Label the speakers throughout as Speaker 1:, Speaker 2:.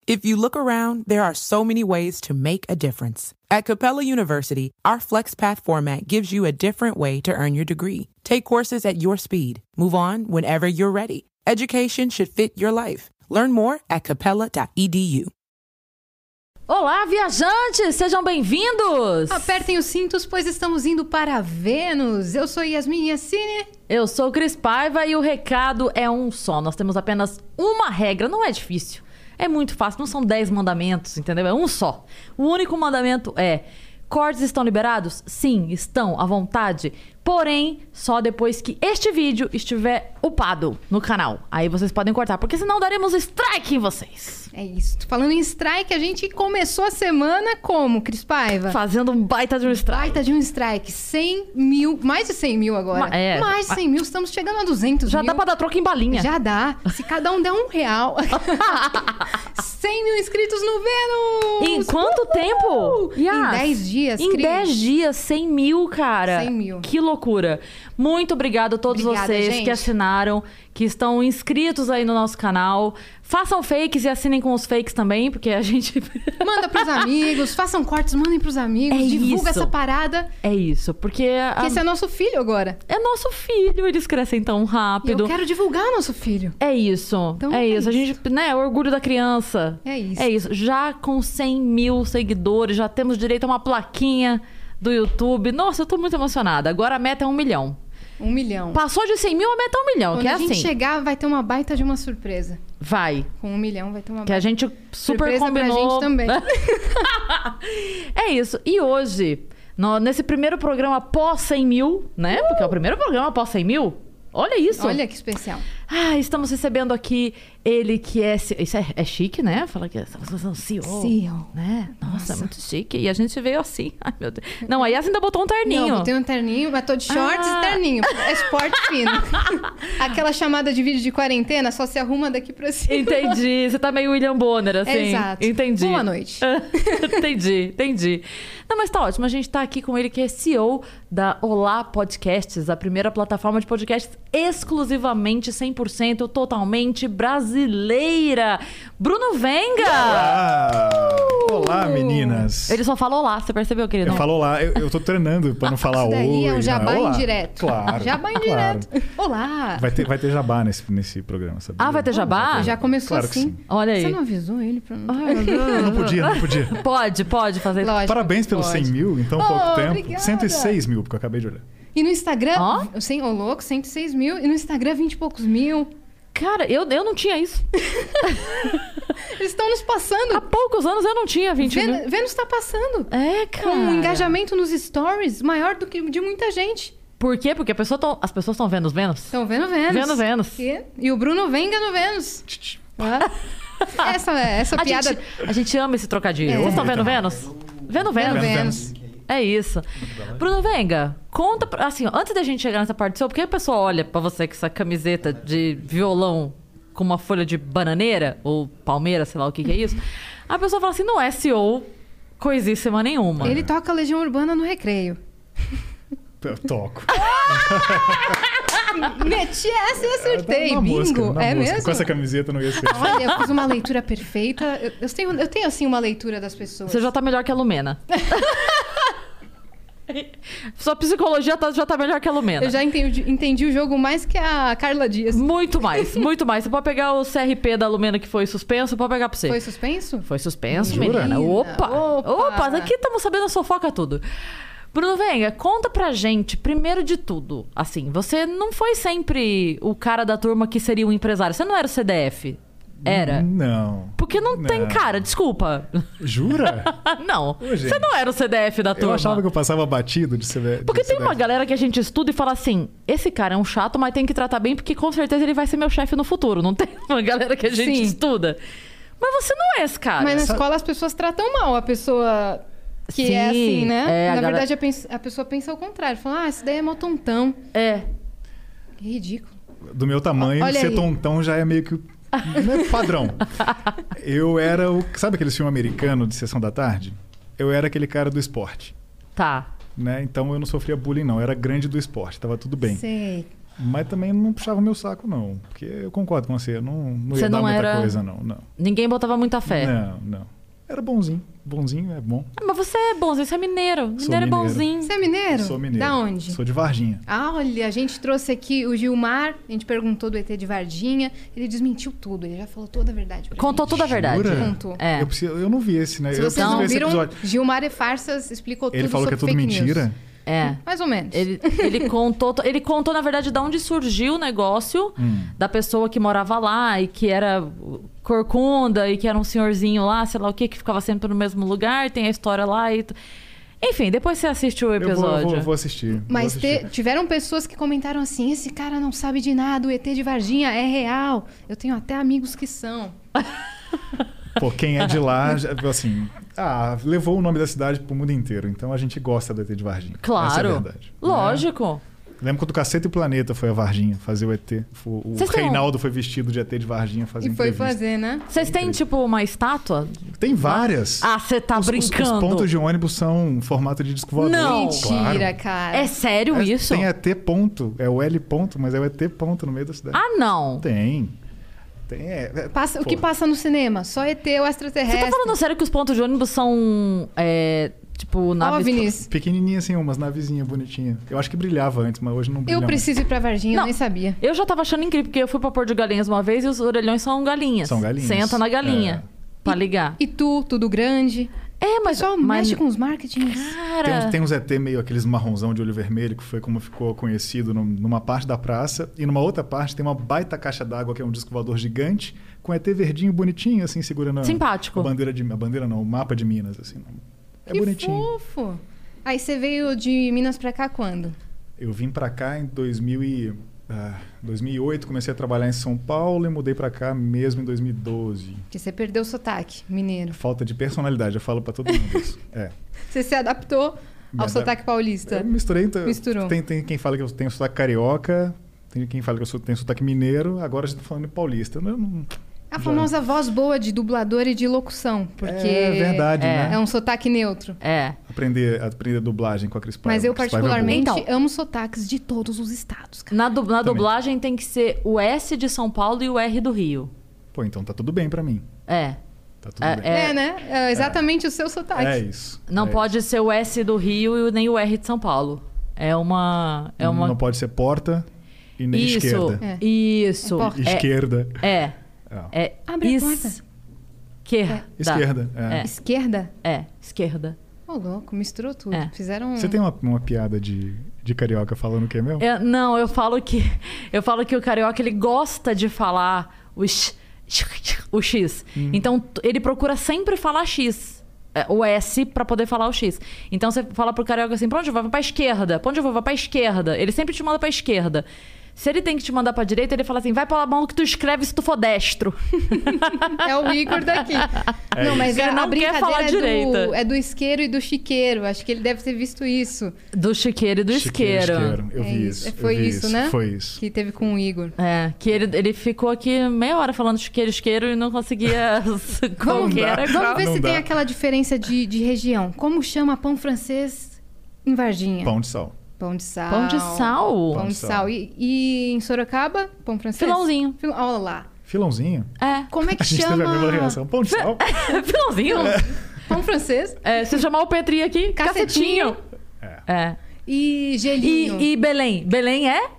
Speaker 1: If you look around, there are so many ways to make a difference. At Capella University, our FlexPath format gives you a different way to earn your degree. Take courses at your speed. Move on whenever you're ready. Education should fit your life. Learn more at capella.edu.
Speaker 2: Olá, viajantes! Sejam bem-vindos!
Speaker 3: Apertem os cintos, pois estamos indo para Vênus. Eu sou Yasmin Yassine.
Speaker 2: Eu sou Cris Paiva e o recado é um só. Nós temos apenas uma regra, não é difícil. É muito fácil, não são 10 mandamentos, entendeu? É um só. O único mandamento é: cortes estão liberados? Sim, estão, à vontade. Porém, só depois que este vídeo estiver upado no canal. Aí vocês podem cortar, porque senão daremos strike em vocês.
Speaker 3: É isso. Falando em strike, a gente começou a semana como, Cris Paiva?
Speaker 2: Fazendo um baita de um strike.
Speaker 3: Baita de um strike. 100 mil, mais de 100 mil agora. Mais de 100 mil, estamos chegando a 200
Speaker 2: Já
Speaker 3: mil.
Speaker 2: Já dá pra dar troca em balinha.
Speaker 3: Já dá. Se cada um der R$1. 100 mil inscritos no Vênus!
Speaker 2: Em quanto tempo?
Speaker 3: Yes. Em 10 dias,
Speaker 2: Em
Speaker 3: Cris.
Speaker 2: 10 dias, 100 mil, cara.
Speaker 3: 100 mil.
Speaker 2: Que loucura. Muito obrigado a todos vocês, gente, que assinaram, que estão inscritos aí no nosso canal. Façam fakes e assinem com os fakes também, porque a gente...
Speaker 3: Manda pros amigos, façam cortes, mandem pros amigos, divulga essa parada.
Speaker 2: É isso, porque...
Speaker 3: Esse é nosso filho agora.
Speaker 2: É nosso filho, eles crescem tão rápido.
Speaker 3: Eu quero divulgar nosso filho.
Speaker 2: É isso, então, é isso. A gente, né, o orgulho da criança.
Speaker 3: É isso.
Speaker 2: É isso. Já com 100 mil seguidores, já temos direito a uma plaquinha do YouTube. Nossa, eu tô muito emocionada. Agora a meta é 1 milhão.
Speaker 3: 1 milhão.
Speaker 2: Passou de 100 mil, a meta é 1 milhão,
Speaker 3: Quando
Speaker 2: que é
Speaker 3: assim. Quando a gente
Speaker 2: assim.
Speaker 3: chegar, vai ter uma baita de uma surpresa.
Speaker 2: Vai.
Speaker 3: Com 1 milhão vai ter uma baita.
Speaker 2: Que a gente super
Speaker 3: surpresa
Speaker 2: combinou.
Speaker 3: Pra gente também.
Speaker 2: É isso. E hoje, nesse primeiro programa pós 100 mil, né? Porque é o primeiro programa pós 100 mil. Olha isso.
Speaker 3: Olha que especial.
Speaker 2: Estamos recebendo aqui ele que é... Isso é chique, né? Fala que estamos fazendo CEO.
Speaker 3: CEO.
Speaker 2: Né? Nossa, é muito chique. E a gente veio assim. Ai, meu Deus. Não, a Yas ainda botou um terninho.
Speaker 3: Não, botei um terninho, mas tô de shorts e terninho. É esporte fino. Aquela chamada de vídeo de quarentena só se arruma daqui pra cima.
Speaker 2: Entendi. Você tá meio William Bonner, assim.
Speaker 3: Exato.
Speaker 2: Entendi.
Speaker 3: Boa noite.
Speaker 2: Entendi. Não, mas tá ótimo. A gente tá aqui com ele, que é CEO da Olá Podcasts, a primeira plataforma de podcasts exclusivamente 100% totalmente brasileira. Bruno Venga!
Speaker 4: Olá, meninas!
Speaker 2: Ele só fala olá, você percebeu, querido?
Speaker 4: Eu falo olá, eu tô treinando pra não falar oi.
Speaker 3: Daí é um jabá indireto.
Speaker 4: Claro.
Speaker 3: Jabá indireto. Olá!
Speaker 4: Vai ter jabá nesse programa, sabe?
Speaker 2: Vai ter jabá?
Speaker 3: Já começou
Speaker 4: claro
Speaker 3: assim.
Speaker 2: Olha aí.
Speaker 3: Você não avisou ele pra não...
Speaker 4: Não podia.
Speaker 2: Pode fazer.
Speaker 3: Lógico,
Speaker 4: Parabéns pelos 100 mil em tão pouco tempo.
Speaker 3: Obrigada.
Speaker 4: 106 mil, porque eu acabei de olhar.
Speaker 3: E no Instagram, louco, 106 mil. E no Instagram, 20 e poucos mil.
Speaker 2: Cara, eu não tinha isso.
Speaker 3: Eles estão nos passando.
Speaker 2: Há poucos anos eu não tinha 20 mil.
Speaker 3: Vênus tá passando.
Speaker 2: É, cara.
Speaker 3: Com um engajamento nos stories maior do que de muita gente.
Speaker 2: Por quê? Porque as pessoas estão vendo os Vênus?
Speaker 3: Estão vendo Vênus.
Speaker 2: Vendo Vênus.
Speaker 3: E o Bruno Venga no Vênus. Essa piada...
Speaker 2: A gente ama esse trocadilho. Vocês estão vendo Vênus? Vendo Vênus. É isso. Bruno Venga, conta... Assim, antes da gente chegar nessa parte do seu, porque a pessoa olha pra você com essa camiseta de violão com uma folha de bananeira, ou palmeira, sei lá o que é isso. A pessoa fala assim, não é CEO coisíssima nenhuma.
Speaker 3: Ele toca Legião Urbana no recreio.
Speaker 4: Eu toco.
Speaker 3: Meti essa e acertei.
Speaker 4: Na
Speaker 3: Bingo.
Speaker 4: mosca,
Speaker 3: É
Speaker 4: mosca.
Speaker 3: mesmo?
Speaker 4: Com essa camiseta não ia ser.
Speaker 3: Olha, eu fiz uma leitura perfeita. Eu tenho assim, uma leitura das pessoas.
Speaker 2: Você já tá melhor que a Lumena. Sua psicologia já tá melhor que a Lumena.
Speaker 3: Eu já entendi o jogo mais que a Carla Dias.
Speaker 2: Muito mais. Você pode pegar o CRP da Lumena que foi suspenso, pode pegar pra você.
Speaker 3: Foi suspenso?
Speaker 2: Foi suspenso,
Speaker 4: Jura?
Speaker 2: menina. Opa! Aqui estamos sabendo as fofocas tudo. Bruno Venga, conta pra gente, primeiro de tudo, assim, você não foi sempre o cara da turma que seria um empresário. Você não era o CDF? Era?
Speaker 4: Não.
Speaker 2: Porque não tem cara, desculpa.
Speaker 4: Jura?
Speaker 2: Não.
Speaker 4: Ô, gente.
Speaker 2: Você não era o CDF da turma.
Speaker 4: Eu achava que eu passava batido de CDF.
Speaker 2: Porque tem uma galera que a gente estuda e fala assim, esse cara é um chato, mas tem que tratar bem porque com certeza ele vai ser meu chefe no futuro. Não tem uma galera que a gente estuda. Mas você não é esse cara.
Speaker 3: Mas na escola as pessoas tratam mal a pessoa... Que é assim, né? Na verdade, a pessoa pensa ao contrário. Fala, esse daí é mó tontão.
Speaker 2: É.
Speaker 3: Que ridículo.
Speaker 4: Do meu tamanho,
Speaker 3: Olha
Speaker 4: ser
Speaker 3: aí.
Speaker 4: tontão já é meio que não é padrão. Eu era o... Sabe aquele filme americano de Sessão da Tarde? Eu era aquele cara do esporte.
Speaker 2: Tá.
Speaker 4: Né? Então eu não sofria bullying, não. Eu era grande do esporte. Tava tudo bem.
Speaker 3: Sei.
Speaker 4: Mas também não puxava meu saco, não. Porque eu concordo com você, eu não ia dar muita coisa, não.
Speaker 2: Ninguém botava muita fé.
Speaker 4: Não. Era bonzinho. Bonzinho é bom.
Speaker 2: Mas você é bonzinho, você é mineiro. Mineiro é bonzinho.
Speaker 3: Você é mineiro?
Speaker 4: Sou mineiro.
Speaker 3: Da onde?
Speaker 4: Sou de Varginha.
Speaker 3: Olha, a gente trouxe aqui o Gilmar, a gente perguntou do ET de Varginha, ele desmentiu tudo, ele já falou toda a verdade pra
Speaker 2: Contou
Speaker 3: gente.
Speaker 2: toda a verdade.
Speaker 4: Jura?
Speaker 3: Contou.
Speaker 2: É.
Speaker 4: Eu não vi esse, né?
Speaker 3: Se
Speaker 4: eu
Speaker 3: vocês não
Speaker 4: ver esse
Speaker 3: viram,
Speaker 4: episódio.
Speaker 3: Gilmar e Farsas explicou tudo
Speaker 4: Ele falou que
Speaker 3: sobre
Speaker 4: é tudo
Speaker 3: fake
Speaker 4: mentira?
Speaker 3: news.
Speaker 2: É.
Speaker 3: Mais ou menos.
Speaker 2: Ele contou, na verdade, de onde surgiu o negócio da pessoa que morava lá e que era corcunda e que era um senhorzinho lá, sei lá o que ficava sempre no mesmo lugar, tem a história lá e... Enfim, depois você assiste o episódio.
Speaker 4: Eu vou assistir.
Speaker 3: Mas tiveram pessoas que comentaram assim, esse cara não sabe de nada, o ET de Varginha é real. Eu tenho até amigos que são.
Speaker 4: Pô, quem é de lá, assim... levou o nome da cidade pro mundo inteiro. Então a gente gosta do ET de Varginha.
Speaker 2: Claro.
Speaker 4: Essa é a verdade.
Speaker 2: Lógico.
Speaker 4: Lembro quando o Cacete e o Planeta foi a Varginha fazer o ET. O Reinaldo foi vestido de ET de Varginha fazer
Speaker 3: E foi
Speaker 4: entrevista.
Speaker 3: fazer, né?
Speaker 2: Vocês têm, tipo, uma estátua?
Speaker 4: Tem várias.
Speaker 2: Você tá brincando.
Speaker 4: Os pontos de ônibus são em formato de disco voador.
Speaker 2: Não.
Speaker 3: Mentira, cara.
Speaker 2: É sério isso?
Speaker 4: Tem ET ponto. É o L ponto, mas é o ET ponto no meio da cidade.
Speaker 2: Não.
Speaker 4: Tem.
Speaker 3: O que passa no cinema? Só ET ou
Speaker 2: Você
Speaker 3: extraterrestre.
Speaker 2: tá falando sério que os pontos de ônibus são, tipo, naves...
Speaker 3: OVNIs.
Speaker 4: Pequenininha assim, umas navezinhas bonitinhas. Eu acho que brilhava antes, mas hoje não brilha
Speaker 3: Eu preciso ir pra Varginha, eu
Speaker 2: Não.
Speaker 3: nem sabia.
Speaker 2: Eu já tava achando incrível, porque eu fui pra Porto de Galinhas uma vez e os orelhões são galinhas.
Speaker 4: São galinhas.
Speaker 2: Você entra na galinha pra ligar.
Speaker 3: E tu, tudo grande.
Speaker 2: É,
Speaker 3: O pessoal mexe com os marketings.
Speaker 2: Cara...
Speaker 4: Tem uns ET meio aqueles marronzão de olho vermelho, que foi como ficou conhecido numa parte da praça. E numa outra parte tem uma baita caixa d'água, que é um disco voador gigante, com ET verdinho, bonitinho, assim, segurando
Speaker 2: Simpático.
Speaker 4: a bandeira não, o mapa de Minas, assim. É
Speaker 3: Que
Speaker 4: bonitinho.
Speaker 3: fofo. Aí você veio de Minas pra cá quando?
Speaker 4: Eu vim pra cá em 2008, comecei a trabalhar em São Paulo e mudei pra cá mesmo em 2012.
Speaker 3: Porque você perdeu o sotaque mineiro.
Speaker 4: Falta de personalidade, eu falo pra todo mundo isso.
Speaker 3: Você se adaptou ao sotaque paulista.
Speaker 4: Eu misturei.
Speaker 3: Misturou.
Speaker 4: Tem quem fala que eu tenho sotaque carioca, tem quem fala que eu tenho sotaque mineiro, agora a gente tá falando em paulista.
Speaker 3: A famosa voz boa de dublador e de locução. Porque
Speaker 4: é verdade, né?
Speaker 3: É um sotaque neutro.
Speaker 2: É.
Speaker 4: Aprender dublagem com a Cris Paiva.
Speaker 3: Mas eu
Speaker 4: Cris Paiva é boa.
Speaker 3: particularmente
Speaker 2: Então.
Speaker 3: amo sotaques de todos os estados. Cara.
Speaker 2: Na dublagem tem que ser o S de São Paulo e o R do Rio.
Speaker 4: Pô, então tá tudo bem pra mim.
Speaker 2: É.
Speaker 4: Tá tudo bem.
Speaker 3: Né? É exatamente o seu sotaque.
Speaker 4: É isso.
Speaker 2: Não pode ser o S do Rio e nem o R de São Paulo.
Speaker 4: Não pode ser porta e nem esquerda.
Speaker 2: Isso.
Speaker 3: É porta.
Speaker 4: Esquerda.
Speaker 3: Abre a porta.
Speaker 2: Esquerda.
Speaker 4: Esquerda.
Speaker 3: Esquerda?
Speaker 2: Esquerda.
Speaker 3: Ô, louco, misturou tudo.
Speaker 2: É.
Speaker 3: Fizeram...
Speaker 4: Você tem uma piada de carioca falando o que é meu?
Speaker 2: Não, eu falo que o carioca ele gosta de falar o X. Então ele procura sempre falar X. O S pra poder falar o X. Então você fala pro carioca assim: pra onde eu vou? Vai pra esquerda. Pra onde eu vou? Vai pra esquerda. Ele sempre te manda pra esquerda. Se ele tem que te mandar pra direita, ele fala assim: vai pela mão que tu escreve se tu for destro.
Speaker 3: É o Igor daqui. Não, mas
Speaker 2: Ele não
Speaker 3: a
Speaker 2: quer falar
Speaker 3: brincadeira
Speaker 2: direita.
Speaker 3: é do isqueiro e do chiqueiro. Acho que ele deve ter visto isso.
Speaker 2: Do chiqueiro e do isqueiro.
Speaker 4: Eu vi isso.
Speaker 3: Foi
Speaker 4: eu vi
Speaker 3: isso, né?
Speaker 4: Foi isso.
Speaker 3: Que teve com o Igor.
Speaker 2: É, que ele ficou aqui meia hora falando isqueiro e não conseguia qual que era.
Speaker 3: Vamos ver
Speaker 4: Não
Speaker 3: se
Speaker 4: dá.
Speaker 3: tem aquela diferença de região. Como chama pão francês em Varginha?
Speaker 4: Pão de sal.
Speaker 3: Pão de sal.
Speaker 2: Pão de sal?
Speaker 3: Pão de sal. E em Sorocaba, pão francês?
Speaker 2: Filãozinho.
Speaker 3: Olha lá.
Speaker 4: Filãozinho?
Speaker 2: É.
Speaker 3: Como é que
Speaker 4: A gente teve a mesma
Speaker 3: chama?
Speaker 4: reação. Pão de sal?
Speaker 2: Filãozinho?
Speaker 3: Pão francês?
Speaker 2: É, se chamar o Petri aqui,
Speaker 3: Cacetinho.
Speaker 2: cacetinho. É.
Speaker 3: E gelinho.
Speaker 2: E Belém? Belém é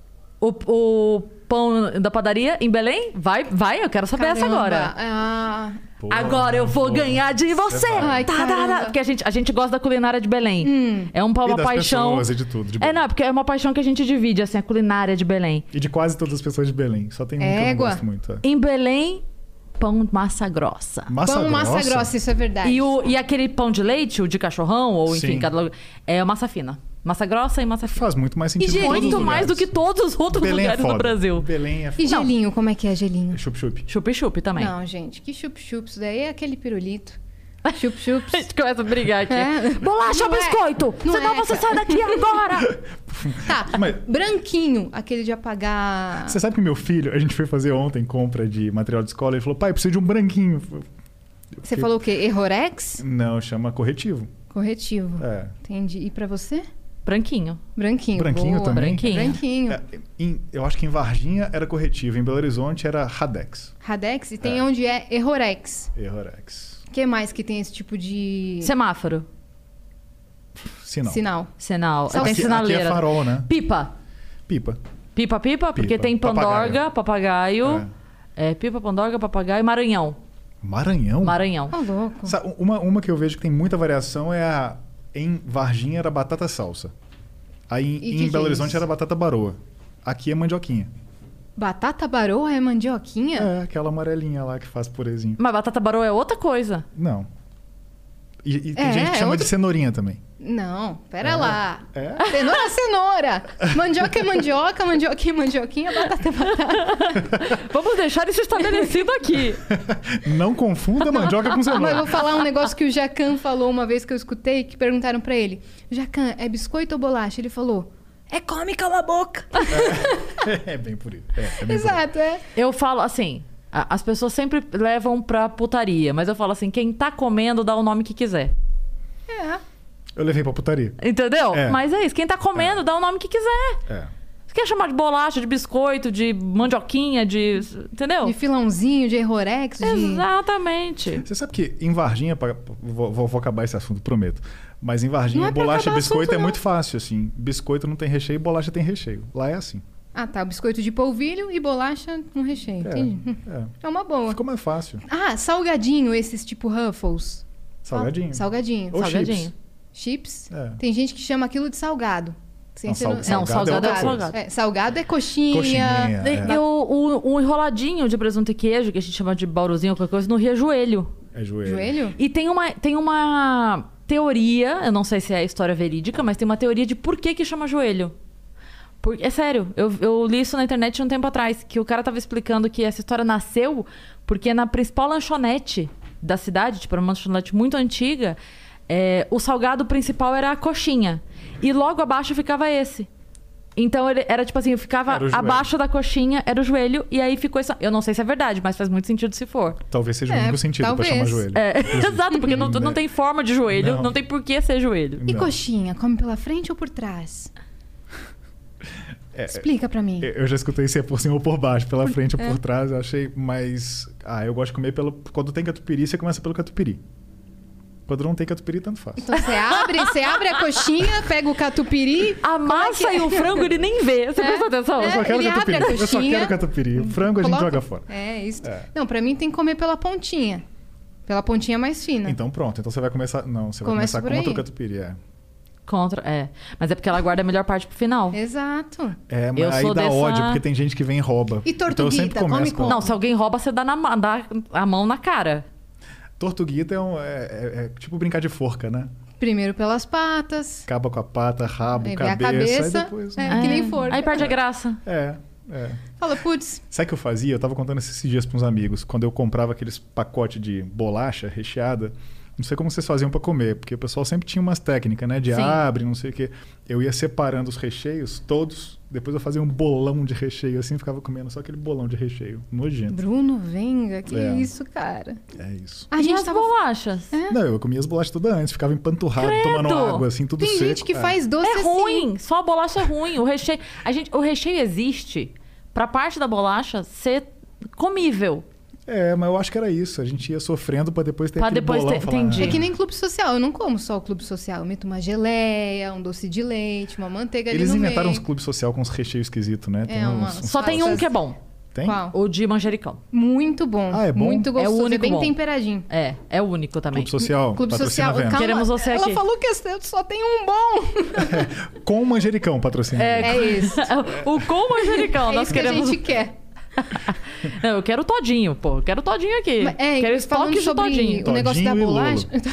Speaker 2: o pão da padaria em Belém? Vai, eu quero saber essa agora.
Speaker 4: Pô,
Speaker 2: Agora eu vou ganhar de você!
Speaker 3: vai. Ai, caramba.
Speaker 2: Porque a gente gosta da culinária de Belém. É uma
Speaker 4: E das
Speaker 2: paixão.
Speaker 4: pessoas e de tudo. De Belém.
Speaker 2: Não, porque é uma paixão que a gente divide, assim, a culinária de Belém.
Speaker 4: E de quase todas as pessoas de Belém. Só tem um que eu não
Speaker 3: Égua.
Speaker 4: gosto muito.
Speaker 2: Em Belém, pão massa grossa.
Speaker 3: Pão massa grossa, isso é verdade.
Speaker 2: E aquele pão de leite, o de cachorrão, ou enfim,
Speaker 4: Sim.
Speaker 2: é massa fina. Massa grossa e massa fina.
Speaker 4: Faz muito mais sentido.
Speaker 3: E
Speaker 4: em todos os
Speaker 2: Muito mais do
Speaker 4: lugares.
Speaker 2: que todos os outros
Speaker 4: Belém
Speaker 2: lugares
Speaker 4: é foda.
Speaker 2: do Brasil.
Speaker 4: Belém é
Speaker 3: E
Speaker 4: foda.
Speaker 3: gelinho, como é que é gelinho?
Speaker 4: Chup-chup.
Speaker 2: Chup-chup também.
Speaker 3: Não, gente, que chup-chup. Isso daí é aquele pirulito. Chup-chups.
Speaker 2: A gente começa a brigar aqui.
Speaker 3: É.
Speaker 2: Bolacha ou
Speaker 3: Não é.
Speaker 2: biscoito?
Speaker 3: Não
Speaker 2: Senão
Speaker 3: é,
Speaker 2: você
Speaker 3: cara.
Speaker 2: sai daqui agora!
Speaker 3: Tá,
Speaker 4: Mas-
Speaker 3: branquinho, aquele de apagar...
Speaker 4: Você sabe que meu filho, a gente foi fazer ontem compra de material de escola, ele falou: pai, eu preciso de um branquinho.
Speaker 3: Você falou o quê? Errorex?
Speaker 4: Não, chama corretivo.
Speaker 3: Corretivo.
Speaker 4: É.
Speaker 3: Entendi. E pra você?
Speaker 2: Branquinho.
Speaker 3: Boa.
Speaker 4: também?
Speaker 3: Branquinho.
Speaker 4: Eu acho que em Varginha era corretivo, em Belo Horizonte era Radex.
Speaker 3: Radex e tem onde é Errorex.
Speaker 4: Errorex.
Speaker 3: O que mais que tem esse tipo de...
Speaker 2: Semáforo.
Speaker 4: Sinal.
Speaker 2: Tem
Speaker 4: Aqui
Speaker 2: sinaleira.
Speaker 4: é farol, né?
Speaker 2: Pipa, porque tem pandorga, papagaio. Pipa, pandorga, papagaio, Maranhão.
Speaker 4: Maranhão?
Speaker 3: Ô, louco.
Speaker 4: Sabe, uma que eu vejo que tem muita variação é em Varginha era batata salsa. Aí em Belo Horizonte era batata baroa. Aqui é mandioquinha.
Speaker 3: Batata baroa é mandioquinha?
Speaker 4: É, aquela amarelinha lá que faz purezinho.
Speaker 2: Mas batata baroa é outra coisa.
Speaker 4: Não. E tem gente que chama de cenourinha também.
Speaker 3: Não, pera lá. Cenoura é cenoura. Mandioca é mandioca, mandioquinha é mandioquinha, batata é batata.
Speaker 2: Vamos deixar isso estabelecido aqui.
Speaker 4: Não confunda mandioca com cenoura.
Speaker 3: Mas eu vou falar um negócio que o Jacan falou uma vez que eu escutei, que perguntaram pra ele. Jacan, é biscoito ou bolacha? Ele falou, come, cala a boca.
Speaker 4: É bem por isso. É bem
Speaker 3: Exato,
Speaker 2: Eu falo assim, as pessoas sempre levam pra putaria, mas eu falo assim, quem tá comendo dá o nome que quiser.
Speaker 4: Eu levei pra putaria.
Speaker 2: Entendeu? Mas é isso, quem tá comendo dá o nome que quiser. Você quer chamar de bolacha, de biscoito, de mandioquinha, de... Entendeu?
Speaker 3: De filãozinho, de errorex, de...
Speaker 2: Exatamente.
Speaker 4: Você sabe que em Varginha... Vou acabar esse assunto, prometo. Mas em Varginha,
Speaker 3: Não é pra
Speaker 4: bolacha e
Speaker 3: acabar
Speaker 4: biscoito
Speaker 3: assunto,
Speaker 4: é
Speaker 3: não.
Speaker 4: muito fácil, assim. Biscoito não tem recheio, bolacha tem recheio. Lá é assim.
Speaker 3: Ah, tá. Biscoito de polvilho e bolacha com recheio. Entendi. É uma boa.
Speaker 4: Ficou mais fácil.
Speaker 3: Ah, salgadinho, esses tipo Ruffles.
Speaker 4: Salgadinho.
Speaker 3: Salgadinho.
Speaker 4: Ou
Speaker 2: Salgadinho.
Speaker 3: Chips?
Speaker 4: É.
Speaker 3: Tem gente que chama aquilo de salgado.
Speaker 2: salgado é salgado.
Speaker 3: Salgado é coxinha.
Speaker 2: O enroladinho de presunto e queijo, que a gente chama de bauruzinho ou qualquer coisa, no Rio é joelho.
Speaker 4: É joelho.
Speaker 3: Joelho?
Speaker 2: E tem uma teoria, eu não sei se é história verídica, mas tem uma teoria de por que chama joelho. É sério, eu li isso na internet um tempo atrás, que o cara tava explicando que essa história nasceu porque na principal lanchonete da cidade, tipo, era uma lanchonete muito antiga, o salgado principal era a coxinha. E logo abaixo ficava esse. Então ele era tipo assim, ficava abaixo da coxinha, era o joelho, e aí ficou isso. Eu não sei se é verdade, mas faz muito sentido se for.
Speaker 4: Talvez seja o único sentido pra chamar joelho.
Speaker 2: Exato, porque não tem forma de joelho, não tem por que ser joelho.
Speaker 3: E coxinha, come pela frente ou por trás? Explica pra mim.
Speaker 4: Eu já escutei se é por cima ou por baixo, pela frente ou por trás, eu achei, mas... eu gosto de comer quando tem catupiry, você começa pelo catupiry. Quando não tem catupiry, tanto faz.
Speaker 3: Então você abre a coxinha, pega o catupiry...
Speaker 2: A massa e o frango ele nem vê. Você prestou atenção?
Speaker 4: Eu só quero
Speaker 3: ele
Speaker 4: catupiry.
Speaker 3: abre a
Speaker 4: Eu só
Speaker 3: coxinha,
Speaker 4: quero catupiry. O frango a gente joga fora.
Speaker 3: Isso. Não, pra mim tem que comer pela pontinha. Pela pontinha mais fina.
Speaker 4: Então pronto. Então você vai começar... Não, você vai começar contra o catupiry,
Speaker 2: Mas é porque ela guarda a melhor parte pro final.
Speaker 3: Exato.
Speaker 4: Mas aí dá ódio, porque tem gente que vem e rouba.
Speaker 3: E tortuguita,
Speaker 4: então eu sempre começo
Speaker 2: Não, se alguém rouba, você dá a mão na cara.
Speaker 4: Tortuguita é tipo brincar de forca, né?
Speaker 3: Primeiro pelas patas.
Speaker 4: Acaba com a pata, rabo,
Speaker 3: aí
Speaker 4: cabeça. Aí depois...
Speaker 3: que nem forca.
Speaker 2: Aí perde a graça.
Speaker 3: Fala, putz.
Speaker 4: Sabe o que eu fazia? Eu tava contando esses dias para uns amigos. Quando eu comprava aqueles pacotes de bolacha recheada... Não sei como vocês faziam para comer, porque o pessoal sempre tinha umas técnicas, né? De abre, não sei o quê. Eu ia separando os recheios, todos. Depois eu fazia um bolão de recheio, assim, ficava comendo só aquele bolão de recheio. Nojento.
Speaker 3: Bruno Venga, que isso, cara?
Speaker 4: É isso.
Speaker 3: A gente
Speaker 2: tava... bolachas?
Speaker 4: Não, eu comia as bolachas todas antes, ficava empanturrado, tomando água, assim, tudo seco.
Speaker 3: Tem gente que faz doce
Speaker 2: assim. É ruim, só a bolacha é ruim. O recheio... O recheio existe pra parte da bolacha ser comível.
Speaker 4: Mas eu acho que era isso. A gente ia sofrendo pra depois ter aquele bolão.
Speaker 2: Entendi.
Speaker 3: É que nem clube social. Eu não como só o clube social. Eu meto uma geleia, um doce de leite, uma manteiga ali no meio.
Speaker 4: Eles inventaram uns clubes social com uns recheios esquisitos, né?
Speaker 2: Só tem um que é bom.
Speaker 4: Tem?
Speaker 3: Qual?
Speaker 2: O de manjericão.
Speaker 3: Muito bom.
Speaker 4: É bom?
Speaker 3: Muito gostoso.
Speaker 2: É o único
Speaker 3: bem
Speaker 2: bom.
Speaker 3: Temperadinho.
Speaker 2: É o único também.
Speaker 4: Clube social.
Speaker 3: Clube social.
Speaker 2: Calma, queremos você aqui.
Speaker 3: Ela falou que só tem um bom.
Speaker 4: Com o manjericão patrocinado.
Speaker 3: É isso.
Speaker 2: O com manjericão.
Speaker 3: Nós queremos... que a gente quer.
Speaker 2: Não, eu quero todinho, pô. Eu quero todinho aqui. Quero estoque de todinho.
Speaker 3: O negócio da bolacha.
Speaker 4: Lolo.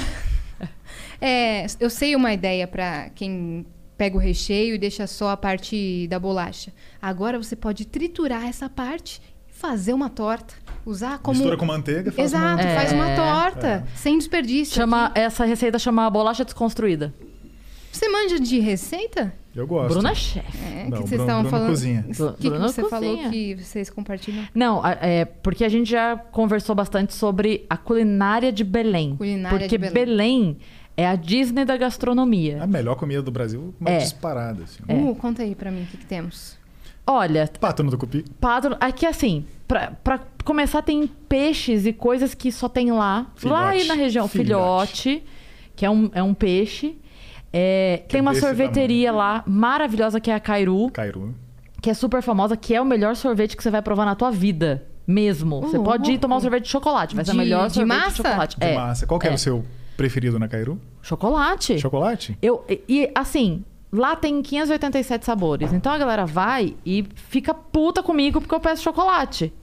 Speaker 3: Eu sei uma ideia pra quem pega o recheio e deixa só a parte da bolacha. Agora você pode triturar essa parte e fazer uma torta. Usar como...
Speaker 4: Mistura com manteiga, faz
Speaker 3: faz uma torta. Sem desperdício.
Speaker 2: Essa receita chama bolacha desconstruída.
Speaker 3: Você manja de receita?
Speaker 4: Eu gosto.
Speaker 2: Bruno é chefe.
Speaker 4: Não,
Speaker 3: que vocês estavam falando?
Speaker 4: Cozinha.
Speaker 3: O que você falou que vocês compartilham?
Speaker 2: Não, porque a gente já conversou bastante sobre a culinária de Belém.
Speaker 3: Culinária
Speaker 2: porque
Speaker 3: de Belém.
Speaker 2: É a Disney da gastronomia.
Speaker 4: A melhor comida do Brasil, mas disparada. Assim.
Speaker 3: Conta aí pra mim o que temos.
Speaker 2: Olha...
Speaker 4: Pato no tucupi.
Speaker 2: Aqui, assim, pra começar, tem peixes e coisas que só tem lá. Lá aí na região. Filhote, que é um peixe. Tem uma sorveteria lá maravilhosa, que é a Cairu. Que é super famosa, que é o melhor sorvete que você vai provar na tua vida. Mesmo. Você pode ir tomar um sorvete de chocolate. Vai ser o melhor sorvete de chocolate.
Speaker 4: De massa. Qual que é o seu preferido na Cairu?
Speaker 2: Chocolate.
Speaker 4: Chocolate?
Speaker 2: E assim... Lá tem 587 sabores. Então a galera vai e fica puta comigo porque eu peço chocolate.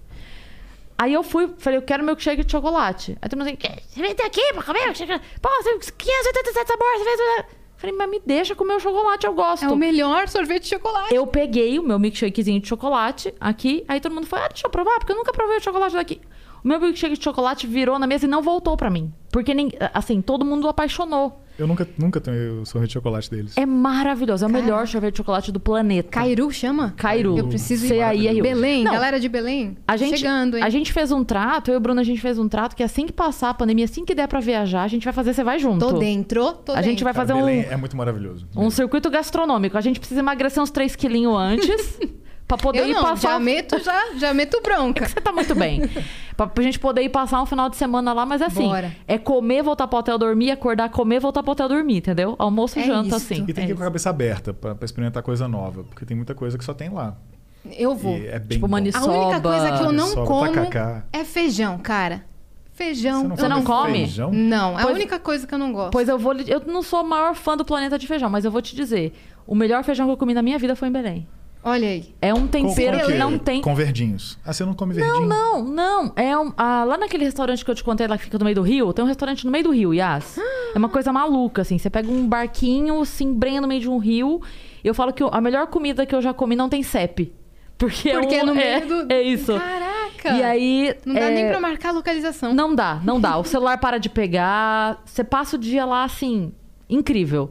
Speaker 2: Aí eu falei, eu quero milkshake de chocolate. Aí todo mundo assim, você vem aqui pra comer milkshake? Pô, 587 sabores, você fez... Falei, mas me deixa comer o chocolate, eu gosto.
Speaker 3: É o melhor sorvete de chocolate.
Speaker 2: Eu peguei o meu milkshakezinho de chocolate aqui, aí todo mundo falou, deixa eu provar, porque eu nunca provei o chocolate daqui. O meu milkshake de chocolate virou na mesa e não voltou pra mim. Porque, assim, todo mundo apaixonou.
Speaker 4: Eu nunca tomei o sorvete de chocolate deles.
Speaker 2: É maravilhoso. É o melhor sorvete de chocolate do planeta.
Speaker 3: Cairu chama?
Speaker 2: Cairu.
Speaker 3: Eu preciso ir.
Speaker 2: C-A-I-R-U.
Speaker 3: Belém, galera de Belém. Chegando, hein?
Speaker 2: A gente fez um trato, eu e o Bruno, a gente fez um trato que assim que passar a pandemia, assim que der pra viajar, a gente vai fazer, você vai junto.
Speaker 3: Tô dentro.
Speaker 2: A gente vai fazer
Speaker 4: Belém é muito maravilhoso.
Speaker 2: Um circuito gastronômico. A gente precisa emagrecer uns 3 quilinhos antes... Pra poder ir passar...
Speaker 3: Já meto bronca.
Speaker 2: É que você tá muito bem. Pra gente poder ir passar um final de semana lá, mas assim...
Speaker 3: Bora.
Speaker 2: É comer, voltar pro hotel dormir, acordar, comer, voltar pro hotel dormir, entendeu? Almoço e janta, assim.
Speaker 4: E tem que ir com a cabeça aberta pra experimentar coisa nova. Porque tem muita coisa que só tem lá.
Speaker 3: Eu vou.
Speaker 4: E é bem
Speaker 2: tipo, maniçoba.
Speaker 3: A única coisa que eu não como
Speaker 4: tacacá.
Speaker 3: é feijão, cara. Feijão.
Speaker 2: Você não come?
Speaker 4: Feijão?
Speaker 3: Não, é a única coisa que eu não gosto.
Speaker 2: Pois eu não sou a maior fã do planeta de feijão, mas eu vou te dizer. O melhor feijão que eu comi na minha vida foi em Belém.
Speaker 3: Olha aí.
Speaker 2: É um tempero que não tem...
Speaker 4: Com verdinhos. Ah, você não come verdinho?
Speaker 2: Não. Lá naquele restaurante que eu te contei, lá que fica no meio do rio, tem um restaurante no meio do rio, Yas. É uma coisa maluca, assim. Você pega um barquinho, se embrenha no meio de um rio. Eu falo que a melhor comida que eu já comi não tem CEP. Porque
Speaker 3: é no meio do...
Speaker 2: É isso.
Speaker 3: Caraca!
Speaker 2: E aí...
Speaker 3: Não dá nem pra marcar a localização.
Speaker 2: Não dá. O celular para de pegar. Você passa o dia lá, assim, incrível.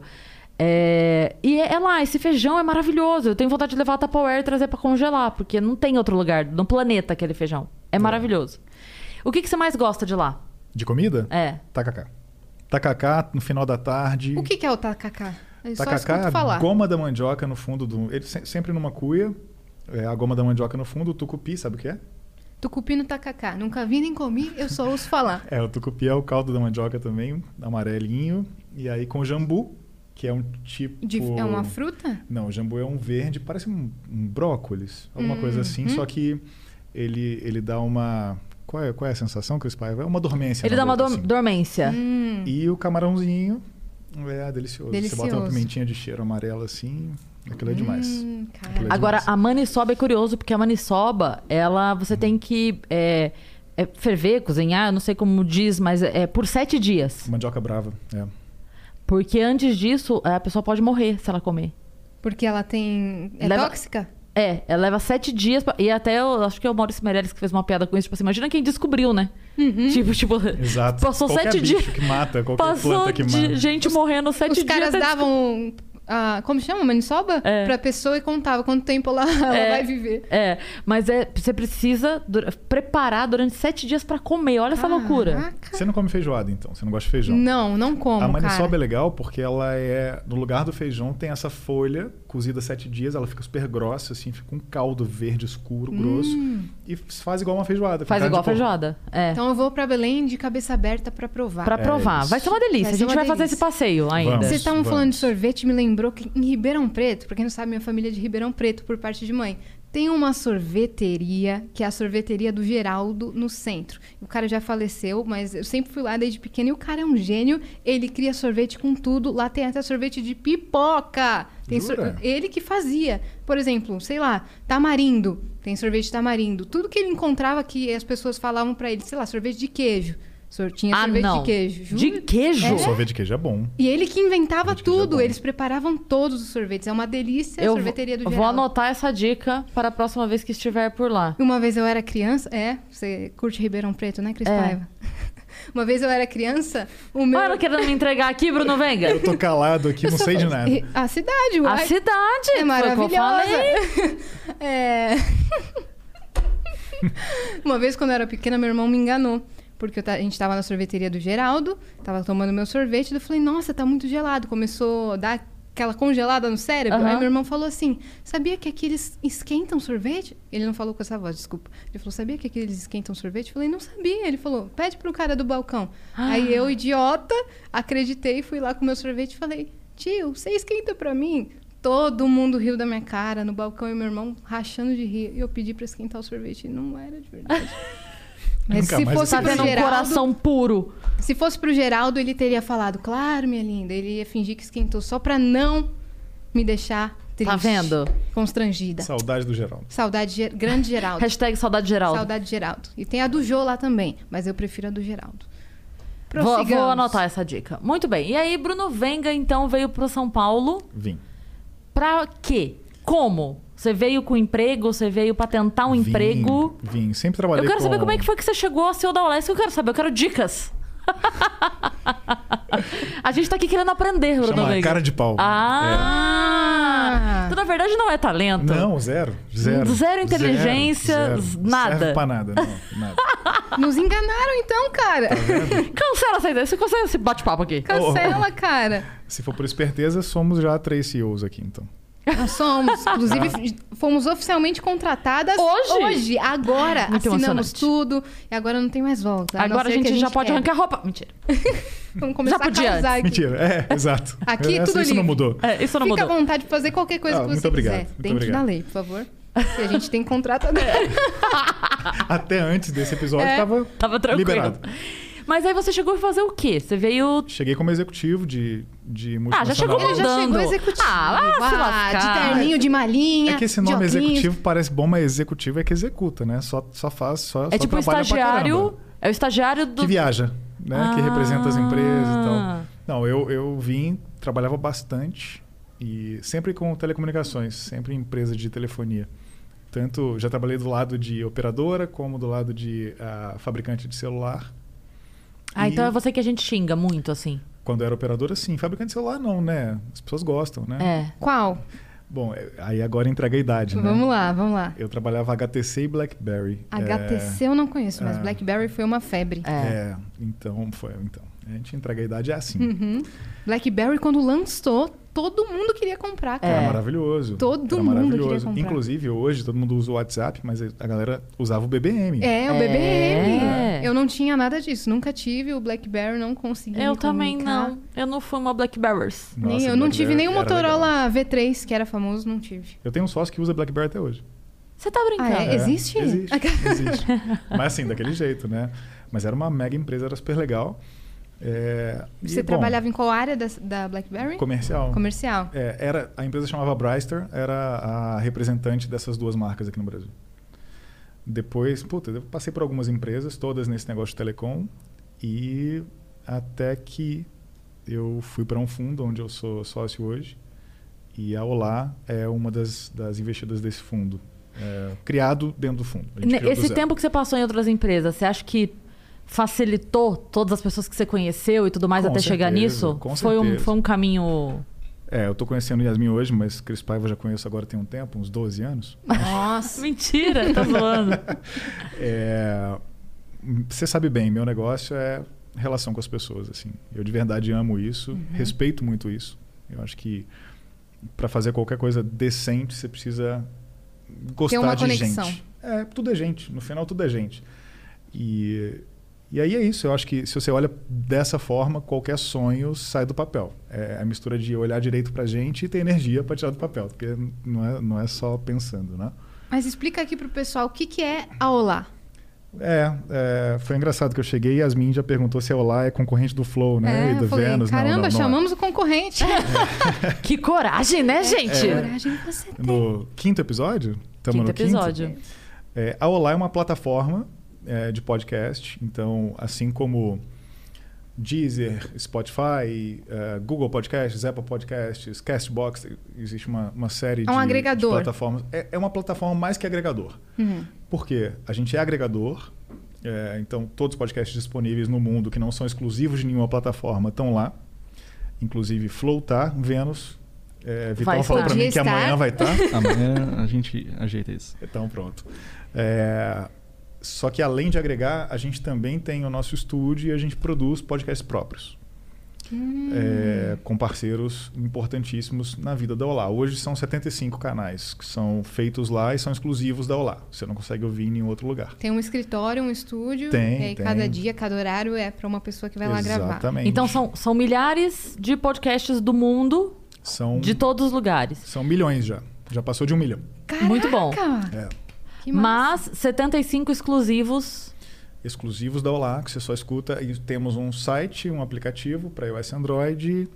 Speaker 2: E é lá, esse feijão é maravilhoso. Eu tenho vontade de levar a Tupperware e trazer pra congelar, porque não tem outro lugar no planeta aquele feijão. É maravilhoso. O que você mais gosta de lá?
Speaker 4: De comida?
Speaker 2: Tacacá.
Speaker 4: Tacacá no final da tarde.
Speaker 3: O que é o tacacá?
Speaker 4: Tacacá é a goma da mandioca no fundo do... Ele sempre numa cuia. A goma da mandioca no fundo. O tucupi, sabe o que é?
Speaker 3: Tucupi no tacacá. Nunca vi nem comi, eu só ouço falar.
Speaker 4: O tucupi é o caldo da mandioca também, amarelinho. E aí com jambu, que é um tipo...
Speaker 3: É uma fruta?
Speaker 4: Não, o jambu é um verde, parece um brócolis, alguma coisa assim, só que ele dá uma... Qual é a sensação, Cris Paiva? É uma dormência.
Speaker 2: Ele dá uma
Speaker 4: assim.
Speaker 2: dormência.
Speaker 4: E o camarãozinho delicioso. Você bota uma pimentinha de cheiro amarelo assim, aquilo é demais.
Speaker 2: Agora, a maniçoba é curioso, porque a maniçoba, você tem que ferver, cozinhar, eu não sei como diz, mas por 7 dias.
Speaker 4: Mandioca brava,
Speaker 2: Porque antes disso, a pessoa pode morrer se ela comer.
Speaker 3: Porque ela tem... tóxica?
Speaker 2: Ela leva 7 dias. E até eu acho que é o Maurício Meirelles que fez uma piada com isso. Tipo assim, imagina quem descobriu, né? Tipo,
Speaker 4: exato.
Speaker 2: Passou
Speaker 4: qualquer
Speaker 2: 7 dias.
Speaker 4: Que mata, qualquer planta que mata.
Speaker 2: Gente morrendo 7 dias.
Speaker 3: Os caras davam... como chama? Maniçoba? Pra pessoa e contava quanto tempo ela vai viver.
Speaker 2: Mas você precisa preparar durante 7 dias pra comer. Olha essa loucura.
Speaker 4: Você não come feijoada, então? Você não gosta de feijão?
Speaker 3: Não como,
Speaker 4: a maniçoba é legal porque ela no lugar do feijão, tem essa folha cozida 7 dias. Ela fica super grossa, assim. Fica um caldo verde escuro, grosso. E faz igual uma feijoada.
Speaker 2: Faz igual feijoada.
Speaker 3: Então eu vou pra Belém de cabeça aberta pra provar.
Speaker 2: Pra provar. Vai ser uma delícia. A gente vai fazer esse passeio ainda.
Speaker 3: Vocês estavam falando de sorvete, me lembrou que em Ribeirão Preto, pra quem não sabe, minha família é de Ribeirão Preto por parte de mãe, tem uma sorveteria, que é a sorveteria do Geraldo, no centro. O cara já faleceu, mas eu sempre fui lá desde pequeno e o cara é um gênio. Ele cria sorvete com tudo. Lá tem até sorvete de pipoca. Ele que fazia. Por exemplo, sei lá, tamarindo. Tem sorvete de tamarindo. Tudo que ele encontrava que as pessoas falavam pra ele, sei lá, sorvete de queijo. Tinha sorvete de queijo. Juro?
Speaker 2: De queijo?
Speaker 4: Sorvete de queijo é bom.
Speaker 3: E ele que inventava tudo. Eles preparavam todos os sorvetes. É uma delícia a sorveteria do Geraldo.
Speaker 2: Vou anotar essa dica para a próxima vez que estiver por lá.
Speaker 3: Uma vez eu era criança... Você curte Ribeirão Preto, né, Cris Paiva? Uma vez eu era criança...
Speaker 2: Não querendo me entregar aqui, Bruno Venga?
Speaker 4: Eu tô calado aqui, não sei de nada.
Speaker 3: A cidade, uai.
Speaker 2: A cidade!
Speaker 3: É maravilhosa. Uma vez, quando eu era pequena, meu irmão me enganou. porque a gente tava na sorveteria do Geraldo, tava tomando meu sorvete, eu falei, nossa, tá muito gelado. Começou a dar aquela congelada no cérebro. Aí meu irmão falou assim, sabia que aqui eles esquentam sorvete? Ele não falou com essa voz, desculpa. Ele falou, sabia que aqui eles esquentam sorvete? Eu falei, não sabia. Ele falou, pede pro cara do balcão. Aí eu, idiota, acreditei, fui lá com meu sorvete e falei, tio, você esquenta pra mim? Todo mundo riu da minha cara no balcão e meu irmão rachando de rir. E eu pedi pra esquentar o sorvete e não era de verdade. Mas se fosse
Speaker 2: tá
Speaker 3: pro
Speaker 2: vendo um
Speaker 3: Geraldo,
Speaker 2: coração puro.
Speaker 3: se fosse pro Geraldo, ele teria falado, claro, minha linda. Ele ia fingir que esquentou só pra não me deixar triste.
Speaker 2: Tá vendo?
Speaker 3: Constrangida.
Speaker 4: Saudade do Geraldo.
Speaker 3: Saudade, grande Geraldo.
Speaker 2: Hashtag saudade Geraldo.
Speaker 3: Saudade de Geraldo. E tem a do Jô lá também, mas eu prefiro a do Geraldo.
Speaker 2: Vou anotar essa dica. Muito bem. E aí, Bruno Venga, então, veio pro São Paulo.
Speaker 4: Vim.
Speaker 2: Pra quê? Como? Você veio com emprego? Você veio pra tentar um emprego?
Speaker 4: Vim. Sempre trabalhei
Speaker 2: Eu quero saber como é que foi que você chegou a ser o da Olá. Isso que eu quero saber. Eu quero dicas. A gente tá aqui querendo aprender, Bruno
Speaker 4: Chama
Speaker 2: Venga.
Speaker 4: cara de pau.
Speaker 2: Então, na verdade, não é talento.
Speaker 4: Não, zero.
Speaker 2: Zero inteligência, nada.
Speaker 4: Não serve pra nada, não. Nada.
Speaker 3: Nos enganaram então, cara.
Speaker 2: Cancela essa ideia. Você consegue esse bate-papo aqui?
Speaker 3: Cancela, cara.
Speaker 4: Se for por esperteza, somos já 3 CEOs aqui, então.
Speaker 3: Nós somos. Inclusive, fomos oficialmente contratadas hoje, agora.
Speaker 2: Muito
Speaker 3: assinamos
Speaker 2: emocionante.
Speaker 3: tudo e agora não tem mais volta.
Speaker 2: Agora a gente já pode arrancar a roupa. Mentira.
Speaker 3: Vamos começar
Speaker 2: Já podia
Speaker 3: a casar aqui.
Speaker 4: Mentira, exato.
Speaker 3: Aqui tudo
Speaker 4: isso
Speaker 3: livre.
Speaker 4: não mudou.
Speaker 2: Isso não
Speaker 3: Fica
Speaker 2: mudou.
Speaker 3: à vontade de fazer qualquer coisa que você
Speaker 4: muito obrigado,
Speaker 3: quiser.
Speaker 4: muito
Speaker 3: Dentro
Speaker 4: obrigado.
Speaker 3: da lei, por favor. Porque a gente tem contrato.
Speaker 4: Até antes desse episódio
Speaker 2: Tava tranquilo.
Speaker 4: liberado.
Speaker 2: Mas aí você chegou a fazer o quê? Você veio...
Speaker 4: Cheguei como executivo de multinacional.
Speaker 2: já chegou
Speaker 3: Ele já
Speaker 2: mandando.
Speaker 3: chegou executivo.
Speaker 2: vai se lascar.
Speaker 3: De terninho, de malinha.
Speaker 4: É que esse nome
Speaker 3: de óculos.
Speaker 4: executivo parece bom, mas executivo é que executa, né? Só faz, só
Speaker 2: É tipo o
Speaker 4: trabalha pra
Speaker 2: estagiário...
Speaker 4: caramba.
Speaker 2: É o estagiário do...
Speaker 4: Que viaja, né? Que representa as empresas e
Speaker 2: Ah.
Speaker 4: tal. Não, eu vim, trabalhava bastante e sempre com telecomunicações, sempre em empresa de telefonia. Tanto já trabalhei do lado de operadora como do lado de fabricante de celular.
Speaker 2: Então é você que a gente xinga muito, assim.
Speaker 4: Quando era operadora, sim. Fabricante de celular, não, né? As pessoas gostam, né?
Speaker 2: É.
Speaker 3: Qual?
Speaker 4: Bom, aí agora entrega a idade, né?
Speaker 3: Vamos lá.
Speaker 4: Eu trabalhava HTC e BlackBerry.
Speaker 3: HTC eu não conheço, mas BlackBerry foi uma febre.
Speaker 4: Então. A gente entrega a idade é assim.
Speaker 3: BlackBerry, quando lançou, todo mundo queria comprar, cara.
Speaker 4: Era maravilhoso.
Speaker 3: Todo
Speaker 4: Era
Speaker 3: mundo
Speaker 4: maravilhoso.
Speaker 3: queria comprar.
Speaker 4: Inclusive, hoje, todo mundo usa o WhatsApp, mas a galera usava o BBM.
Speaker 3: É, o BBM.
Speaker 2: É.
Speaker 3: Eu não tinha nada disso. Nunca tive o BlackBerry, não consegui
Speaker 2: Eu
Speaker 3: me
Speaker 2: também
Speaker 3: comunicar.
Speaker 2: não. Eu não fui uma Blackberries.
Speaker 3: Nem
Speaker 4: Nossa,
Speaker 3: eu não tive nem o
Speaker 4: BlackBerry era
Speaker 3: Motorola
Speaker 4: legal.
Speaker 3: V3, que era famoso, não tive.
Speaker 4: Eu tenho um sócio que usa BlackBerry até hoje.
Speaker 2: Você tá brincando?
Speaker 3: Ah, é? Existe?
Speaker 4: Existe. Mas assim, daquele jeito, né? Mas era uma mega empresa, era super legal.
Speaker 3: Você trabalhava em qual área da BlackBerry?
Speaker 4: Comercial.
Speaker 3: Comercial.
Speaker 4: A empresa chamava Brystor, era a representante dessas duas marcas aqui no Brasil. Depois, eu passei por algumas empresas, todas nesse negócio de telecom, e até que eu fui para um fundo onde eu sou sócio hoje, e a Olá é uma das investidas desse fundo, criado dentro do fundo. A gente criou do
Speaker 2: Esse
Speaker 4: zero.
Speaker 2: tempo que você passou em outras empresas, você acha que facilitou todas as pessoas que você conheceu e tudo mais
Speaker 4: Com
Speaker 2: até chegar
Speaker 4: certeza,
Speaker 2: nisso?
Speaker 4: com
Speaker 2: Foi
Speaker 4: certeza.
Speaker 2: um caminho...
Speaker 4: Eu tô conhecendo Yasmin hoje, mas Cris Paiva eu já conheço agora tem um tempo, uns 12 anos.
Speaker 3: Nossa.
Speaker 2: Mentira, tá zoando.
Speaker 4: Você sabe bem, meu negócio é relação com as pessoas, assim. Eu de verdade amo isso, respeito muito isso. Eu acho que para fazer qualquer coisa decente, você precisa gostar
Speaker 3: uma
Speaker 4: de
Speaker 3: conexão.
Speaker 4: gente. Tudo é gente. No final, tudo é gente. E aí é isso. Eu acho que se você olha dessa forma, qualquer sonho sai do papel. É a mistura de olhar direito pra gente e ter energia para tirar do papel. Porque não é só pensando, né?
Speaker 3: Mas explica aqui pro pessoal o que é a Olá.
Speaker 4: Foi engraçado que eu cheguei e Yasmin já perguntou se a Olá é concorrente do Flow, né? E do
Speaker 3: eu falei,
Speaker 4: Vênus.
Speaker 3: caramba,
Speaker 4: não,
Speaker 3: chamamos o concorrente.
Speaker 2: Que coragem, né, gente?
Speaker 3: Coragem você tem.
Speaker 4: No quinto episódio? Tamo
Speaker 2: Quinto
Speaker 4: no
Speaker 2: episódio.
Speaker 4: A Olá é uma plataforma de podcast. Então, assim como Deezer, Spotify, Google Podcasts, Apple Podcasts, Castbox, existe uma série de
Speaker 3: agregador.
Speaker 4: plataformas. É uma plataforma mais que agregador. Por quê? A gente é agregador, então todos os podcasts disponíveis no mundo que não são exclusivos de nenhuma plataforma estão lá. Inclusive Flow tá, Vênus. Vitão falou para mim que
Speaker 3: estar.
Speaker 4: amanhã vai estar.
Speaker 5: Amanhã a gente ajeita isso.
Speaker 4: Então pronto. Só que além de agregar, a gente também tem o nosso estúdio e a gente produz podcasts próprios. Com parceiros importantíssimos na vida da Olá. Hoje são 75 canais que são feitos lá e são exclusivos da Olá. Você não consegue ouvir em nenhum outro lugar.
Speaker 3: Tem um escritório, um estúdio.
Speaker 4: Tem,
Speaker 3: e aí cada dia, cada horário é para uma pessoa que vai lá gravar.
Speaker 4: Exatamente.
Speaker 2: Então são milhares de podcasts do mundo, de todos os lugares.
Speaker 4: São milhões já. Já passou de 1 milhão.
Speaker 3: Caraca!
Speaker 2: Muito bom.
Speaker 3: Que massa.
Speaker 2: Mas 75 exclusivos.
Speaker 4: Exclusivos da Olá, que você só escuta. E temos um site, um aplicativo para iOS e Android.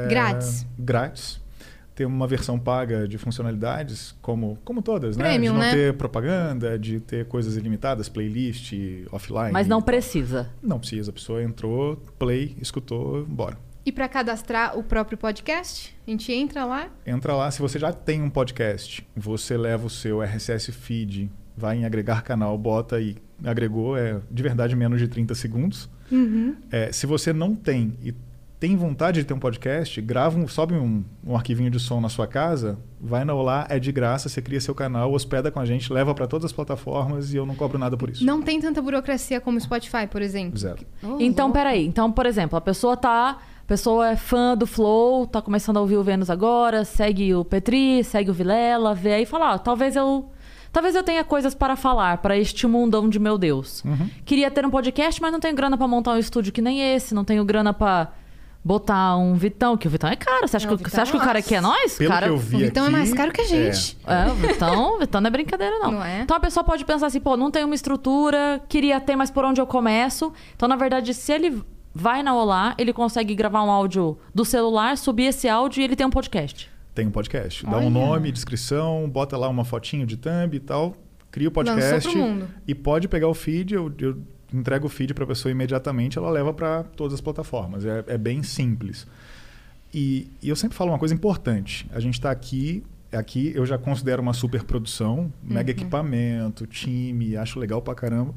Speaker 4: Grátis. Tem uma versão paga de funcionalidades, como todas, né?
Speaker 3: Premium,
Speaker 4: de não
Speaker 3: né?
Speaker 4: ter propaganda, de ter coisas ilimitadas, playlist, offline.
Speaker 2: Mas não precisa.
Speaker 4: Não precisa. A pessoa entrou, play, escutou, bora.
Speaker 3: E para cadastrar o próprio podcast, a gente entra lá.
Speaker 4: Entra lá, se você já tem um podcast, você leva o seu RSS feed, vai em agregar canal, bota e agregou, de verdade menos de 30 segundos. Se você não tem e tem vontade de ter um podcast, sobe um arquivinho de som na sua casa, vai na Olá, é de graça, você cria seu canal, hospeda com a gente, leva para todas as plataformas e eu não cobro nada por isso.
Speaker 3: Não tem tanta burocracia como o Spotify, por exemplo.
Speaker 4: Zero.
Speaker 2: Então,
Speaker 3: louco.
Speaker 2: peraí. Então, por exemplo, a pessoa é fã do Flow, tá começando a ouvir o Vênus agora, segue o Petri, segue o Vilela, vê aí e fala, talvez eu tenha coisas para falar para este mundão de meu Deus. Queria ter um podcast, mas não tenho grana para montar um estúdio que nem esse, não tenho grana para botar um Vitão, que o Vitão é caro. Você acha,
Speaker 3: Vitão,
Speaker 2: que o cara aqui é nós?
Speaker 4: Pelo
Speaker 2: cara,
Speaker 4: que eu vi
Speaker 3: O Vitão
Speaker 4: aqui,
Speaker 3: é mais caro que a gente.
Speaker 2: o Vitão não é brincadeira, não.
Speaker 3: Não é?
Speaker 2: Então a pessoa pode pensar assim, não tenho uma estrutura, queria ter, mas por onde eu começo? Então, na verdade, se ele vai na Olá, ele consegue gravar um áudio do celular, subir esse áudio e ele tem um podcast.
Speaker 4: Tem um podcast. Dá
Speaker 3: Olha.
Speaker 4: um nome, descrição, bota lá uma fotinho de thumb e tal, cria o podcast
Speaker 3: Lançou pro mundo.
Speaker 4: e pode pegar o feed, eu entrego o feed para a pessoa imediatamente, ela leva para todas as plataformas. É bem simples. E eu sempre falo uma coisa importante. A gente está aqui eu já considero uma super produção, mega equipamento, time, acho legal pra caramba.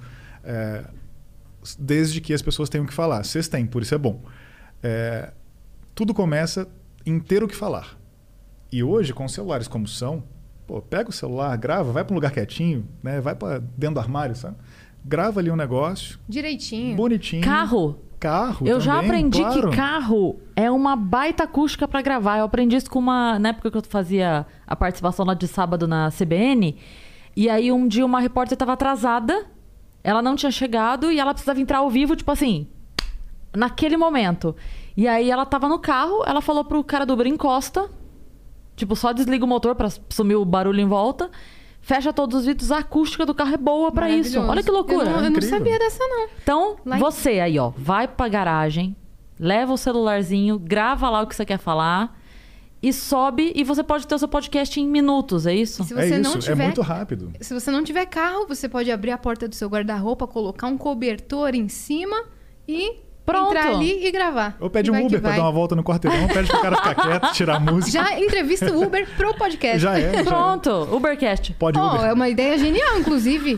Speaker 4: Desde que as pessoas tenham o que falar. Vocês têm, por isso é bom. Tudo começa em ter o que falar. E hoje, com celulares como são, pega o celular, grava, vai para um lugar quietinho, né? Vai para dentro do armário, sabe? Grava ali um negócio.
Speaker 3: Direitinho.
Speaker 4: Bonitinho.
Speaker 2: Carro.
Speaker 4: também,
Speaker 2: Eu já aprendi
Speaker 4: claro.
Speaker 2: que carro é uma baita acústica pra gravar. Eu aprendi isso na época que eu fazia a participação lá de sábado na CBN. E aí um dia uma repórter estava atrasada, ela não tinha chegado e ela precisava entrar ao vivo, tipo assim, naquele momento. E aí ela tava no carro, ela falou pro cara do Uber, encosta, tipo, só desliga o motor pra sumir o barulho em volta, fecha todos os vidros, a acústica do carro é boa pra isso.
Speaker 3: Maravilhoso.
Speaker 2: Olha que loucura.
Speaker 3: Eu não
Speaker 4: Incrível.
Speaker 3: sabia dessa, não.
Speaker 2: Então,
Speaker 3: Lá em-
Speaker 2: você aí, ó, vai pra garagem, leva o celularzinho, grava lá o que você quer falar e sobe, e você pode ter o seu podcast em minutos, é isso?
Speaker 3: E se você
Speaker 4: É
Speaker 3: não
Speaker 4: isso,
Speaker 3: tiver...
Speaker 4: é muito rápido.
Speaker 3: Se você não tiver carro, você pode abrir a porta do seu guarda-roupa, colocar um cobertor em cima e
Speaker 2: Pronto.
Speaker 3: entrar ali e gravar.
Speaker 4: Ou pede
Speaker 3: E
Speaker 4: um
Speaker 3: vai que
Speaker 4: Uber para
Speaker 3: vai.
Speaker 4: dar uma volta no quarteirão, pede pro cara ficar quieto, tirar a música.
Speaker 3: Já entrevista o Uber pro podcast.
Speaker 4: Já é.
Speaker 2: Pronto, Ubercast.
Speaker 4: Pode Uber.
Speaker 3: É uma ideia genial, inclusive.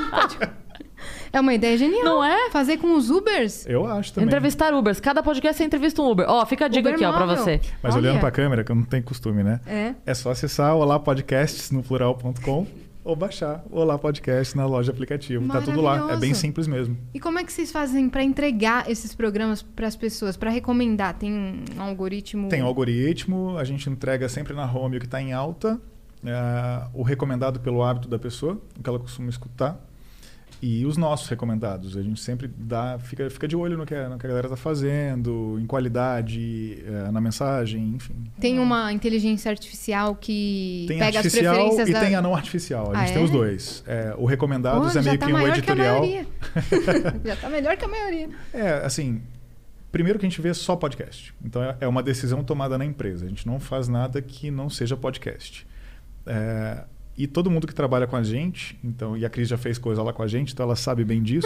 Speaker 3: É uma ideia genial.
Speaker 2: Não é?
Speaker 3: Fazer com os Ubers.
Speaker 4: Eu acho também.
Speaker 2: Entrevistar Ubers. Cada podcast você entrevista um Uber. Ó, fica a dica
Speaker 3: Uber
Speaker 2: aqui, ó, pra
Speaker 3: móvel.
Speaker 2: você.
Speaker 4: Mas
Speaker 3: Olha.
Speaker 4: olhando pra câmera, que eu não tenho costume, né?
Speaker 3: É.
Speaker 4: Só acessar o Olá Podcasts no plural.com ou baixar o Olá Podcast na loja de aplicativo. Tá tudo lá. É bem
Speaker 3: Maravilhoso.
Speaker 4: simples mesmo.
Speaker 3: E como é que vocês fazem pra entregar esses programas pras pessoas, pra recomendar? Tem um algoritmo?
Speaker 4: Tem um algoritmo, a gente entrega sempre na home o que está em alta, o recomendado pelo hábito da pessoa, o que ela costuma escutar, e os nossos recomendados. A gente sempre fica de olho no que a galera está fazendo, em qualidade, na mensagem, enfim.
Speaker 3: Tem uma inteligência artificial que
Speaker 4: Tem
Speaker 3: pega as
Speaker 4: artificial
Speaker 3: preferências
Speaker 4: e
Speaker 3: da...
Speaker 4: tem a não artificial. A gente
Speaker 3: Ah,
Speaker 4: tem
Speaker 3: é?
Speaker 4: os dois. O recomendados é
Speaker 3: já
Speaker 4: meio
Speaker 3: tá
Speaker 4: que um
Speaker 3: maior
Speaker 4: editorial.
Speaker 3: Que a maioria. Já tá melhor que a maioria.
Speaker 4: Assim, primeiro que a gente vê só podcast. Então é uma decisão tomada na empresa. A gente não faz nada que não seja podcast. E todo mundo que trabalha com a gente, então, e a Cris já fez coisa lá com a gente, então ela sabe bem disso.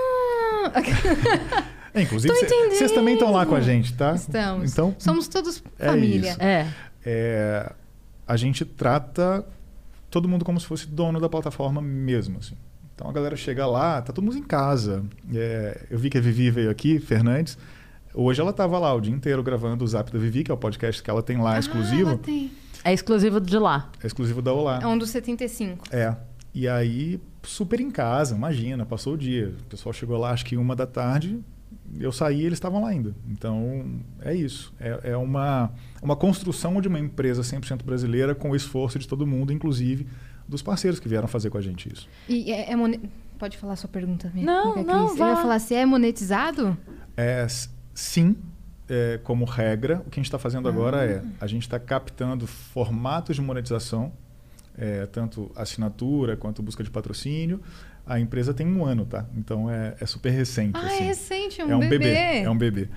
Speaker 4: Inclusive,
Speaker 3: Tô entendendo.
Speaker 4: vocês também estão lá com a gente, tá?
Speaker 3: Estamos.
Speaker 4: Então,
Speaker 3: Somos todos
Speaker 4: é
Speaker 3: família.
Speaker 4: isso. A gente trata todo mundo como se fosse dono da plataforma mesmo, assim. Então a galera chega lá, tá todo mundo em casa. Eu vi que a Vivi veio aqui, Fernandes. Hoje ela estava lá o dia inteiro gravando o Zap da Vivi, que é o podcast que ela tem lá exclusivo.
Speaker 3: Ela tem.
Speaker 2: É exclusivo de lá.
Speaker 4: É exclusivo da Olá.
Speaker 3: É um dos 75.
Speaker 4: E aí, super em casa, imagina, passou o dia. O pessoal chegou lá, acho que 1h, eu saí e eles estavam lá ainda. Então, é isso. É uma construção de uma empresa 100% brasileira com o esforço de todo mundo, inclusive dos parceiros que vieram fazer com a gente isso.
Speaker 3: E pode falar a sua pergunta mesmo?
Speaker 2: Não,
Speaker 3: Eu ia falar se é monetizado?
Speaker 4: Sim, como regra. O que a gente está fazendo agora a gente está captando formatos de monetização, tanto assinatura quanto busca de patrocínio. A empresa tem 1 ano, tá? Então é super recente.
Speaker 3: Ah,
Speaker 4: assim.
Speaker 3: é recente, é um bebê.
Speaker 4: É um bebê.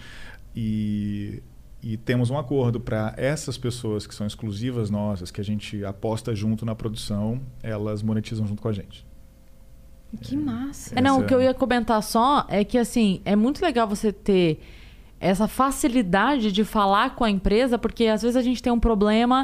Speaker 4: E temos um acordo para essas pessoas que são exclusivas nossas, que a gente aposta junto na produção, elas monetizam junto com a gente.
Speaker 3: Que massa.
Speaker 2: O que eu ia comentar só é que, assim, é muito legal você ter essa facilidade de falar com a empresa, porque às vezes a gente tem um problema...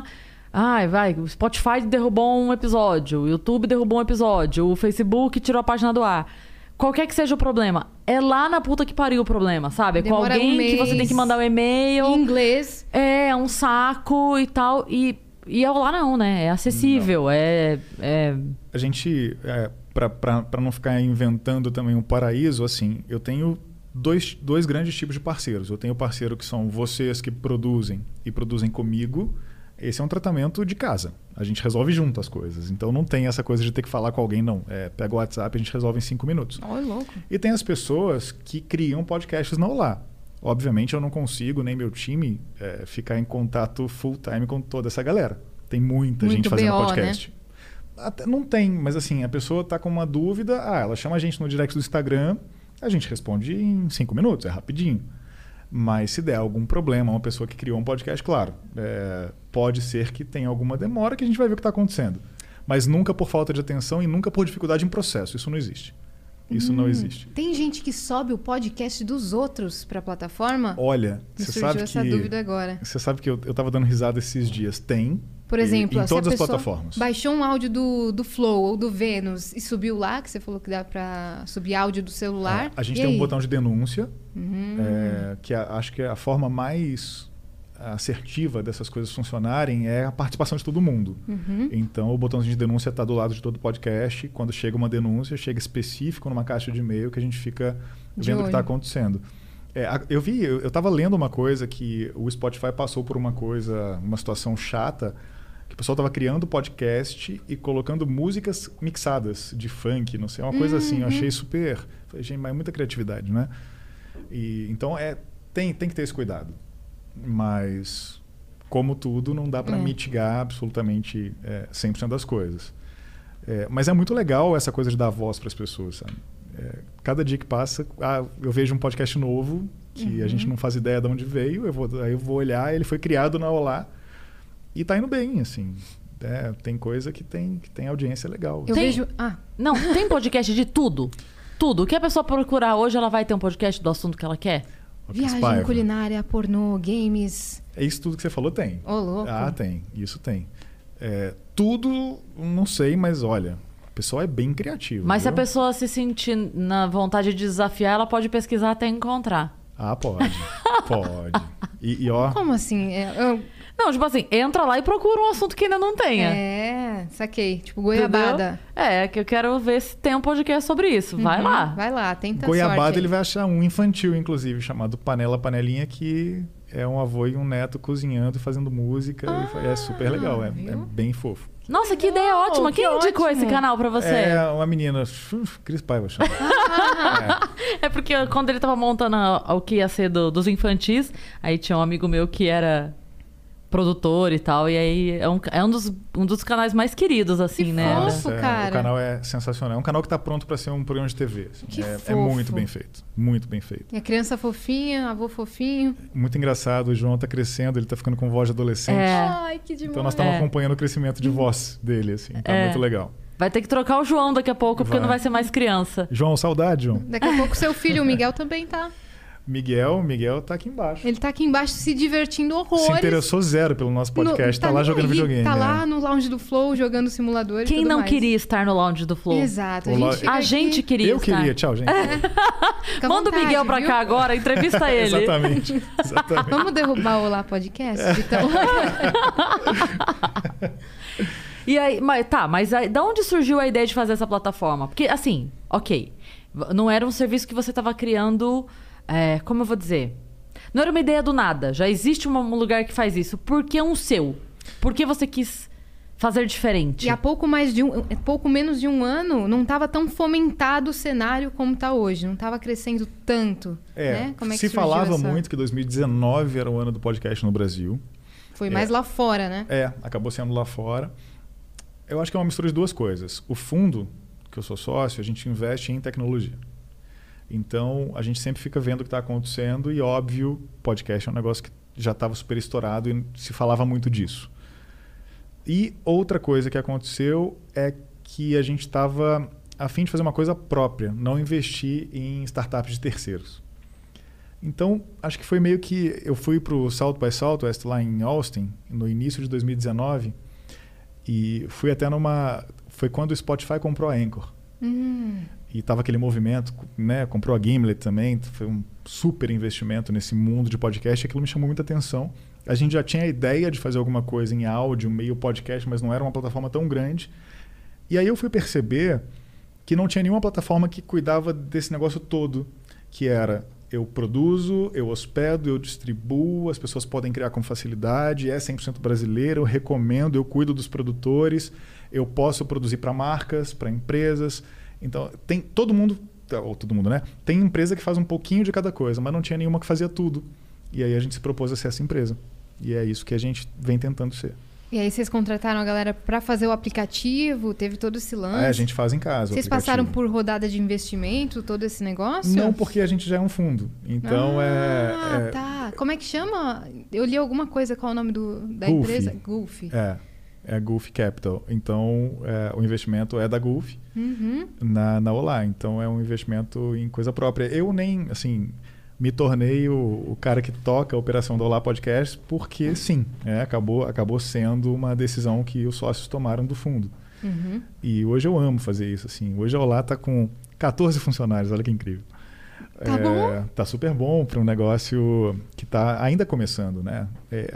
Speaker 2: o Spotify derrubou um episódio, o YouTube derrubou um episódio, o Facebook tirou a página do ar. Qualquer que seja o problema, é lá na puta que pariu o problema, sabe? É com alguém que você tem que mandar um e-mail.
Speaker 3: Em inglês.
Speaker 2: É um saco e tal. E lá não, né? É acessível. Não.
Speaker 4: A gente, para não ficar inventando também um paraíso, assim, eu tenho dois grandes tipos de parceiros. Eu tenho parceiro que são vocês que produzem e produzem comigo. Esse é um tratamento de casa. A gente resolve junto as coisas. Então não tem essa coisa de ter que falar com alguém, não. Pega o WhatsApp e a gente resolve em 5 minutos.
Speaker 3: Louco.
Speaker 4: E tem as pessoas que criam podcasts na Olá. Obviamente eu não consigo, nem meu time, ficar em contato full time com toda essa galera. Tem muita gente fazendo podcast. Né? Até, não tem, mas assim, a pessoa está com uma dúvida, ela chama a gente no direct do Instagram, a gente responde em 5 minutos, é rapidinho. Mas se der algum problema, uma pessoa que criou um podcast, claro, pode ser que tenha alguma demora que a gente vai ver o que está acontecendo. Mas nunca por falta de atenção e nunca por dificuldade em processo. Isso não existe. Isso não existe.
Speaker 3: Tem gente que sobe o podcast dos outros para a plataforma?
Speaker 4: Olha, você sabe
Speaker 3: essa dúvida agora.
Speaker 4: Você sabe que eu estava dando risada esses dias. Tem.
Speaker 3: Por exemplo,
Speaker 4: em todas as plataformas.
Speaker 3: Baixou um áudio do Flow ou do Vênus e subiu lá, que você falou que dá para subir áudio do celular.
Speaker 4: A gente tem um botão de denúncia, que acho que é a forma mais assertiva dessas coisas funcionarem é a participação de todo mundo. Então, o botãozinho de denúncia está do lado de todo podcast. Quando chega uma denúncia, chega específico numa caixa de e-mail que a gente fica vendo o que está acontecendo. Eu estava lendo uma coisa que o Spotify passou por uma situação chata, que o pessoal estava criando podcast e colocando músicas mixadas de funk, não sei, uma coisa assim. Eu achei super... Falei, gente, mas é muita criatividade, né? Então, tem que ter esse cuidado. Mas, como tudo, não dá para mitigar absolutamente 100% das coisas. Mas é muito legal essa coisa de dar voz para as pessoas, sabe? Cada dia que passa, eu vejo um podcast novo que a gente não faz ideia de onde veio, aí eu vou olhar, ele foi criado na Olá e tá indo bem, assim. Tem coisa que tem audiência legal.
Speaker 2: Não, tem podcast de tudo. Tudo. O que a pessoa procurar hoje, ela vai ter um podcast do assunto que ela quer?
Speaker 3: Viagem, culinária, pornô, games.
Speaker 4: É isso tudo que você falou, tem.
Speaker 3: Louco.
Speaker 4: Tem. Isso tem. Tudo, não sei, mas olha... O pessoal é bem criativo.
Speaker 2: Mas
Speaker 4: viu?
Speaker 2: se a pessoa se sentir na vontade de desafiar, ela pode pesquisar até encontrar.
Speaker 4: Pode. Pode. E ó...
Speaker 3: Como assim?
Speaker 2: Não, tipo assim, entra lá e procura um assunto que ainda não tenha.
Speaker 3: Saquei. Tipo, goiabada.
Speaker 2: Entendeu? Que eu quero ver se tem um podcast sobre isso. Vai lá.
Speaker 3: Vai lá, tenta
Speaker 4: goiabada,
Speaker 3: sorte.
Speaker 4: Ele vai achar um infantil, inclusive, chamado Panela Panelinha, que é um avô e um neto cozinhando e fazendo música. É super legal, é bem fofo.
Speaker 2: Nossa, que ideia ótima. Quem indicou esse canal pra você?
Speaker 4: É uma menina, Cris Paiva chama.
Speaker 2: É porque quando ele tava montando o que ia ser dos infantis, aí tinha um amigo meu que era produtor e tal, e aí é um dos canais mais queridos, assim,
Speaker 3: que
Speaker 2: né?
Speaker 3: Fofo, cara.
Speaker 4: O canal é sensacional. É um canal que tá pronto pra ser um programa de TV. Assim.
Speaker 3: Que
Speaker 4: é
Speaker 3: fofo.
Speaker 4: muito bem feito. Muito bem feito.
Speaker 3: E a criança fofinha, avô fofinho.
Speaker 4: Muito engraçado. O João tá crescendo, ele tá ficando com voz de adolescente.
Speaker 3: Ai, que demais.
Speaker 4: Então nós estamos acompanhando o crescimento de voz dele, assim. Tá muito legal.
Speaker 2: Vai ter que trocar o João daqui a pouco, porque não vai ser mais criança.
Speaker 4: João, saudade, João.
Speaker 3: Daqui a pouco seu filho, o Miguel, também tá.
Speaker 4: Miguel tá aqui embaixo.
Speaker 3: Ele tá aqui embaixo se divertindo horrores.
Speaker 4: Se interessou zero pelo nosso podcast. Tá lá jogando videogame.
Speaker 3: Tá lá no lounge do Flow, jogando simulador.
Speaker 2: Quem não queria estar no lounge do Flow?
Speaker 3: Exato.
Speaker 2: A gente queria
Speaker 4: estar. Eu queria. Tchau, gente.
Speaker 2: Manda o Miguel pra cá agora, entrevista ele.
Speaker 4: Exatamente.
Speaker 3: Vamos derrubar o Olá Podcast? Então...
Speaker 2: E aí, mas aí, da onde surgiu a ideia de fazer essa plataforma? Porque, assim, ok, não era um serviço que você estava criando, como eu vou dizer? Não era uma ideia do nada. Já existe um lugar que faz isso. Por que um seu? Por que você quis fazer diferente?
Speaker 3: E há pouco menos de um ano, não estava tão fomentado o cenário como está hoje. Não estava crescendo tanto. Né? Como é que
Speaker 4: se falava muito que 2019 era o ano do podcast no Brasil.
Speaker 3: Foi mais lá fora, né?
Speaker 4: Acabou sendo lá fora. Eu acho que é uma mistura de duas coisas. O fundo, que eu sou sócio, a gente investe em tecnologia. Então, a gente sempre fica vendo o que está acontecendo e, óbvio, podcast é um negócio que já estava super estourado e se falava muito disso. E outra coisa que aconteceu é que a gente estava a fim de fazer uma coisa própria, não investir em startups de terceiros. Então, acho que foi meio que... Eu fui para o South by Southwest lá em Austin, no início de 2019, e fui até foi quando o Spotify comprou a Anchor. E estava aquele movimento, né? Comprou a Gimlet também, foi um super investimento nesse mundo de podcast, aquilo me chamou muita atenção. A gente já tinha a ideia de fazer alguma coisa em áudio, meio podcast, mas não era uma plataforma tão grande. E aí eu fui perceber que não tinha nenhuma plataforma que cuidava desse negócio todo, que era: eu produzo, eu hospedo, eu distribuo, as pessoas podem criar com facilidade, é 100% brasileiro, eu recomendo, eu cuido dos produtores, eu posso produzir para marcas, para empresas. Então, tem todo mundo, né? Tem empresa que faz um pouquinho de cada coisa, mas não tinha nenhuma que fazia tudo. E aí a gente se propôs a ser essa empresa. E é isso que a gente vem tentando ser.
Speaker 3: E aí vocês contrataram a galera para fazer o aplicativo? Teve todo esse lance?
Speaker 4: A gente faz em casa.
Speaker 3: Vocês passaram por rodada de investimento, todo esse negócio?
Speaker 4: Não, porque a gente já é um fundo. Então
Speaker 3: tá. Como é que chama? Eu li alguma coisa, qual é o nome da
Speaker 4: Gulf.
Speaker 3: empresa? Gulf.
Speaker 4: É a Gulf Capital. Então, o investimento é da Gulf na Olá. Então, é um investimento em coisa própria. Eu nem, assim, me tornei o cara que toca a operação da Olá Podcast porque, sim, acabou sendo uma decisão que os sócios tomaram do fundo. E hoje eu amo fazer isso. Assim. Hoje a Olá está com 14 funcionários. Olha que incrível.
Speaker 3: Tá bom?
Speaker 4: Tá super bom para um negócio que está ainda começando, né?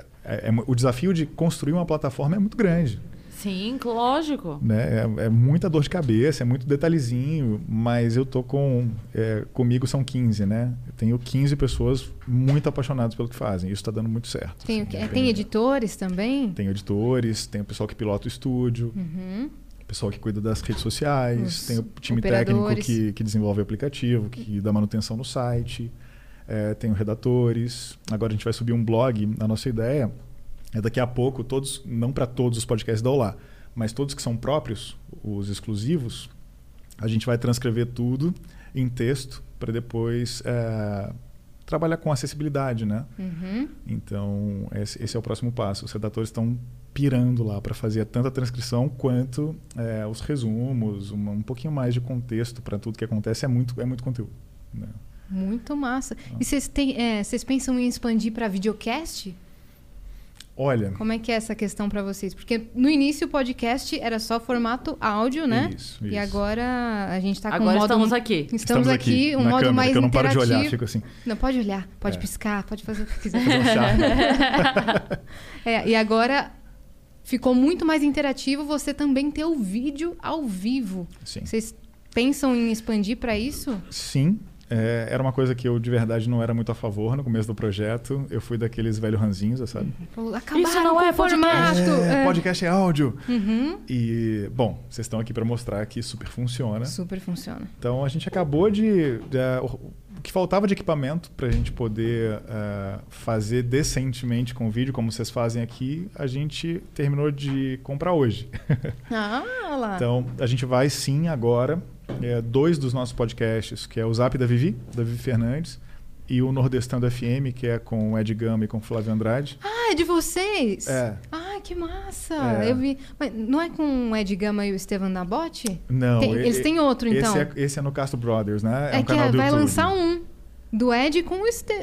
Speaker 4: O desafio de construir uma plataforma é muito grande.
Speaker 2: Sim, lógico.
Speaker 4: Né? É muita dor de cabeça, é muito detalhezinho, mas eu tô comigo são 15, né? Eu tenho 15 pessoas muito apaixonadas pelo que fazem. Isso está dando muito certo.
Speaker 3: Tem editores também?
Speaker 4: Tem editores, tem o pessoal que pilota o estúdio, o pessoal que cuida das redes sociais, tem o time técnico que desenvolve o aplicativo, que dá manutenção no site. Tem redatores. Agora a gente vai subir um blog. A nossa ideia é daqui a pouco, não para todos os podcasts da Olá, mas todos que são próprios, os exclusivos, a gente vai transcrever tudo em texto para depois trabalhar com acessibilidade, né? Então, esse é o próximo passo. Os redatores estão pirando lá para fazer tanto a transcrição quanto os resumos, um pouquinho mais de contexto para tudo que acontece. É muito conteúdo, né?
Speaker 3: Muito massa. E vocês pensam em expandir para videocast?
Speaker 4: Olha...
Speaker 3: Como é que é essa questão para vocês? Porque no início o podcast era só formato áudio, né?
Speaker 4: Isso.
Speaker 3: E agora a gente está com
Speaker 2: agora
Speaker 3: um modo...
Speaker 2: estamos aqui.
Speaker 3: Estamos aqui, um
Speaker 4: na
Speaker 3: modo
Speaker 4: câmera,
Speaker 3: mais
Speaker 4: que eu não
Speaker 3: interativo.
Speaker 4: paro de olhar, fico assim.
Speaker 3: Não, pode olhar, pode piscar, pode fazer o que quiser.
Speaker 4: Fazer um charme.
Speaker 3: E agora ficou muito mais interativo você também ter o vídeo ao vivo.
Speaker 4: Sim.
Speaker 3: Vocês pensam em expandir para isso?
Speaker 4: Sim. Era uma coisa que eu, de verdade, não era muito a favor no começo do projeto. Eu fui daqueles velhos ranzinhos, sabe?
Speaker 3: Acabaram
Speaker 2: Isso não
Speaker 3: com
Speaker 2: é
Speaker 3: o formato.
Speaker 4: Podcast é áudio. E, bom, vocês estão aqui para mostrar que super funciona.
Speaker 3: Super funciona.
Speaker 4: Então, a gente acabou o que faltava de equipamento para a gente poder fazer decentemente com o vídeo, como vocês fazem aqui, a gente terminou de comprar hoje.
Speaker 3: Lá.
Speaker 4: Então, a gente vai sim agora... 2 dos nossos podcasts, que é o Zap da Vivi Fernandes, e o Nordestando FM, que é com o Ed Gama e com o Flávio Andrade.
Speaker 3: É de vocês? Que massa! Eu vi. Mas não é com o Ed Gama e o Estevam Nabote?
Speaker 4: Não.
Speaker 3: Eles têm outro, então?
Speaker 4: Esse é no Castro Brothers, né?
Speaker 3: É
Speaker 4: um canal do
Speaker 3: vai
Speaker 4: YouTube.
Speaker 3: lançar um. Do Ed com o Estevam.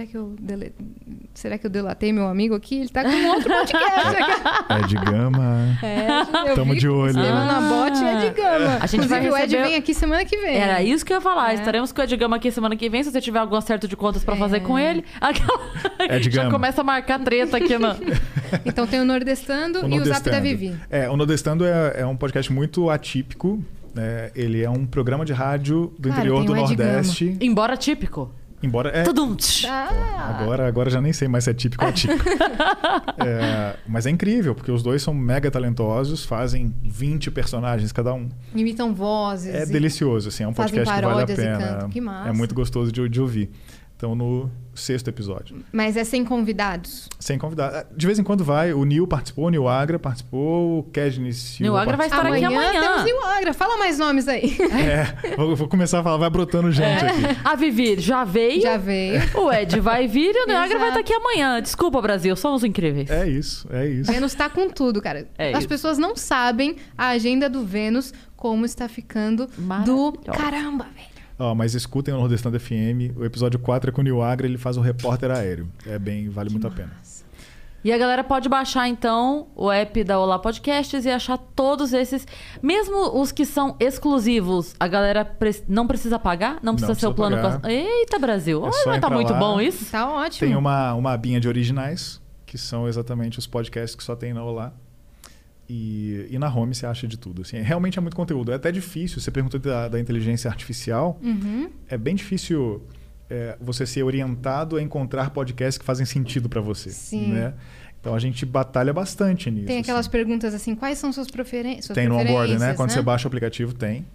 Speaker 3: Será que eu delatei meu amigo aqui? Ele tá com outro podcast.
Speaker 4: Ed Gama. Tamo de olho.
Speaker 3: Estevam Nabote e Ed Gama.
Speaker 2: A gente vai receber...
Speaker 3: o Ed vem aqui semana que vem.
Speaker 2: Era isso que eu ia falar. Estaremos com o Ed Gama aqui semana que vem. Se você tiver algum acerto de contas pra fazer com ele.
Speaker 4: Ed Gama.
Speaker 2: Já começa a marcar treta aqui.
Speaker 3: Então tem o Nordestando e o Zap da Vivi.
Speaker 4: O Nordestando é um podcast muito atípico. Ele é um programa de rádio do interior do Nordeste.
Speaker 2: Embora típico.
Speaker 4: Embora
Speaker 2: Tudum.
Speaker 4: Agora já nem sei mais se é típico ou atípico. Mas é incrível, porque os dois são mega talentosos, fazem 20 personagens cada um.
Speaker 3: Imitam vozes.
Speaker 4: É delicioso, assim, é um podcast que vale a pena.
Speaker 3: Que massa.
Speaker 4: É muito gostoso de ouvir. Então, no 6º episódio.
Speaker 3: Mas é sem convidados?
Speaker 4: Sem convidados. De vez em quando vai. O Nil participou, o Nil Agra participou, o Kedney Silva.
Speaker 2: Nil Agra vai estar aqui amanhã.
Speaker 3: Temos Nil Agra. Fala mais nomes aí.
Speaker 4: Vou começar a falar, vai brotando gente aqui.
Speaker 2: A Vivi já veio.
Speaker 3: Já veio.
Speaker 2: O Ed vai vir e o Nil Agra vai estar aqui amanhã. Desculpa, Brasil, somos incríveis.
Speaker 4: É isso.
Speaker 3: Vênus tá com tudo, cara. As pessoas não sabem a agenda do Vênus, como está ficando do caramba, velho.
Speaker 4: Mas escutem o Nordestando FM. O episódio 4 é com o Nil Agra, ele faz um repórter aéreo. Vale muito a pena.
Speaker 2: E a galera pode baixar, então, o app da Olá Podcasts e achar todos esses. Mesmo os que são exclusivos, a galera não precisa pagar? Não precisa ser o plano... Eita, Brasil! Olha, tá muito bom isso.
Speaker 3: Tá ótimo.
Speaker 4: Tem uma abinha de originais, que são exatamente os podcasts que só tem na Olá. E na home você acha de tudo. Assim, realmente é muito conteúdo. É até difícil. Você perguntou da inteligência artificial. É bem difícil você ser orientado a encontrar podcasts que fazem sentido para você.
Speaker 3: Sim.
Speaker 4: Né? Então a gente batalha bastante nisso.
Speaker 3: Tem aquelas perguntas assim, quais são suas preferências?
Speaker 4: Tem no onboarding, né? Quando você baixa o aplicativo, tem.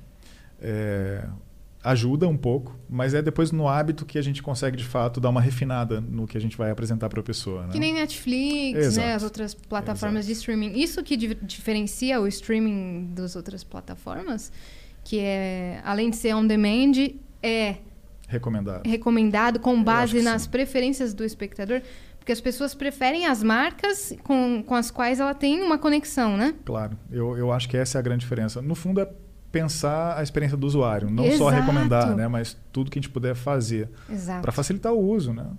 Speaker 4: Ajuda um pouco, mas é depois no hábito que a gente consegue, de fato, dar uma refinada no que a gente vai apresentar para a pessoa. Né?
Speaker 3: Que nem Netflix, né? As outras plataformas de streaming. Isso que diferencia o streaming das outras plataformas, que além de ser on demand, é recomendado com base nas preferências do espectador, porque as pessoas preferem as marcas com as quais ela tem uma conexão, né?
Speaker 4: Claro, eu acho que essa é a grande diferença. No fundo, é pensar a experiência do usuário, não só recomendar, né, mas tudo que a gente puder fazer para facilitar o uso, né?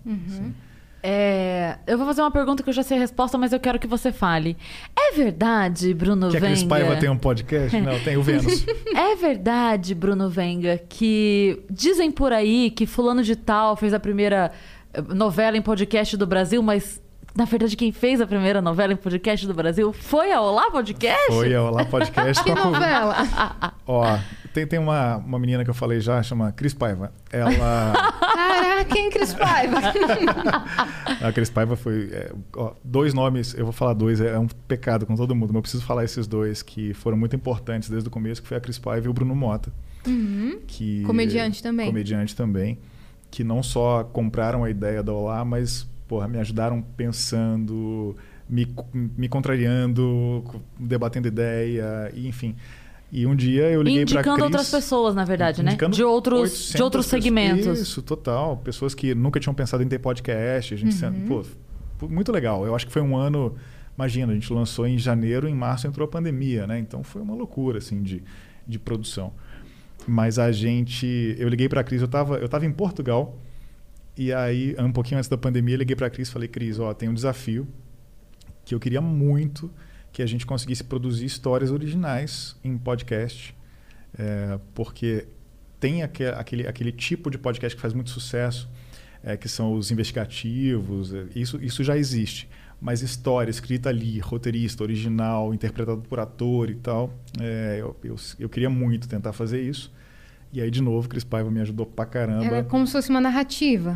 Speaker 2: Eu vou fazer uma pergunta que eu já sei a resposta, mas eu quero que você fale. É verdade, Bruno Venga?
Speaker 4: Que a Cris Paiva tem um podcast? Não, tem o Vênus.
Speaker 2: É verdade, Bruno Venga, que dizem por aí que fulano de tal fez a primeira novela em podcast do Brasil, mas na verdade quem fez a primeira novela em podcast do Brasil foi a Olá Podcast?
Speaker 4: Foi a Olá Podcast.
Speaker 3: Que novela?
Speaker 4: Tem uma menina que eu falei já, chama Cris Paiva. Ela...
Speaker 3: Caraca, quem Cris Paiva?
Speaker 4: A Cris Paiva foi... dois nomes, eu vou falar dois, é um pecado com todo mundo, mas eu preciso falar esses dois que foram muito importantes desde o começo, que foi a Cris Paiva e o Bruno Mota. Que,
Speaker 3: comediante também.
Speaker 4: Comediante também. Que não só compraram a ideia da Olá, mas me ajudaram pensando, me contrariando, debatendo ideia, enfim... E um dia eu liguei para a Cris...
Speaker 2: Indicando outras pessoas, na verdade, né? De outros segmentos.
Speaker 4: Isso, total. Pessoas que nunca tinham pensado em ter podcast. A gente muito legal. Eu acho que foi um ano... Imagina, a gente lançou em janeiro, em março entrou a pandemia, né? Então foi uma loucura, assim, de produção. Mas eu liguei para a Cris, eu tava em Portugal. E aí, um pouquinho antes da pandemia, eu liguei para a Cris e falei, Cris, tem um desafio que eu queria muito... que a gente conseguisse produzir histórias originais em podcast, porque tem aquele tipo de podcast que faz muito sucesso, que são os investigativos, isso já existe, mas história escrita ali, roteirista, original, interpretado por ator e tal, eu queria muito tentar fazer isso, e aí de novo Cris Paiva me ajudou pra caramba.
Speaker 3: Era como se fosse uma narrativa.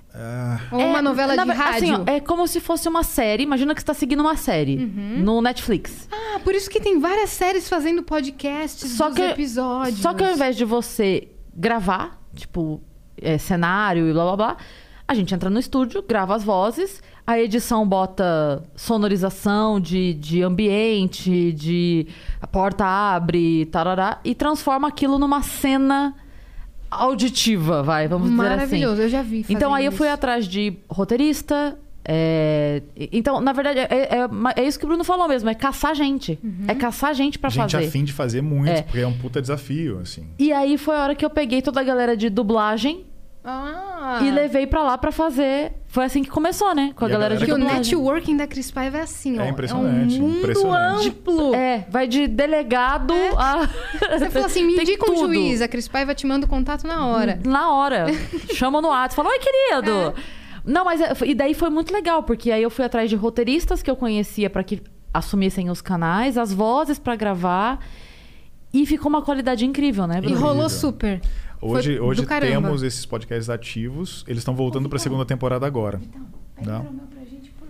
Speaker 3: Ou uma novela de rádio.
Speaker 2: Assim, é como se fosse uma série. Imagina que você está seguindo uma série no Netflix.
Speaker 3: Por isso que tem várias séries fazendo podcasts dos episódios.
Speaker 2: Só que ao invés de você gravar, tipo, cenário e blá blá blá, a gente entra no estúdio, grava as vozes, a edição bota sonorização de ambiente, a porta abre, tarará, e transforma aquilo numa cena auditiva, vamos dizer assim.
Speaker 3: Maravilhoso, eu já vi.
Speaker 2: Então aí eu fui atrás de roteirista. Então, na verdade, é isso que o Bruno falou mesmo, é caçar gente. É caçar gente pra fazer.
Speaker 4: Gente a fim de fazer muito, porque é um puta desafio, assim.
Speaker 2: E aí foi a hora que eu peguei toda a galera de dublagem e levei pra lá pra fazer. Foi assim que começou, né? Com a galera de dublagem.
Speaker 3: Porque o networking da Cris Paiva é assim, ó.
Speaker 4: É impressionante.
Speaker 3: É um mundo amplo.
Speaker 2: Vai de delegado a...
Speaker 3: Você falou assim, me indica um juiz. A Cris Paiva te manda o contato na hora.
Speaker 2: Na hora. Chama no WhatsApp. Fala, oi, querido. Não, mas e daí foi muito legal, porque aí eu fui atrás de roteiristas que eu conhecia para que assumissem os canais, as vozes para gravar, e ficou uma qualidade incrível, né, Bruno?
Speaker 3: E rolou super.
Speaker 4: Hoje
Speaker 3: do caramba.
Speaker 4: temos esses podcasts ativos, eles estão voltando para a segunda temporada agora.
Speaker 3: Pega o meu pra gente, por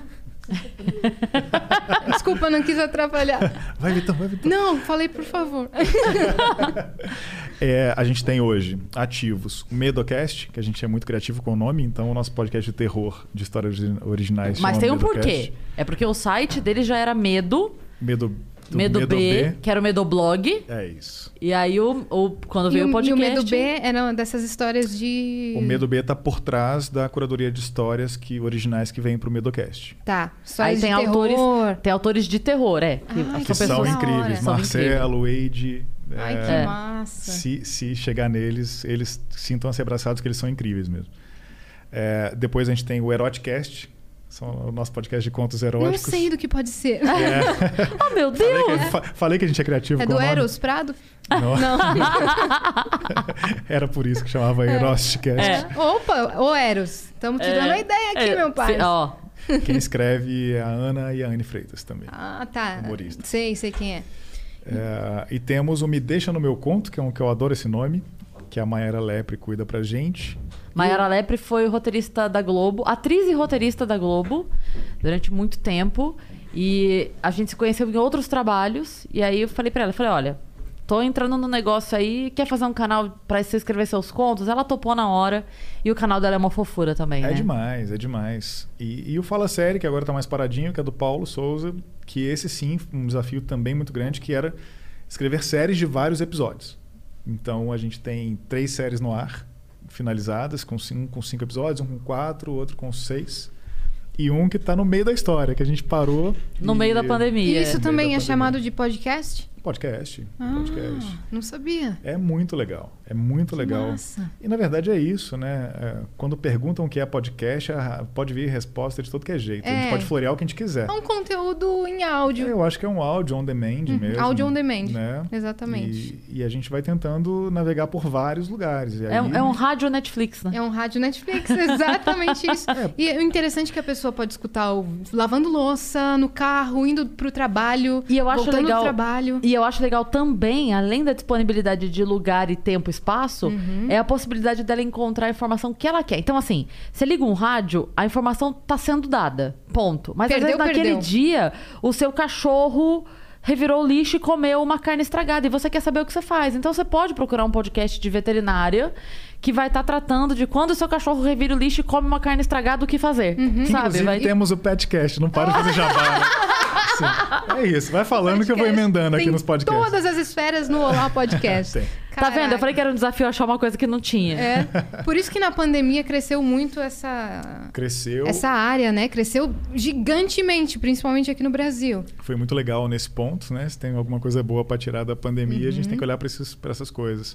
Speaker 3: favor. Desculpa, não quis atrapalhar.
Speaker 4: Vai, Vitão.
Speaker 3: Não, falei por favor.
Speaker 4: A gente tem hoje ativos o Medocast, que a gente é muito criativo com o nome, então o nosso podcast de terror, de histórias originais.
Speaker 2: Mas tem um
Speaker 4: Medocast.
Speaker 2: porquê. É porque o site dele já era Medo
Speaker 4: B,
Speaker 2: que era o Medoblog.
Speaker 4: É isso.
Speaker 2: E aí, quando veio o podcast...
Speaker 3: E o Medo B era dessas histórias de...
Speaker 4: O Medo B tá por trás da curadoria de histórias originais que vem pro Medocast.
Speaker 3: Tá,
Speaker 2: Aí
Speaker 3: histórias
Speaker 2: tem
Speaker 3: de terror.
Speaker 2: tem autores de terror,
Speaker 4: Que são incríveis.
Speaker 2: São
Speaker 4: Marcelo, Wade...
Speaker 3: Ai, que massa.
Speaker 4: Se chegar neles, eles sintam-se abraçados, que eles são incríveis mesmo. Depois a gente tem o Eroticast, o nosso podcast de contos eróticos.
Speaker 3: Não sei do que pode ser.
Speaker 2: Oh, meu Deus!
Speaker 4: Falei que a gente é criativo.
Speaker 3: É
Speaker 4: com
Speaker 3: do
Speaker 4: o nome.
Speaker 3: Eros Prado?
Speaker 4: Não. Era por isso que chamava Eroticast.
Speaker 3: Opa, ô Eros. Estamos te dando uma ideia aqui, meu pai.
Speaker 2: Ó,
Speaker 4: Quem escreve é a Ana e a Anne Freitas também.
Speaker 3: Ah, tá.
Speaker 4: Humorista.
Speaker 3: Sei quem é.
Speaker 4: E temos o Me Deixa no Meu Conto, que eu adoro esse nome, que a Mayara Lepre cuida pra gente.
Speaker 2: Mayara Lepre foi roteirista da Globo, atriz e roteirista da Globo, durante muito tempo. E a gente se conheceu em outros trabalhos. E aí eu falei pra ela, olha, tô entrando no negócio aí, quer fazer um canal pra você escrever seus contos? Ela topou na hora. E o canal dela é uma fofura também, né?
Speaker 4: É demais. E o Fala Série, que agora tá mais paradinho, que é do Paulo Souza, que esse sim, um desafio também muito grande, que era escrever séries de vários episódios. Então a gente tem 3 séries no ar, finalizadas, com 5 episódios, um com 4, outro com 6. E um que está no meio da história, que a gente parou...
Speaker 2: No meio da pandemia.
Speaker 3: E isso também é chamado de podcast?
Speaker 4: Podcast.
Speaker 3: Não sabia.
Speaker 4: É muito legal. É muito legal.
Speaker 3: Massa.
Speaker 4: E na verdade é isso, né? Quando perguntam o que é podcast, pode vir resposta de todo que é jeito. A gente pode florear o que a gente quiser.
Speaker 3: É um conteúdo em áudio.
Speaker 4: Eu acho que é um áudio on demand mesmo.
Speaker 3: Áudio on demand,
Speaker 4: né?
Speaker 3: Exatamente.
Speaker 4: E a gente vai tentando navegar por vários lugares. E aí...
Speaker 2: É um rádio Netflix, né?
Speaker 3: É um rádio Netflix, exatamente isso. E o interessante é que a pessoa pode escutar lavando louça, no carro, indo pro trabalho,
Speaker 2: e eu acho
Speaker 3: voltando
Speaker 2: legal,
Speaker 3: do trabalho.
Speaker 2: E eu acho legal também, além da disponibilidade de lugar e tempo e espaço, é a possibilidade dela encontrar a informação que ela quer. Então, assim, você liga um rádio, a informação tá sendo dada. Ponto. Mas às vezes naquele dia, o seu cachorro revirou o lixo e comeu uma carne estragada. E você quer saber o que você faz. Então você pode procurar um podcast de veterinária que vai estar tratando de quando o seu cachorro revira o lixo e come uma carne estragada, o que fazer. Sabe?
Speaker 4: Inclusive, temos o Petcast. Não para de fazer jabá. Sim. É isso. Vai falando que eu vou emendando aqui nos podcasts.
Speaker 3: Todas as esferas no Olá Podcast.
Speaker 2: Tá vendo? Eu falei que era um desafio achar uma coisa que não tinha.
Speaker 3: Por isso que na pandemia cresceu muito essa área, né? Cresceu gigantemente, principalmente aqui no Brasil.
Speaker 4: Foi muito legal nesse ponto, né? Se tem alguma coisa boa para tirar da pandemia, a gente tem que olhar para essas coisas.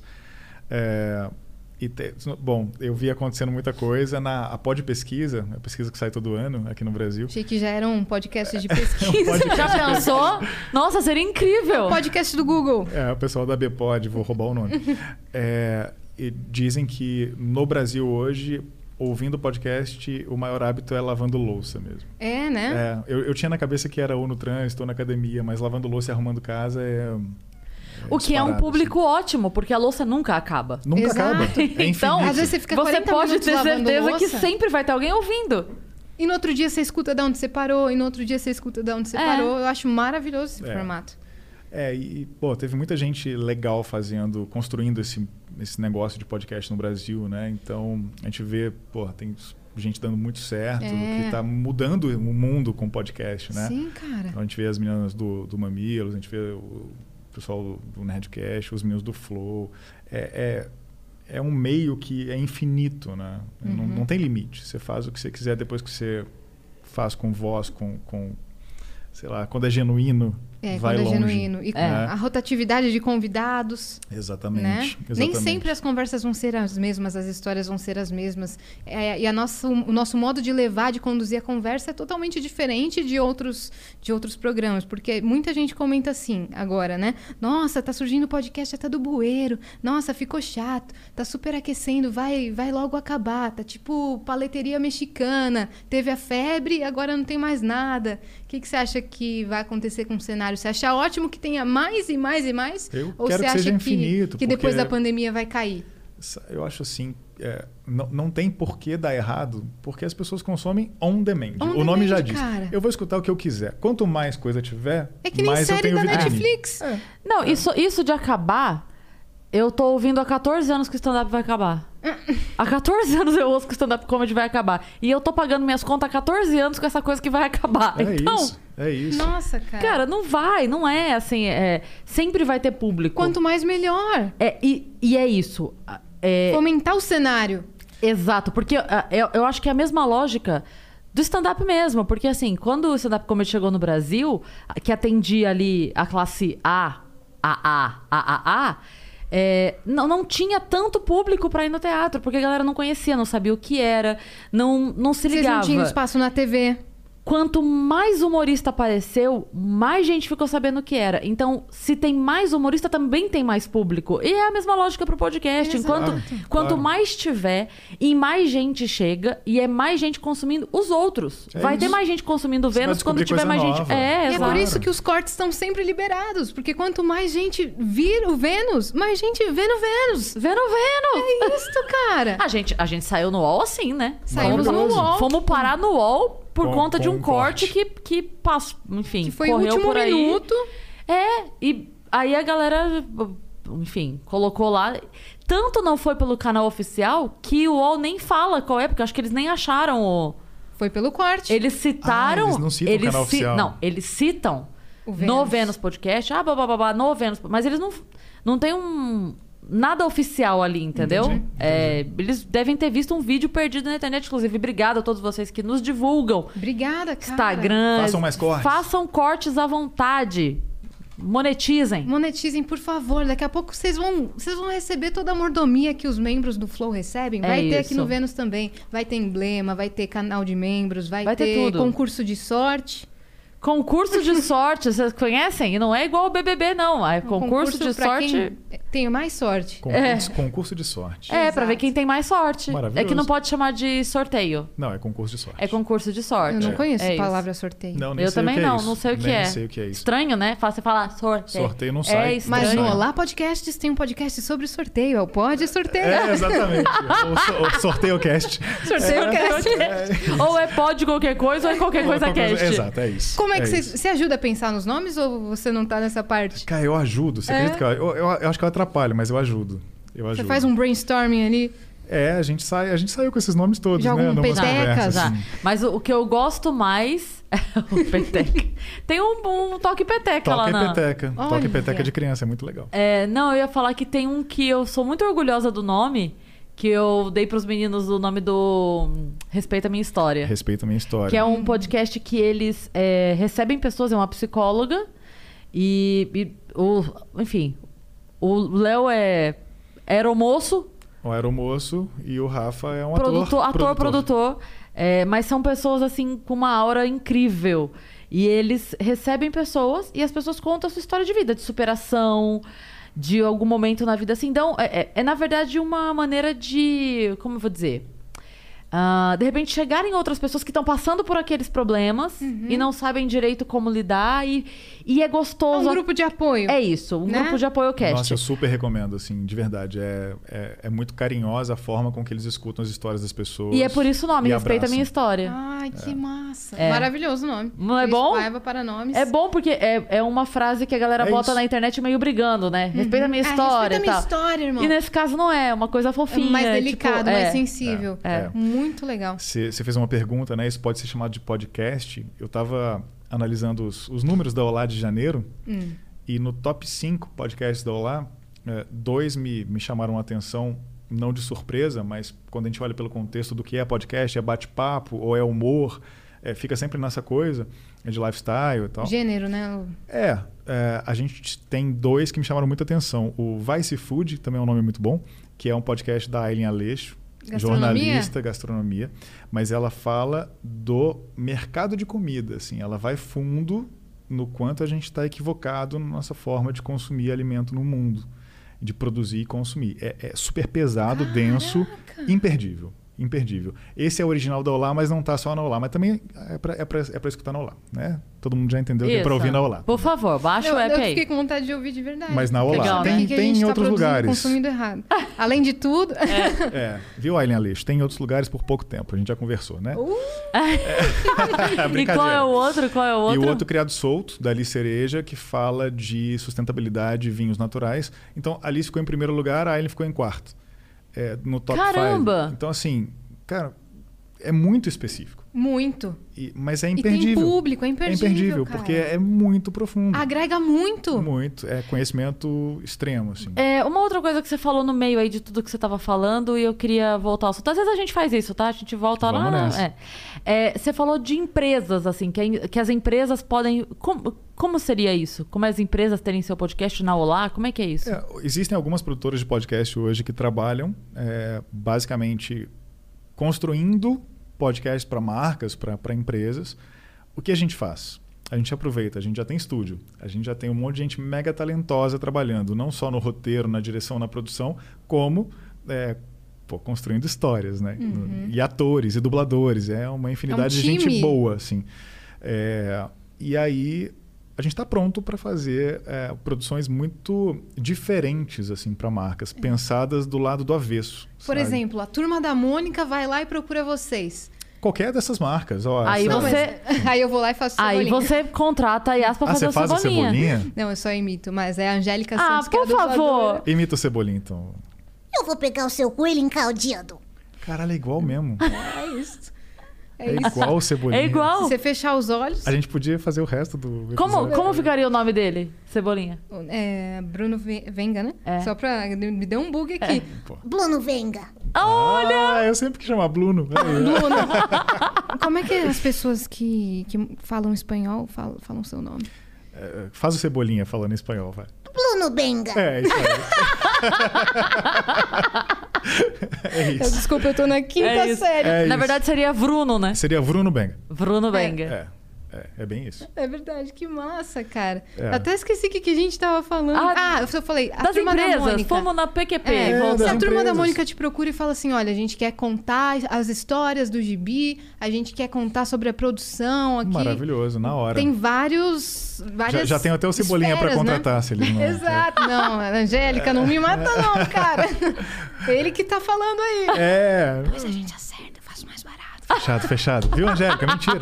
Speaker 4: Bom, eu vi acontecendo muita coisa a Pod Pesquisa, a pesquisa que sai todo ano aqui no Brasil.
Speaker 3: Achei que já era um podcast de pesquisa.
Speaker 2: Já pensou? Nossa, seria incrível!
Speaker 3: Podcast do Google.
Speaker 4: O pessoal da Bpod, vou roubar o nome. E dizem que no Brasil hoje, ouvindo podcast, o maior hábito é lavando louça mesmo.
Speaker 3: É, né?
Speaker 4: Eu tinha na cabeça que era ou no trânsito ou na academia, mas lavando louça e arrumando casa
Speaker 2: o que é um público ótimo, porque a louça nunca acaba.
Speaker 4: Nunca acaba. É
Speaker 2: então,
Speaker 3: às vezes você fica 40
Speaker 2: pode
Speaker 3: minutos
Speaker 2: ter
Speaker 3: lavando
Speaker 2: certeza
Speaker 3: louça,
Speaker 2: que sempre vai ter alguém ouvindo.
Speaker 3: E no outro dia você escuta de onde você parou, e no outro dia você escuta de onde você parou. Eu acho maravilhoso esse formato.
Speaker 4: Teve muita gente legal construindo esse negócio de podcast no Brasil, né? Então, a gente vê, tem gente dando muito certo, que está mudando o mundo com podcast, né?
Speaker 3: Sim, cara.
Speaker 4: Então, a gente vê as meninas do Mamilos, a gente vê o pessoal do Nerdcast, os meninos do Flow. É um meio que é infinito, né? Não tem limite. Você faz o que você quiser depois que você faz com voz, com sei lá, quando é genuíno, vai
Speaker 3: quando
Speaker 4: longe.
Speaker 3: é genuíno. E a rotatividade de convidados.
Speaker 4: Exatamente.
Speaker 3: Né?
Speaker 4: Exatamente.
Speaker 3: Nem sempre as conversas vão ser as mesmas, as histórias vão ser as mesmas. E o nosso modo de levar, de conduzir a conversa é totalmente diferente de outros programas. Porque muita gente comenta assim agora, né? Nossa, tá surgindo o podcast até do bueiro. Nossa, ficou chato. Tá super aquecendo, vai logo acabar. Tá tipo paleteria mexicana. Teve a febre e agora não tem mais nada. O que você acha que vai acontecer com o cenário? Você acha ótimo que tenha mais e mais e mais?
Speaker 4: Ou
Speaker 3: você
Speaker 4: que
Speaker 3: acha
Speaker 4: seja infinito,
Speaker 3: que depois da pandemia vai cair?
Speaker 4: Eu acho assim, não tem por que dar errado, porque as pessoas consomem on demand. O nome já diz.
Speaker 3: Cara.
Speaker 4: Eu vou escutar o que eu quiser. Quanto mais coisa tiver,
Speaker 3: é que nem
Speaker 4: mais
Speaker 3: série
Speaker 4: eu tenho
Speaker 3: da
Speaker 4: vida
Speaker 3: Netflix.
Speaker 2: Não, isso de acabar, eu tô ouvindo há 14 anos que o stand-up vai acabar. Há 14 anos eu ouço que o stand-up comedy vai acabar. E eu tô pagando minhas contas há 14 anos com essa coisa que vai acabar.
Speaker 4: É isso.
Speaker 3: Nossa, cara.
Speaker 2: Cara, não é assim. Sempre vai ter público.
Speaker 3: Quanto mais, melhor.
Speaker 2: E é isso.
Speaker 3: Fomentar o cenário.
Speaker 2: Exato, porque eu acho que é a mesma lógica do stand-up mesmo. Porque assim, quando o stand-up comedy chegou no Brasil, que atendia ali a classe A, não tinha tanto público pra ir no teatro, porque a galera não conhecia, não sabia o que era, não se ligava.
Speaker 3: Vocês não tinham espaço na TV.
Speaker 2: Quanto mais humorista apareceu, mais gente ficou sabendo o que era. Então, se tem mais humorista, também tem mais público. E é a mesma lógica pro podcast. Quanto mais tiver, e mais gente chega, e é mais gente consumindo os outros. Vai ter mais gente consumindo Vênus quando tiver mais gente.
Speaker 3: É por isso que os cortes estão sempre liberados. Porque quanto mais gente vir o Vênus, mais gente vê no Vênus. É isso, cara.
Speaker 2: A gente saiu no UOL assim, né?
Speaker 3: Saímos no UOL.
Speaker 2: Fomos parar no UOL por conta de um corte que passou, enfim,
Speaker 3: que foi
Speaker 2: correu
Speaker 3: o último
Speaker 2: por aí.
Speaker 3: minuto.
Speaker 2: E aí a galera, enfim, colocou lá. Tanto não foi pelo canal oficial que o UOL nem fala qual é, porque eu acho que eles nem acharam o...
Speaker 3: Foi pelo corte.
Speaker 2: Eles citaram...
Speaker 4: eles não citam o canal oficial.
Speaker 2: Não, eles citam no Vênus Podcast, no Vênus, mas eles não tem nada oficial ali, entendeu?
Speaker 4: Entendi.
Speaker 2: Eles devem ter visto um vídeo perdido na internet. Inclusive, obrigada a todos vocês que nos divulgam.
Speaker 3: Obrigada, cara.
Speaker 2: Instagram.
Speaker 4: Façam mais cortes.
Speaker 2: Façam cortes à vontade. Monetizem.
Speaker 3: Monetizem, por favor. Daqui a pouco vocês vão receber toda a mordomia que os membros do Flow recebem. Vai ter aqui no Vênus também. Vai ter emblema, vai ter canal de membros, vai ter
Speaker 2: tudo.
Speaker 3: Concurso de sorte.
Speaker 2: Concurso de sorte, vocês conhecem? E não é igual o BBB, não. É concurso de sorte.
Speaker 3: Quem tem mais sorte.
Speaker 4: Concurso de sorte.
Speaker 2: Pra ver quem tem mais sorte.
Speaker 4: Maravilhoso.
Speaker 2: É que não pode chamar de sorteio.
Speaker 4: Não, é concurso de sorte.
Speaker 2: É concurso de sorte.
Speaker 3: Eu não conheço a
Speaker 2: isso.
Speaker 3: palavra sorteio.
Speaker 4: Não, nem
Speaker 2: Eu
Speaker 4: sei
Speaker 2: também
Speaker 4: o que é
Speaker 2: não,
Speaker 4: isso.
Speaker 2: não sei o que
Speaker 4: Nem
Speaker 2: é.
Speaker 4: sei o que é isso.
Speaker 2: Estranho, né? Você falar sorteio.
Speaker 4: Sorteio não sai.
Speaker 2: Estranho.
Speaker 3: Mas no Olá Podcasts tem um podcast sobre sorteio. É o Pode Sorteio.
Speaker 4: Exatamente. O SorteioCast.
Speaker 3: SorteioCast.
Speaker 2: Ou é pode qualquer coisa ou é qualquer coisa cast.
Speaker 4: Exato, é isso.
Speaker 3: Como é que você ajuda a pensar nos nomes ou você não tá nessa parte?
Speaker 4: Cara, eu ajudo. Você acredita que eu acho que eu atrapalho, mas eu ajudo.
Speaker 3: Você faz um brainstorming ali?
Speaker 4: A gente saiu com esses nomes todos,
Speaker 3: joga
Speaker 4: né?
Speaker 3: Um peteca,
Speaker 4: assim.
Speaker 2: Mas o que eu gosto mais é o peteca. Tem um toque peteca lá na...
Speaker 4: Toque peteca de criança, é muito legal.
Speaker 2: Não, eu ia falar que tem um que eu sou muito orgulhosa do nome, que eu dei pros meninos o nome do Respeita a Minha História.
Speaker 4: Respeita a Minha História.
Speaker 2: Que é um podcast que eles recebem pessoas, é uma psicóloga enfim, o Léo é aeromoço.
Speaker 4: O aeromoço e o Rafa é um produtor.
Speaker 2: Mas são pessoas assim com uma aura incrível. E eles recebem pessoas e as pessoas contam a sua história de vida, de superação, de algum momento na vida assim. Então, na verdade uma maneira de... Como eu vou dizer? De repente chegarem outras pessoas que estão passando por aqueles problemas e não sabem direito como lidar e é gostoso.
Speaker 3: É um grupo de apoio.
Speaker 2: É isso, grupo de apoio cast.
Speaker 4: Nossa, eu super recomendo, assim, de verdade. É muito carinhosa a forma com que eles escutam as histórias das pessoas.
Speaker 2: E é por isso o nome, Respeita a Minha História.
Speaker 3: Ai, que massa. Maravilhoso o nome.
Speaker 2: Não é bom?
Speaker 3: Paiva para nomes.
Speaker 2: É bom porque é uma frase que a galera bota na internet meio brigando, né? Respeita a minha história.
Speaker 3: Respeita a minha história, irmão.
Speaker 2: E nesse caso não é, uma coisa fofinha.
Speaker 3: Mais delicado, mais sensível. Muito legal.
Speaker 4: Você fez uma pergunta, né? Isso pode ser chamado de podcast. Eu estava analisando os números da Olá de janeiro e no top 5 podcasts da Olá, 2 me chamaram a atenção, não de surpresa, mas quando a gente olha pelo contexto do que é podcast, é bate-papo ou é humor, fica sempre nessa coisa de lifestyle e tal.
Speaker 3: Gênero, né?
Speaker 4: A gente tem 2 que me chamaram muita atenção. O Vice Food, também é um nome muito bom, que é um podcast da Ailyn Aleixo, jornalista, gastronomia, mas ela fala do mercado de comida, assim, ela vai fundo no quanto a gente está equivocado na nossa forma de consumir alimento no mundo, de produzir e consumir. É super pesado, denso, imperdível. Esse é o original da Olá, mas não está só na Olá, mas também é para escutar na Olá, né? Todo mundo já entendeu que é para ouvir na Olá.
Speaker 2: Por favor, baixa o app aí.
Speaker 3: Eu fiquei com vontade de ouvir de verdade.
Speaker 4: Mas na Olá.
Speaker 2: Legal,
Speaker 4: tem em outros lugares.
Speaker 3: Consumindo errado. Além de tudo...
Speaker 4: Viu, Ailyn Aleixo? Tem em outros lugares por pouco tempo. A gente já conversou, né?
Speaker 2: E qual é o outro?
Speaker 4: E o outro Criado Solto, da Alice Cereja, que fala de sustentabilidade e vinhos naturais. Então, a Alice ficou em primeiro lugar, a Ailyn ficou em quarto. No top 5.
Speaker 2: Caramba!
Speaker 4: Então, assim, cara, é muito específico.
Speaker 3: Muito.
Speaker 4: Mas é imperdível.
Speaker 3: E tem público, é imperdível, cara.
Speaker 4: Porque é muito profundo.
Speaker 3: Agrega muito.
Speaker 4: Muito. É conhecimento extremo, assim.
Speaker 2: Uma outra coisa que você falou no meio aí de tudo que você estava falando, e eu queria voltar ao assunto. Às vezes a gente faz isso, tá? A gente volta
Speaker 4: Vamos
Speaker 2: lá.
Speaker 4: nessa.
Speaker 2: Você falou de empresas, assim, que as empresas podem... Como seria isso? Como as empresas terem seu podcast na Olá? Como é que é isso?
Speaker 4: Existem algumas produtoras de podcast hoje que trabalham basicamente construindo podcasts para marcas, para empresas. O que a gente faz? A gente aproveita, a gente já tem estúdio, a gente já tem um monte de gente mega talentosa trabalhando, não só no roteiro, na direção, na produção, como construindo histórias, né? E atores, e dubladores, é uma infinidade de gente boa, assim. E aí a gente está pronto para fazer produções muito diferentes assim para marcas, pensadas do lado do avesso.
Speaker 3: Por exemplo, a Turma da Mônica vai lá e procura vocês.
Speaker 4: Qualquer dessas marcas.
Speaker 2: Aí
Speaker 3: eu vou lá e faço Cebolinha.
Speaker 2: Aí você contrata a Yas para fazer
Speaker 4: você faz
Speaker 2: Cebolinha.
Speaker 4: A Cebolinha?
Speaker 3: Não, eu só imito, mas é a Angélica Santos que é a
Speaker 2: por favor.
Speaker 4: Imita o Cebolinha, então.
Speaker 5: Eu vou pegar o seu coelho encaldeado.
Speaker 4: Caralho, é igual mesmo.
Speaker 3: É isso.
Speaker 4: É igual o Cebolinha.
Speaker 2: É igual.
Speaker 3: Se você fechar os olhos...
Speaker 4: A gente podia fazer o resto do episódio.
Speaker 2: Como ficaria o nome dele, Cebolinha?
Speaker 3: Bruno Venga, né? Só pra... Me deu um bug aqui.
Speaker 5: Bruno Venga.
Speaker 2: Olha!
Speaker 4: Eu sempre quis chamar Bruno.
Speaker 3: Bruno. Como é que as pessoas que falam espanhol falam seu nome?
Speaker 4: Faz o Cebolinha falando em espanhol, vai.
Speaker 5: Bruno Benga.
Speaker 4: Isso aí.
Speaker 3: Desculpa, eu tô na quinta série.
Speaker 2: Na verdade, seria Bruno, né?
Speaker 4: Seria Bruno Benga.
Speaker 2: Bruno Benga.
Speaker 4: É bem isso.
Speaker 3: É verdade, que massa, cara. Até esqueci o que a gente tava falando. Eu falei, a
Speaker 2: das
Speaker 3: Turma
Speaker 2: empresas,
Speaker 3: da Mônica.
Speaker 2: fomos na PQP.
Speaker 3: Se a Turma da Mônica te procura e fala assim, olha, a gente quer contar as histórias do Gibi, a gente quer contar sobre a produção aqui.
Speaker 4: Maravilhoso, na hora.
Speaker 3: Tem várias
Speaker 4: já tem até o Cebolinha para contratar,
Speaker 3: né?
Speaker 4: se ele não...
Speaker 3: Exato. Não, Angélica, não me mata não, cara. Ele que tá falando aí.
Speaker 5: Depois a gente acerta, eu faço mais barato.
Speaker 4: Fechado. Viu, Angélica? Mentira.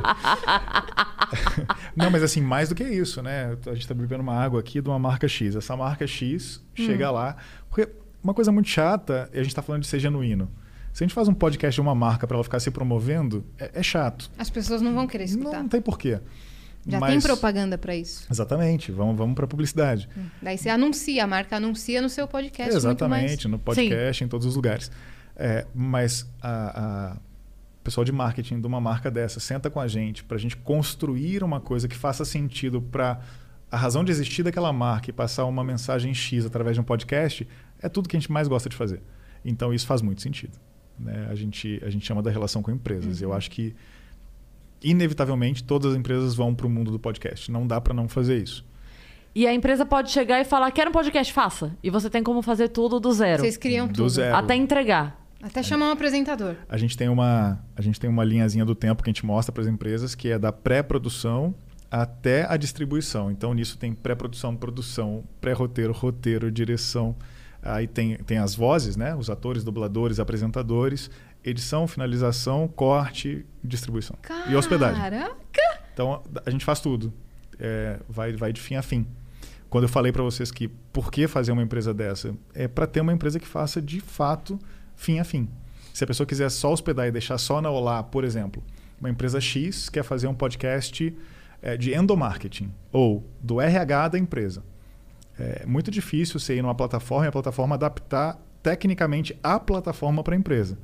Speaker 4: Não, mas assim, mais do que isso, né? A gente tá bebendo uma água aqui de uma marca X. Essa marca X chega lá... Porque uma coisa muito chata, a gente tá falando de ser genuíno. Se a gente faz um podcast de uma marca para ela ficar se promovendo, é chato.
Speaker 3: As pessoas não vão querer escutar.
Speaker 4: Não tem porquê.
Speaker 3: Tem propaganda para isso.
Speaker 4: Exatamente. Vamos para publicidade.
Speaker 3: Daí você anuncia, a marca anuncia no seu podcast.
Speaker 4: Exatamente, no podcast, em todos os lugares. Mas o pessoal de marketing de uma marca dessa senta com a gente para a gente construir uma coisa que faça sentido para a razão de existir daquela marca e passar uma mensagem X através de um podcast, é tudo que a gente mais gosta de fazer. Então isso faz muito sentido. Né? A gente chama da relação com empresas. Eu acho que inevitavelmente todas as empresas vão para o mundo do podcast. Não dá para não fazer isso.
Speaker 2: E a empresa pode chegar e falar, quero um podcast, faça. E você tem como fazer tudo do zero.
Speaker 3: Vocês criam tudo.
Speaker 4: Do zero.
Speaker 2: Até entregar.
Speaker 3: Até chamar um apresentador.
Speaker 4: A gente tem uma linhazinha do tempo que a gente mostra para as empresas, que é da pré-produção até a distribuição. Então, nisso tem pré-produção, produção, pré-roteiro, roteiro, direção. Aí tem as vozes, né? Os atores, dubladores, apresentadores, edição, finalização, corte, distribuição. E hospedagem.
Speaker 3: Caraca!
Speaker 4: Então, a gente faz tudo. Vai de fim a fim. Quando eu falei para vocês que por que fazer uma empresa dessa? É para ter uma empresa que faça de fato fim a fim. Se a pessoa quiser só hospedar e deixar só na Olá, por exemplo, uma empresa X quer fazer um podcast de endomarketing ou do RH da empresa. É muito difícil você ir numa plataforma e a plataforma adaptar tecnicamente a plataforma para a empresa.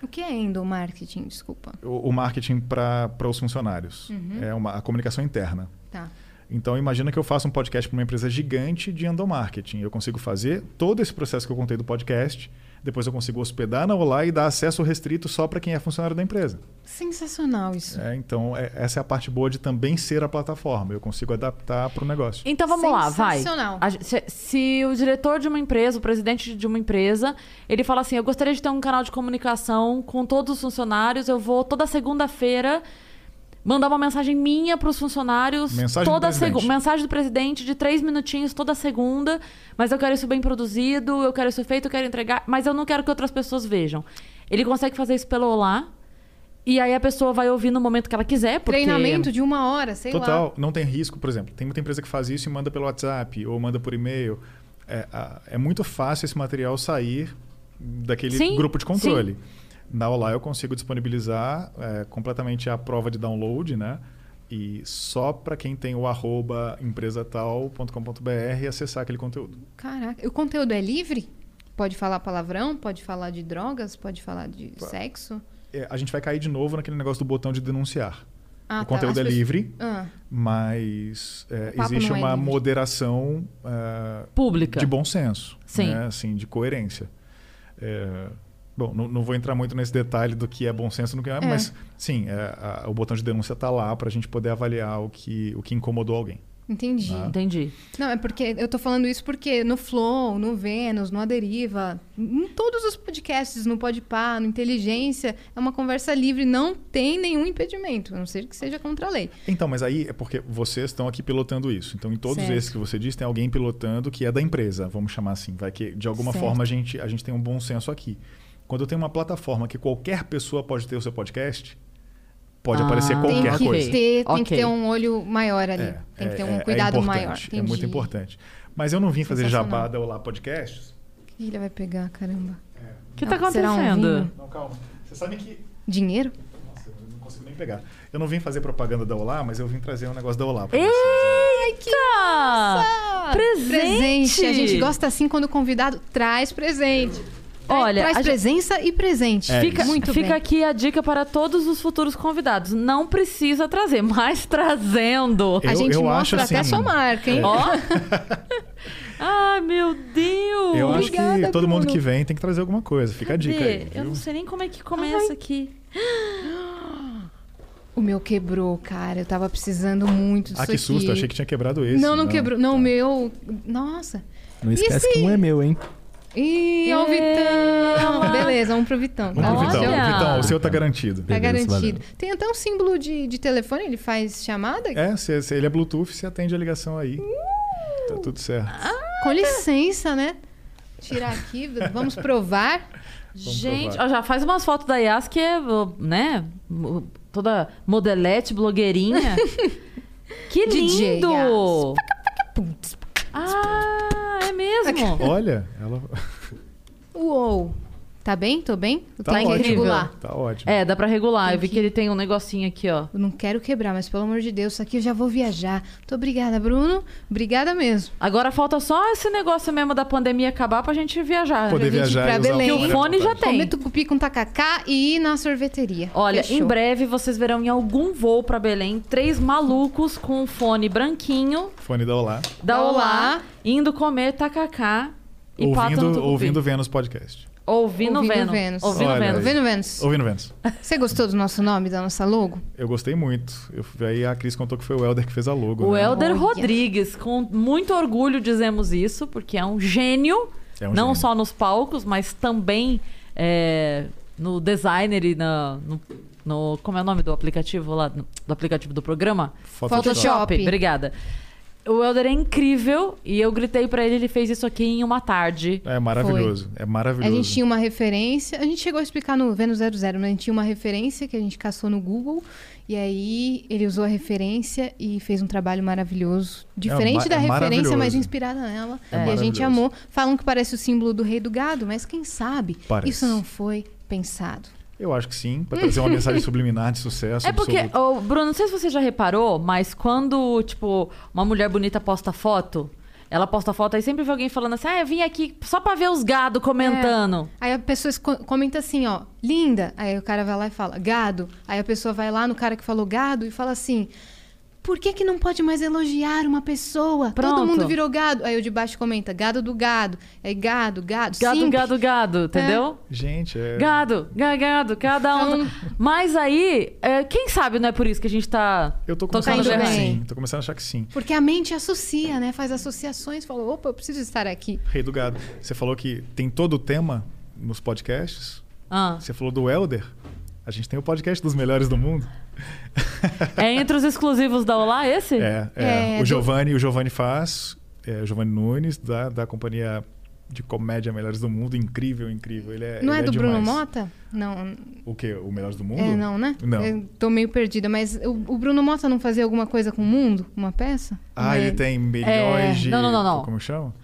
Speaker 3: O que é endomarketing? Desculpa.
Speaker 4: O marketing para os funcionários. É a comunicação interna.
Speaker 3: Tá.
Speaker 4: Então, imagina que eu faço um podcast para uma empresa gigante de endomarketing. Eu consigo fazer todo esse processo que eu contei do podcast, depois eu consigo hospedar na Olá e dar acesso restrito só para quem é funcionário da empresa.
Speaker 3: Sensacional isso.
Speaker 4: Então, essa é a parte boa de também ser a plataforma. Eu consigo adaptar para o negócio.
Speaker 2: Então vamos lá, vai.
Speaker 3: Sensacional.
Speaker 2: Se o diretor de uma empresa, o presidente de uma empresa, ele fala assim, eu gostaria de ter um canal de comunicação com todos os funcionários, eu vou toda segunda-feira mandar uma mensagem minha para os funcionários. Mensagem do presidente de 3 minutinhos toda segunda. Mas eu quero isso bem produzido, eu quero isso feito, eu quero entregar. Mas eu não quero que outras pessoas vejam. Ele consegue fazer isso pelo Olá. E aí a pessoa vai ouvir no momento que ela quiser. Porque...
Speaker 3: Treinamento de 1 hora, sei lá.
Speaker 4: Total. Não tem risco, por exemplo. Tem muita empresa que faz isso e manda pelo WhatsApp ou manda por e-mail. É muito fácil esse material sair daquele grupo de controle. Sim. Na Olá eu consigo disponibilizar completamente a prova de download, né? E só para quem tem o @empresatal.com.br acessar aquele conteúdo.
Speaker 3: Caraca, o conteúdo é livre? Pode falar palavrão? Pode falar de drogas? Pode falar de sexo?
Speaker 4: A gente vai cair de novo naquele negócio do botão de denunciar. O conteúdo é
Speaker 3: pessoas...
Speaker 4: livre, mas existe uma moderação
Speaker 2: pública
Speaker 4: de bom senso,
Speaker 2: sim.
Speaker 4: Né? Assim, de coerência. Bom, não vou entrar muito nesse detalhe do que é bom senso no que mas sim, o botão de denúncia está lá para a gente poder avaliar o que incomodou alguém.
Speaker 3: Entendi.
Speaker 2: Entendi.
Speaker 3: Não, é porque eu tô falando isso porque no Flow, no Vênus, no Aderiva, em todos os podcasts, no Podpah, no Inteligência, é uma conversa livre, não tem nenhum impedimento, a não ser que seja contra a lei.
Speaker 4: Então, mas aí é porque vocês estão aqui pilotando isso. Então, em todos esses que você disse, tem alguém pilotando que é da empresa, vamos chamar assim. Vai que, de alguma forma, a gente tem um bom senso aqui. Quando eu tenho uma plataforma que qualquer pessoa pode ter o seu podcast, pode aparecer qualquer coisa.
Speaker 3: Tem que ter um olho maior ali. Tem que ter um cuidado maior.
Speaker 4: É muito importante. Mas eu não vim fazer jabá da Olá Podcasts.
Speaker 3: Que ele vai pegar, caramba.
Speaker 2: O que está acontecendo?
Speaker 4: Não, calma. Você sabe que...
Speaker 3: Dinheiro?
Speaker 4: Nossa, eu não consigo nem pegar. Eu não vim fazer propaganda da Olá, mas eu vim trazer um negócio da Olá pra
Speaker 2: vocês.
Speaker 3: Eita! Presente! A gente gosta assim quando o convidado traz presente.
Speaker 2: Olha,
Speaker 3: traz presença e presente.
Speaker 2: Fica aqui a dica para todos os futuros convidados. Não precisa trazer, mas trazendo.
Speaker 3: A gente mostra
Speaker 4: até
Speaker 3: a sua marca, hein?
Speaker 2: Ó. Ai, meu Deus.
Speaker 4: Eu acho que todo mundo que vem tem que trazer alguma coisa. Fica a dica aí.
Speaker 2: Eu não sei nem como é que começa aqui.
Speaker 3: O meu quebrou, cara. Eu tava precisando muito disso aqui.
Speaker 4: Que susto. Achei que tinha quebrado esse.
Speaker 3: Não quebrou. Não, o meu... Nossa.
Speaker 6: Não esquece que um é meu, hein?
Speaker 3: Ih, ó o Vitão. Beleza, vamos pro Vitão.
Speaker 4: Vamos pro Vitão. Vitão, o seu tá garantido.
Speaker 3: Tá garantido. Valeu. Tem até um símbolo de telefone, ele faz chamada?
Speaker 4: Se ele é Bluetooth, você atende a ligação aí. Tá tudo certo.
Speaker 3: Com licença, né? Tirar aqui, vamos provar.
Speaker 2: Gente, ó, já faz umas fotos da Yas que é, né? Toda modelete, blogueirinha. Que lindo! É mesmo?
Speaker 4: Olha, ela...
Speaker 3: Uou! Tá bem? Tô bem?
Speaker 4: Tá ótimo.
Speaker 3: Regular.
Speaker 4: Tá ótimo.
Speaker 2: Dá pra regular. Eu vi que ele tem um negocinho aqui, ó.
Speaker 3: Eu não quero quebrar, mas pelo amor de Deus, isso aqui eu já vou viajar. Muito obrigada, Bruno. Obrigada mesmo.
Speaker 2: Agora falta só esse negócio mesmo da pandemia acabar pra gente viajar.
Speaker 4: Poder viajar
Speaker 3: pra Belém.
Speaker 2: Que o fone já tem.
Speaker 3: Comer tucupi com tacacá e ir na sorveteria.
Speaker 2: Olha,
Speaker 3: Fechou.
Speaker 2: Em breve vocês verão em algum voo pra Belém 3 malucos com um fone branquinho.
Speaker 4: Fone da Olá.
Speaker 2: Da Olá. Indo comer tacacá e pato no tucupi.
Speaker 4: Ouvindo Vênus Podcast.
Speaker 2: Ouvindo Vênus.
Speaker 3: Ouvindo Vênus. Você gostou do nosso nome, da nossa logo?
Speaker 4: Eu gostei muito. Aí a Cris contou que foi o Helder que fez a logo.
Speaker 2: O Helder Rodrigues. Com muito orgulho dizemos isso, porque é um gênio. Não só nos palcos, mas também no designer e no... Como é o nome do aplicativo lá? Do aplicativo do programa?
Speaker 3: Photoshop.
Speaker 2: Obrigada. O Helder é incrível e eu gritei pra ele fez isso aqui em uma tarde.
Speaker 4: É maravilhoso, é maravilhoso.
Speaker 3: A gente tinha uma referência, a gente chegou a explicar no Vênus 00, mas a gente tinha uma referência que a gente caçou no Google e aí ele usou a referência e fez um trabalho maravilhoso. Diferente da referência, mas inspirada nela. E a gente amou. Falam que parece o símbolo do rei do gado, mas quem sabe isso não foi pensado.
Speaker 4: Eu acho que sim, para trazer uma mensagem subliminar de sucesso.
Speaker 2: Porque, Bruno, não sei se você já reparou, mas quando, tipo, uma mulher bonita posta foto, ela posta foto, aí sempre vê alguém falando assim, eu vim aqui só pra ver os gado comentando.
Speaker 3: Aí a pessoa comenta assim, ó, linda. Aí o cara vai lá e fala, gado. Aí a pessoa vai lá no cara que falou gado e fala assim, por que não pode mais elogiar uma pessoa?
Speaker 2: Pronto.
Speaker 3: Todo mundo virou gado. Aí o de baixo comenta, gado do gado. Aí gado.
Speaker 2: Gado,
Speaker 3: simp.
Speaker 2: gado, entendeu?
Speaker 4: Gente,
Speaker 2: Gado, cada um. Mas aí, quem sabe não é por isso que a gente tá...
Speaker 4: eu tô começando a
Speaker 3: indo
Speaker 4: achar que
Speaker 3: bem.
Speaker 4: sim. Tô começando a achar que sim.
Speaker 3: Porque a mente associa, né? Faz associações. Fala, opa, eu preciso estar aqui.
Speaker 4: Rei do gado. Você falou que tem todo o tema nos podcasts.
Speaker 2: Ah.
Speaker 4: Você falou do Elder. A gente tem o podcast dos melhores do mundo.
Speaker 2: É entre os exclusivos da Olá esse?
Speaker 4: O Giovanni faz. O Giovanni Nunes, da companhia de comédia Melhores do Mundo. Incrível. Ele
Speaker 3: Não é
Speaker 4: ele
Speaker 3: do Bruno
Speaker 4: demais.
Speaker 3: Mota? Não.
Speaker 4: O quê? O Melhores do Mundo?
Speaker 3: Não, né?
Speaker 4: Não.
Speaker 3: Eu tô meio perdida, mas o Bruno Mota não fazia alguma coisa com o mundo? Uma peça?
Speaker 4: Ele tem milhões de...
Speaker 2: Não.
Speaker 4: Como chama?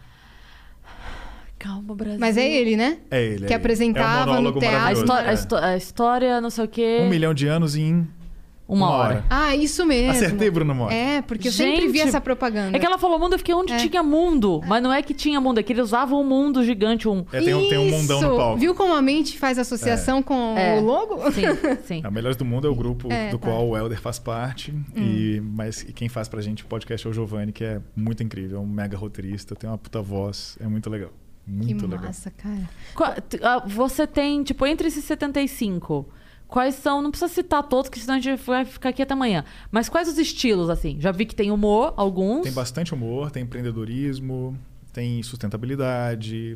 Speaker 2: Calma, Brasil.
Speaker 3: Mas é ele, né?
Speaker 4: É ele.
Speaker 3: Que apresentava
Speaker 4: é um
Speaker 3: no
Speaker 4: monólogo
Speaker 3: teatro.
Speaker 4: maravilhoso.
Speaker 2: A história, não sei o quê.
Speaker 4: 1 milhão de anos em
Speaker 2: Uma hora.
Speaker 3: Ah, isso mesmo.
Speaker 4: Acertei, Bruno Mota.
Speaker 3: É, porque eu sempre vi
Speaker 2: Gente,
Speaker 3: essa propaganda.
Speaker 2: É que ela falou mundo, eu fiquei onde tinha mundo. Mas não é que tinha mundo, é que eles usavam um mundo gigante.
Speaker 4: Tem um mundão no palco.
Speaker 3: Viu como a mente faz associação com o logo?
Speaker 2: Sim.
Speaker 4: A Melhores do Mundo é o grupo do qual o Elder faz parte. Mas quem faz pra gente o podcast é o Giovanni, que é muito incrível. É um mega roteirista, tem uma puta voz. É muito legal. Muito
Speaker 3: Que
Speaker 4: legal.
Speaker 3: massa, cara.
Speaker 2: Você tem, tipo, entre esses 75, quais são... Não precisa citar todos, que senão a gente vai ficar aqui até amanhã. Mas quais os estilos, assim? Já vi que tem humor, alguns.
Speaker 4: Tem bastante humor, tem empreendedorismo, tem sustentabilidade.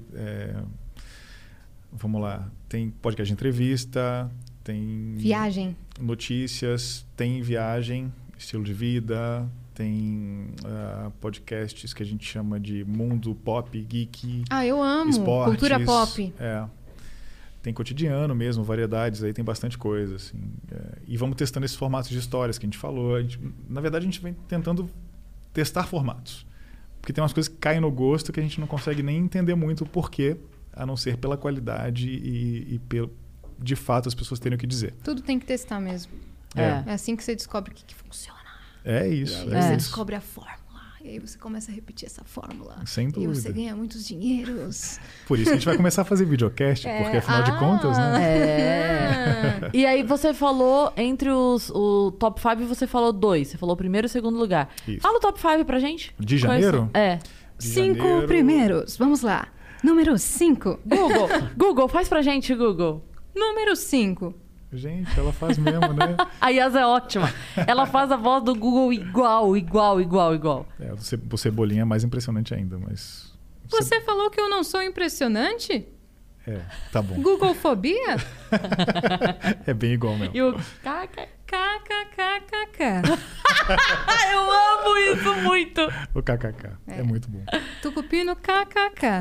Speaker 4: Vamos lá. Tem podcast de entrevista, tem...
Speaker 3: Viagem.
Speaker 4: Notícias, tem viagem, estilo de vida... Tem podcasts que a gente chama de mundo pop, geek.
Speaker 3: Ah, eu amo.
Speaker 4: Esportes,
Speaker 3: Cultura pop.
Speaker 4: Tem cotidiano mesmo, variedades, aí tem bastante coisa. Assim, e vamos testando esses formatos de histórias que a gente falou. Na verdade, a gente vem tentando testar formatos. Porque tem umas coisas que caem no gosto que a gente não consegue nem entender muito o porquê, a não ser pela qualidade e de fato as pessoas terem o que dizer.
Speaker 3: Tudo tem que testar mesmo. É assim que você descobre o que funciona.
Speaker 4: É isso.
Speaker 3: E aí você descobre a fórmula. E aí você começa a repetir essa fórmula.
Speaker 4: Sem dúvida.
Speaker 3: E você ganha muitos dinheiros.
Speaker 4: Por isso que a gente vai começar a fazer videocast, porque afinal de contas, né?
Speaker 2: E aí você falou, entre o top 5, você falou 2. Você falou o primeiro e o segundo lugar.
Speaker 4: Isso.
Speaker 2: Fala o top 5 pra gente.
Speaker 4: De janeiro?
Speaker 2: De
Speaker 3: 5
Speaker 4: janeiro.
Speaker 3: primeiros. Vamos lá. Número 5.
Speaker 2: Google, faz pra gente, Google.
Speaker 3: Número 5.
Speaker 4: Gente, ela faz mesmo, né?
Speaker 2: A Yas é ótima. Ela faz a voz do Google igual.
Speaker 4: O Cebolinha é mais impressionante ainda, mas...
Speaker 3: Você falou que eu não sou impressionante?
Speaker 4: Tá bom.
Speaker 3: Googofobia?
Speaker 4: É bem igual mesmo.
Speaker 2: E o
Speaker 3: KKKKK.
Speaker 2: Eu amo isso muito.
Speaker 4: O KKK. É muito bom.
Speaker 3: Tucupino KKK.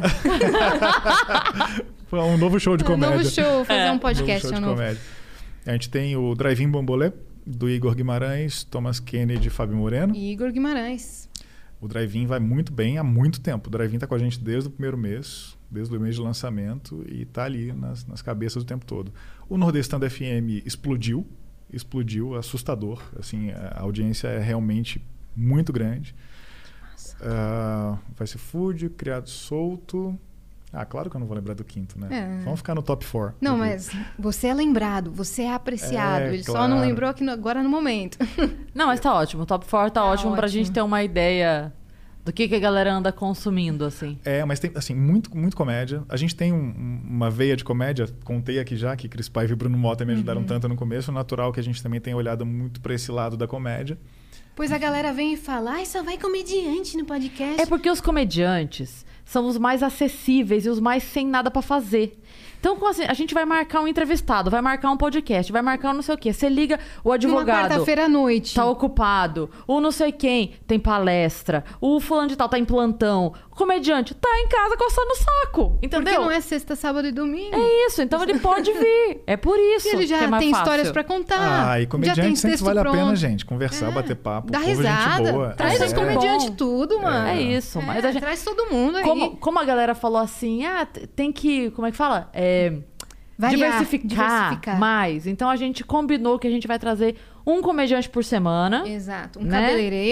Speaker 4: Foi um novo show de comédia.
Speaker 3: Novo show, fazer um podcast
Speaker 4: novo show de
Speaker 3: novo.
Speaker 4: comédia. A gente tem o Drive-In Bambolê, do Igor Guimarães, Thomas Kennedy e Fábio Moreno.
Speaker 3: E Igor Guimarães.
Speaker 4: O Drive-In vai muito bem há muito tempo. O Drive-In tá com a gente desde o primeiro mês, desde o mês de lançamento, e tá ali nas cabeças o tempo todo. O Nordestando FM explodiu, assustador. Assim, a audiência é realmente muito grande. Vai ser Food, Criado Solto... claro que eu não vou lembrar do quinto, né? Vamos ficar no top 4.
Speaker 3: Não, mas você é lembrado, você é apreciado. Ele só não lembrou aqui agora no momento.
Speaker 2: Não, mas tá ótimo. O top 4 tá ótimo pra gente ter uma ideia do que a galera anda consumindo, assim.
Speaker 4: Mas tem, assim, muito comédia. A gente tem uma veia de comédia. Contei aqui já que Cris Paiva e Bruno Mota me ajudaram tanto no começo. É natural que a gente também tenha olhado muito pra esse lado da comédia.
Speaker 3: Pois a galera vem e fala, só vai comediante no podcast.
Speaker 2: É porque os comediantes são os mais acessíveis e os mais sem nada pra fazer. Então, assim, a gente vai marcar um entrevistado, vai marcar um podcast, vai marcar um não sei o quê. Você liga o advogado...
Speaker 3: Uma quarta-feira à noite.
Speaker 2: Tá ocupado. O não sei quem tem palestra. O fulano de tal tá em plantão. O comediante tá em casa coçando o saco. Entendeu?
Speaker 3: Porque não é sexta, sábado e domingo.
Speaker 2: É isso. Então ele pode vir. É por isso
Speaker 3: e ele já
Speaker 2: que é mais
Speaker 3: tem
Speaker 2: fácil.
Speaker 3: Histórias pra contar.
Speaker 4: E comediante
Speaker 3: já tem
Speaker 4: sempre
Speaker 3: texto
Speaker 4: vale a pena,
Speaker 3: pronto.
Speaker 4: gente. Conversar, bater papo.
Speaker 3: Dá
Speaker 4: povo,
Speaker 3: risada.
Speaker 4: Gente boa.
Speaker 3: Traz os comediantes tudo, mano.
Speaker 2: É isso. Mas a gente...
Speaker 3: Traz todo mundo aí.
Speaker 2: Como a galera falou assim, tem que... Como é que fala?
Speaker 3: Variar,
Speaker 2: diversificar mais. Então a gente combinou que a gente vai trazer um comediante por semana.
Speaker 3: Exato. Um
Speaker 2: né?
Speaker 3: cabeleireiro.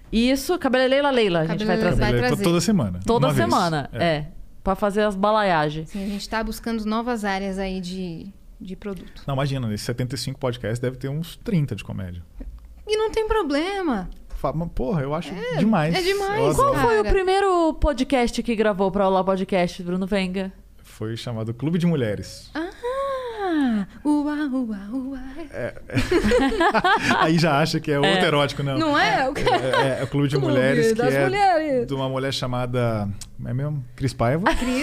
Speaker 2: Isso, Cabeleireira Leila, a gente vai
Speaker 3: Cabeleireira
Speaker 2: trazer.
Speaker 3: vai trazer.
Speaker 4: Toda semana.
Speaker 2: Toda
Speaker 4: uma vez.
Speaker 2: semana, pra fazer as balaiagens.
Speaker 3: Sim, a gente tá buscando novas áreas aí de produto.
Speaker 4: Não, imagina, nesses 75 podcasts deve ter uns 30 de comédia.
Speaker 3: E não tem problema.
Speaker 4: Mas, porra, eu acho demais.
Speaker 3: é demais,
Speaker 4: Eu
Speaker 2: Qual
Speaker 4: adoro.
Speaker 2: foi o
Speaker 3: Cara.
Speaker 2: primeiro podcast que gravou pra Olá Podcast, Bruno Venga?
Speaker 4: Foi chamado Clube de Mulheres.
Speaker 3: Ua, ua, ua.
Speaker 4: Aí já acha que é outro erótico, não.
Speaker 3: Não é?
Speaker 4: É o Clube de
Speaker 3: Clube
Speaker 4: Mulheres, que
Speaker 3: das
Speaker 4: é
Speaker 3: Mulheres.
Speaker 4: de uma mulher chamada... Como é mesmo? Cris Paiva.
Speaker 3: Cris,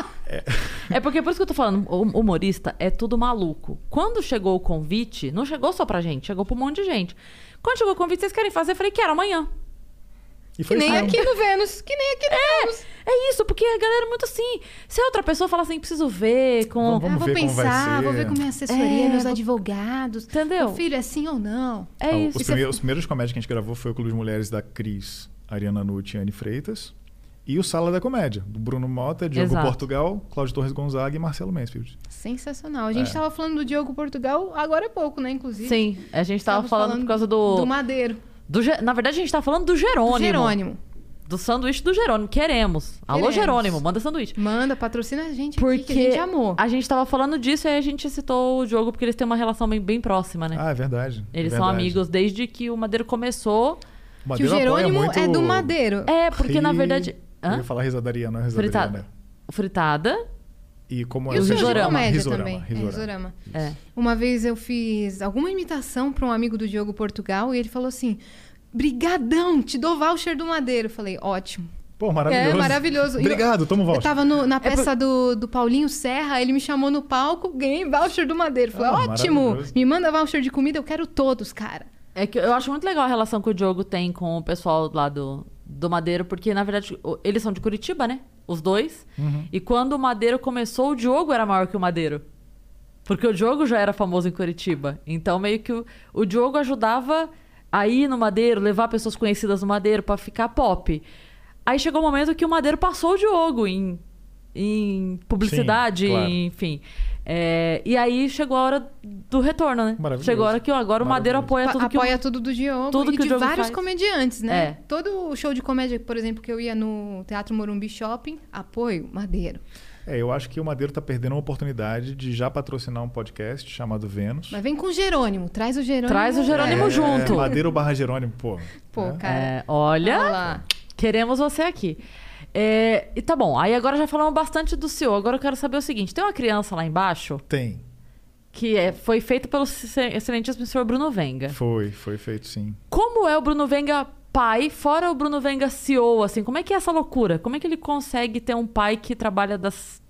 Speaker 2: É porque por isso que eu tô falando, o humorista é tudo maluco. Quando chegou o convite, não chegou só pra gente, chegou pra um monte de gente. Quando chegou o convite, vocês querem fazer? Eu falei, quero amanhã.
Speaker 4: E
Speaker 3: que
Speaker 4: foi
Speaker 3: nem
Speaker 4: isso mesmo.
Speaker 3: aqui no Vênus. Que nem aqui no Vênus.
Speaker 2: É isso, porque a galera é muito assim. Se a outra pessoa fala assim, preciso ver com...
Speaker 4: Vamos
Speaker 3: vou
Speaker 4: ver como vai
Speaker 3: pensar,
Speaker 4: ser.
Speaker 3: vou ver com minha assessoria,
Speaker 2: É,
Speaker 3: meus
Speaker 2: vou-
Speaker 3: advogados.
Speaker 2: Entendeu?
Speaker 3: Meu filho, é sim ou não?
Speaker 2: É isso.
Speaker 4: Os primeiros comédias que a gente gravou foi o Clube de Mulheres da Cris, Ariana Nutt e Anne Freitas. E o Sala da Comédia, do Bruno Mota, Diogo
Speaker 2: Exato.
Speaker 4: Portugal, Cláudio Torres Gonzaga e Marcelo Mansfield.
Speaker 3: Sensacional. A gente tava falando do Diogo Portugal agora é pouco, né? Inclusive.
Speaker 2: Sim, a gente tava
Speaker 3: Estávamos
Speaker 2: falando por causa do...
Speaker 3: Do Madeiro.
Speaker 2: Na verdade, a gente tá falando do Jerônimo.
Speaker 3: Do Jerônimo.
Speaker 2: Do sanduíche do Jerônimo. Queremos. Alô,
Speaker 3: Queremos.
Speaker 2: Jerônimo, manda sanduíche.
Speaker 3: Manda, patrocina a gente
Speaker 2: Porque
Speaker 3: aqui, que a gente amou.
Speaker 2: a gente tava falando disso e aí a gente citou o Diogo porque eles têm uma relação bem próxima, né?
Speaker 4: Ah, é verdade.
Speaker 2: Eles
Speaker 4: é
Speaker 2: são
Speaker 4: verdade.
Speaker 2: amigos desde que o Madeiro começou.
Speaker 4: O
Speaker 3: Que o
Speaker 4: Madeiro apoia
Speaker 3: Jerônimo
Speaker 4: muito
Speaker 3: é do Madeiro.
Speaker 2: É, porque na verdade...
Speaker 4: Eu
Speaker 2: Hã?
Speaker 4: ia falar risadaria, não é risadaria,
Speaker 2: Fritada.
Speaker 4: né?
Speaker 2: Fritada.
Speaker 4: E como
Speaker 3: E
Speaker 2: o
Speaker 3: o show de
Speaker 2: Risorama.
Speaker 3: comédia
Speaker 4: Risorama,
Speaker 3: também.
Speaker 4: Risorama.
Speaker 3: É, Risorama.
Speaker 2: É.
Speaker 3: Uma vez eu fiz alguma imitação para um amigo do Diogo Portugal e ele falou assim: brigadão, te dou voucher do Madeiro. Eu falei, ótimo.
Speaker 4: Pô, maravilhoso.
Speaker 3: É, maravilhoso. E
Speaker 4: Obrigado, toma o
Speaker 3: Eu
Speaker 4: voucher.
Speaker 3: tava na peça do Paulinho Serra, ele me chamou no palco, ganhei voucher do Madeiro. Falei,
Speaker 4: Ah,
Speaker 3: ótimo,
Speaker 4: maravilhoso.
Speaker 3: me manda voucher de comida, eu quero todos, cara.
Speaker 2: É que eu acho muito legal a relação que o Diogo tem com o pessoal lá do Madeiro, porque, na verdade, eles são de Curitiba, né? Os dois.
Speaker 4: Uhum.
Speaker 2: E quando o Madeiro começou, o Diogo era maior que o Madeiro. Porque o Diogo já era famoso em Curitiba. Então, meio que o Diogo ajudava a ir no Madeiro, levar pessoas conhecidas no Madeiro pra ficar pop. Aí chegou o momento que o Madeiro passou o Diogo em publicidade,
Speaker 4: Sim, claro.
Speaker 2: enfim. E aí chegou a hora do retorno, né?
Speaker 4: Maravilhoso.
Speaker 2: Chegou a hora que agora o Madeiro apoia tudo que
Speaker 3: Apoia tudo do Diogo
Speaker 2: tudo
Speaker 3: e
Speaker 2: que o
Speaker 3: de
Speaker 2: Diogo
Speaker 3: vários
Speaker 2: faz.
Speaker 3: comediantes, né?
Speaker 2: É.
Speaker 3: Todo show de comédia, por exemplo, que eu ia no Teatro Morumbi Shopping, apoio, Madeiro.
Speaker 4: Eu acho que o Madeiro tá perdendo uma oportunidade de já patrocinar um podcast chamado Vênus.
Speaker 3: Mas vem com o Jerônimo, traz o Jerônimo.
Speaker 2: Traz o Jerônimo junto.
Speaker 4: Madeiro / Jerônimo, pô.
Speaker 3: Pô,
Speaker 4: É.
Speaker 3: cara.
Speaker 2: Olha,
Speaker 3: Olha lá.
Speaker 2: queremos você aqui. E tá bom, aí agora já falamos bastante do senhor. Agora eu quero saber o seguinte: tem uma criança lá embaixo
Speaker 4: Tem.
Speaker 2: que foi feita pelo excelentíssimo senhor Bruno Venga.
Speaker 4: Foi feito sim.
Speaker 2: Como é o Bruno Venga pai, fora o Bruno Venga CEO, assim? Como é que é essa loucura? Como é que ele consegue ter um pai que trabalha das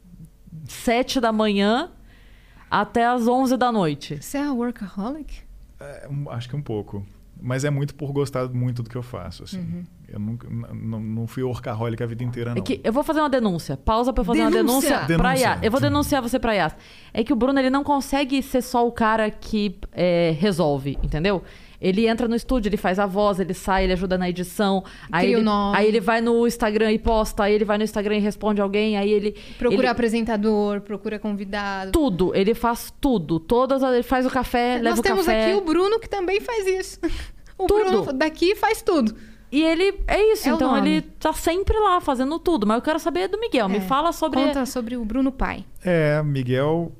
Speaker 2: 7 da manhã até as 11 da noite?
Speaker 3: Você é workaholic?
Speaker 4: Acho que um pouco. Mas é muito por gostar muito do que eu faço, assim.
Speaker 3: Uhum.
Speaker 4: Eu nunca, não fui workaholic a vida inteira, não.
Speaker 2: É que eu vou fazer uma denúncia. Pausa pra eu fazer uma denúncia
Speaker 3: Denúncia!
Speaker 2: pra
Speaker 4: Denúncia.
Speaker 2: Yas. Eu vou denunciar você pra Yas. É que o Bruno, ele não consegue ser só o cara que resolve, entendeu? Ele entra no estúdio, ele faz a voz, ele sai, ele ajuda na edição.
Speaker 3: Cria o nome.
Speaker 2: Aí ele vai no Instagram e posta, aí ele vai no Instagram e responde alguém, aí ele...
Speaker 3: Procura
Speaker 2: ele-
Speaker 3: apresentador, procura convidado.
Speaker 2: Tudo, ele faz tudo. Ele faz o café, leva
Speaker 3: Nós
Speaker 2: o
Speaker 3: temos
Speaker 2: café.
Speaker 3: aqui o Bruno que também faz isso. O
Speaker 2: Tudo.
Speaker 3: Bruno daqui faz tudo.
Speaker 2: E ele, é isso,
Speaker 3: É o
Speaker 2: então
Speaker 3: nome.
Speaker 2: ele tá sempre lá fazendo tudo. Mas eu quero saber do Miguel, me fala sobre...
Speaker 3: Conta sobre o Bruno pai.
Speaker 4: Miguel,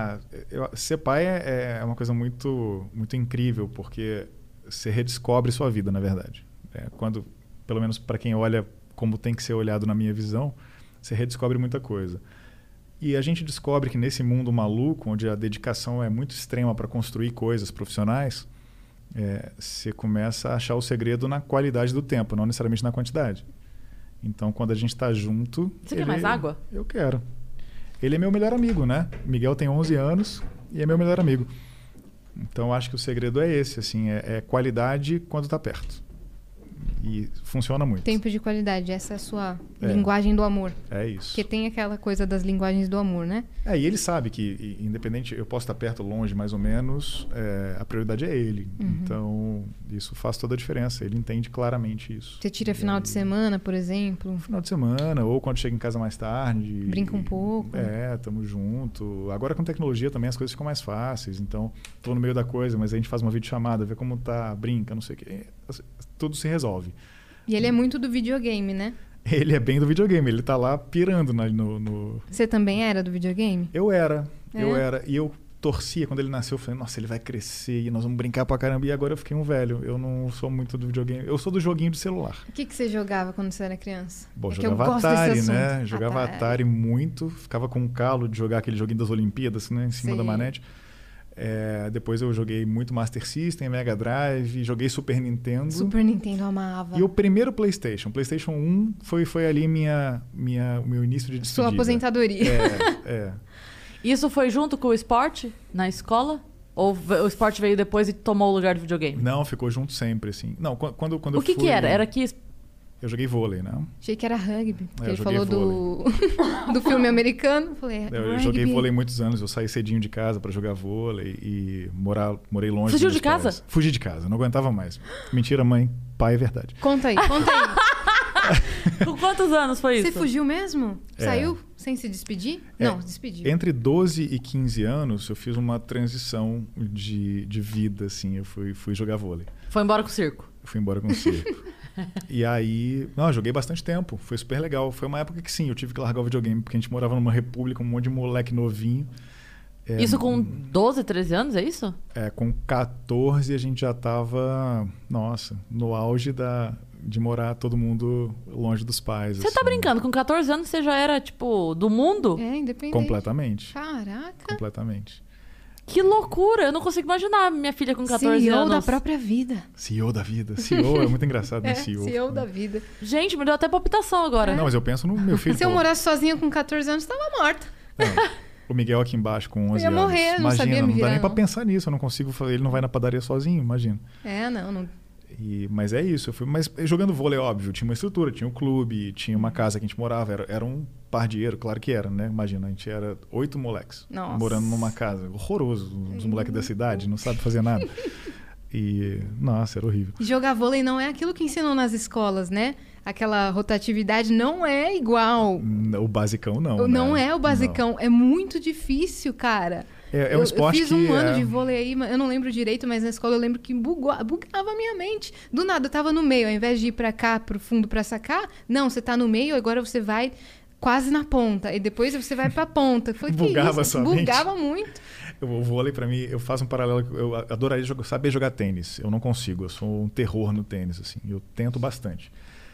Speaker 4: ser pai é uma coisa muito, muito incrível, porque você redescobre sua vida, na verdade. Quando, pelo menos para quem olha como tem que ser olhado na minha visão, você redescobre muita coisa. E a gente descobre que nesse mundo maluco, onde a dedicação é muito extrema para construir coisas profissionais, você começa a achar o segredo na qualidade do tempo, não necessariamente na quantidade. Então, quando a gente está junto...
Speaker 2: Você quer mais água?
Speaker 4: Eu quero. Ele é meu melhor amigo, né? Miguel tem 11 anos e é meu melhor amigo. Então, acho que o segredo é esse, assim, é qualidade quando está perto. E funciona muito.
Speaker 3: Tempo de qualidade, essa é a sua
Speaker 4: É.
Speaker 3: linguagem do amor.
Speaker 4: É isso.
Speaker 3: Porque tem aquela coisa das linguagens do amor, né?
Speaker 4: E ele sabe que, independente, eu posso estar perto ou longe, mais ou menos, a prioridade é ele. Então, isso faz toda a diferença. Ele entende claramente isso.
Speaker 3: Você tira
Speaker 4: E
Speaker 3: final
Speaker 4: aí,
Speaker 3: de semana, por exemplo.
Speaker 4: Final de semana, ou quando chega em casa mais tarde.
Speaker 3: Brinca um pouco.
Speaker 4: Tamo junto. Agora com tecnologia também as coisas ficam mais fáceis. Então, tô no meio da coisa, mas a gente faz uma videochamada, vê como tá, brinca, não sei o quê. Tudo se resolve.
Speaker 3: E ele é muito do videogame, né?
Speaker 4: Ele é bem do videogame, ele tá lá pirando no...
Speaker 3: Você também era do videogame?
Speaker 4: Eu era.
Speaker 3: É?
Speaker 4: E eu torcia quando ele nasceu. Eu falei, nossa, ele vai crescer e nós vamos brincar pra caramba. E agora eu fiquei um velho. Eu não sou muito do videogame. Eu sou do joguinho de celular.
Speaker 3: O que você jogava quando você era criança?
Speaker 4: Bom,
Speaker 3: É que eu
Speaker 4: jogava
Speaker 3: gosto desse
Speaker 4: Atari,
Speaker 3: assunto.
Speaker 4: né? Jogava Atari muito. Ficava com um calo de jogar aquele joguinho das Olimpíadas, né? Em cima
Speaker 3: Sei.
Speaker 4: da manete. Depois eu joguei muito Master System, Mega Drive, joguei Super Nintendo.
Speaker 3: Super Nintendo eu amava.
Speaker 4: E o primeiro PlayStation 1 foi ali o meu início de despedida.
Speaker 3: Sua aposentadoria.
Speaker 4: É.
Speaker 2: Isso foi junto com o esporte na escola? Ou o esporte veio depois e tomou o lugar do videogame?
Speaker 4: Não, ficou junto sempre, assim. Não, quando eu
Speaker 2: O que
Speaker 4: fui...
Speaker 2: que era? Era que...
Speaker 4: Eu joguei vôlei, né?
Speaker 3: Achei que era rugby. Porque
Speaker 4: Eu
Speaker 3: ele
Speaker 4: joguei
Speaker 3: falou do filme americano. Falei,
Speaker 4: Eu joguei vôlei muitos anos. Eu saí cedinho de casa pra jogar vôlei e morei longe.
Speaker 2: Fugiu
Speaker 4: dos
Speaker 2: de
Speaker 4: meus
Speaker 2: casa?
Speaker 4: pais. Fugi de casa, não aguentava mais. Mentira, mãe. Pai é verdade.
Speaker 3: Conta aí.
Speaker 2: Com quantos anos foi isso?
Speaker 3: Você fugiu mesmo?
Speaker 4: É.
Speaker 3: Saiu sem se despedir? Não, se despediu.
Speaker 4: Entre 12 e 15 anos, eu fiz uma transição de vida, assim. Eu fui jogar vôlei.
Speaker 2: Foi embora com o circo.
Speaker 4: Eu fui embora com o circo. E aí... Não, eu joguei bastante tempo. Foi super legal. Foi uma época que, sim, eu tive que largar o videogame. Porque a gente morava numa república, um monte de moleque novinho.
Speaker 2: Isso com 12, 13 anos, é isso?
Speaker 4: Com 14 a gente já tava... Nossa, no auge de morar todo mundo longe dos pais.
Speaker 2: Você tá
Speaker 4: assim.
Speaker 2: brincando? Com 14 anos você já era, tipo, do mundo?
Speaker 3: Independente.
Speaker 4: Completamente.
Speaker 3: Caraca.
Speaker 4: Completamente.
Speaker 2: Que loucura! Eu não consigo imaginar minha filha com 14
Speaker 3: CEO
Speaker 2: anos.
Speaker 3: da própria vida.
Speaker 4: CEO da vida. CEO é muito engraçado, né?
Speaker 3: CEO da vida.
Speaker 2: Gente, me deu até palpitação agora.
Speaker 4: Não, mas eu penso no meu filho.
Speaker 3: Se eu morasse sozinha com 14 anos, tava morta.
Speaker 4: O Miguel aqui embaixo com 11
Speaker 3: ia
Speaker 4: anos.
Speaker 3: morrer, não
Speaker 4: Imagina,
Speaker 3: sabia me
Speaker 4: não
Speaker 3: virar,
Speaker 4: dá nem pra
Speaker 3: não.
Speaker 4: pensar nisso. Eu não consigo fazer. Ele não vai na padaria sozinho, imagina.
Speaker 3: Não.
Speaker 4: Mas é isso. Mas jogando vôlei, óbvio, tinha uma estrutura, tinha um clube, tinha uma casa que a gente morava. Era um pardieiro, claro que era, né? Imagina, a gente era 8 moleques.
Speaker 3: Nossa.
Speaker 4: Morando numa casa. Horroroso. Os moleques da cidade, não sabem fazer nada. E, nossa, era horrível.
Speaker 3: E jogar vôlei não é aquilo que ensinam nas escolas, né? Aquela rotatividade não é igual.
Speaker 4: O basicão não.
Speaker 3: Não
Speaker 4: né?
Speaker 3: é o basicão. É muito difícil, cara.
Speaker 4: É um esporte
Speaker 3: eu fiz um
Speaker 4: que
Speaker 3: ano de vôlei aí, eu não lembro direito, mas na escola eu lembro que bugava a minha mente. Do nada, eu tava no meio, ao invés de ir pra cá, pro fundo pra sacar, não, você tá no meio, agora você vai quase na ponta, e depois você vai pra ponta. Eu falei,
Speaker 4: Bugava
Speaker 3: que isso?
Speaker 4: sua mente.
Speaker 3: Bugava muito.
Speaker 4: O vôlei, pra mim, eu faço um paralelo. Eu adoraria saber jogar tênis. Eu não consigo, eu sou um terror no tênis, assim. Eu tento bastante.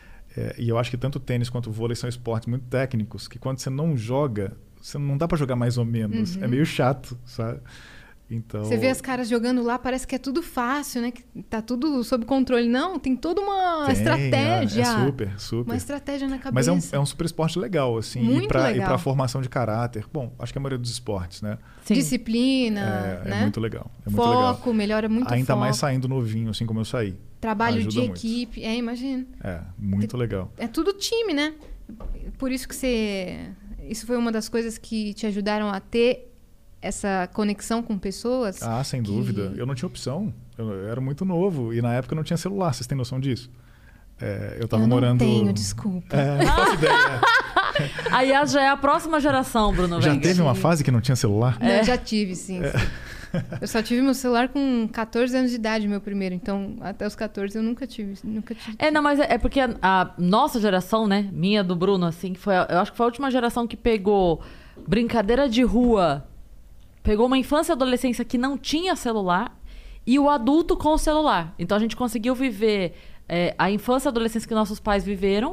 Speaker 4: E eu acho que tanto o tênis quanto o vôlei são esportes muito técnicos, que quando você não joga, você não dá pra jogar mais ou menos. É meio chato, sabe? Então...
Speaker 3: Você vê as caras jogando lá, parece que é tudo fácil, né? Que tá tudo sob controle. Não, tem toda uma estratégia.
Speaker 4: É super.
Speaker 3: Uma estratégia na cabeça.
Speaker 4: Mas é um super esporte legal, assim.
Speaker 3: Muito
Speaker 4: e
Speaker 3: legal.
Speaker 4: pra formação de caráter. Bom, acho que a maioria dos esportes, né?
Speaker 2: Sim.
Speaker 3: Disciplina, né?
Speaker 4: É muito legal. É muito
Speaker 3: Foco,
Speaker 4: legal.
Speaker 3: melhora muito o
Speaker 4: Ainda
Speaker 3: foco.
Speaker 4: mais saindo novinho, assim como eu saí.
Speaker 3: Trabalho
Speaker 4: Ajuda
Speaker 3: de
Speaker 4: muito.
Speaker 3: equipe. Imagina.
Speaker 4: Muito legal.
Speaker 3: É tudo time, né? Por isso que isso foi uma das coisas que te ajudaram a ter essa conexão com pessoas.
Speaker 4: Sem dúvida. Eu não tinha opção. Eu era muito novo. E na época eu não tinha celular. Vocês têm noção disso? Eu tava morando...
Speaker 3: Eu não tenho, desculpa.
Speaker 4: Não faço ideia.
Speaker 2: Aí já é a próxima geração, Bruno
Speaker 4: Já
Speaker 2: Wenger.
Speaker 4: teve uma fase que não tinha celular?
Speaker 3: Não, já tive, sim. Eu só tive meu celular com 14 anos de idade, meu primeiro. Então, até os 14 eu nunca tive.
Speaker 2: Não, mas é porque a nossa geração, né? Minha, do Bruno, assim, eu acho que foi a última geração que pegou brincadeira de rua, pegou uma infância e adolescência que não tinha celular e o adulto com o celular. Então a gente conseguiu viver a infância e adolescência que nossos pais viveram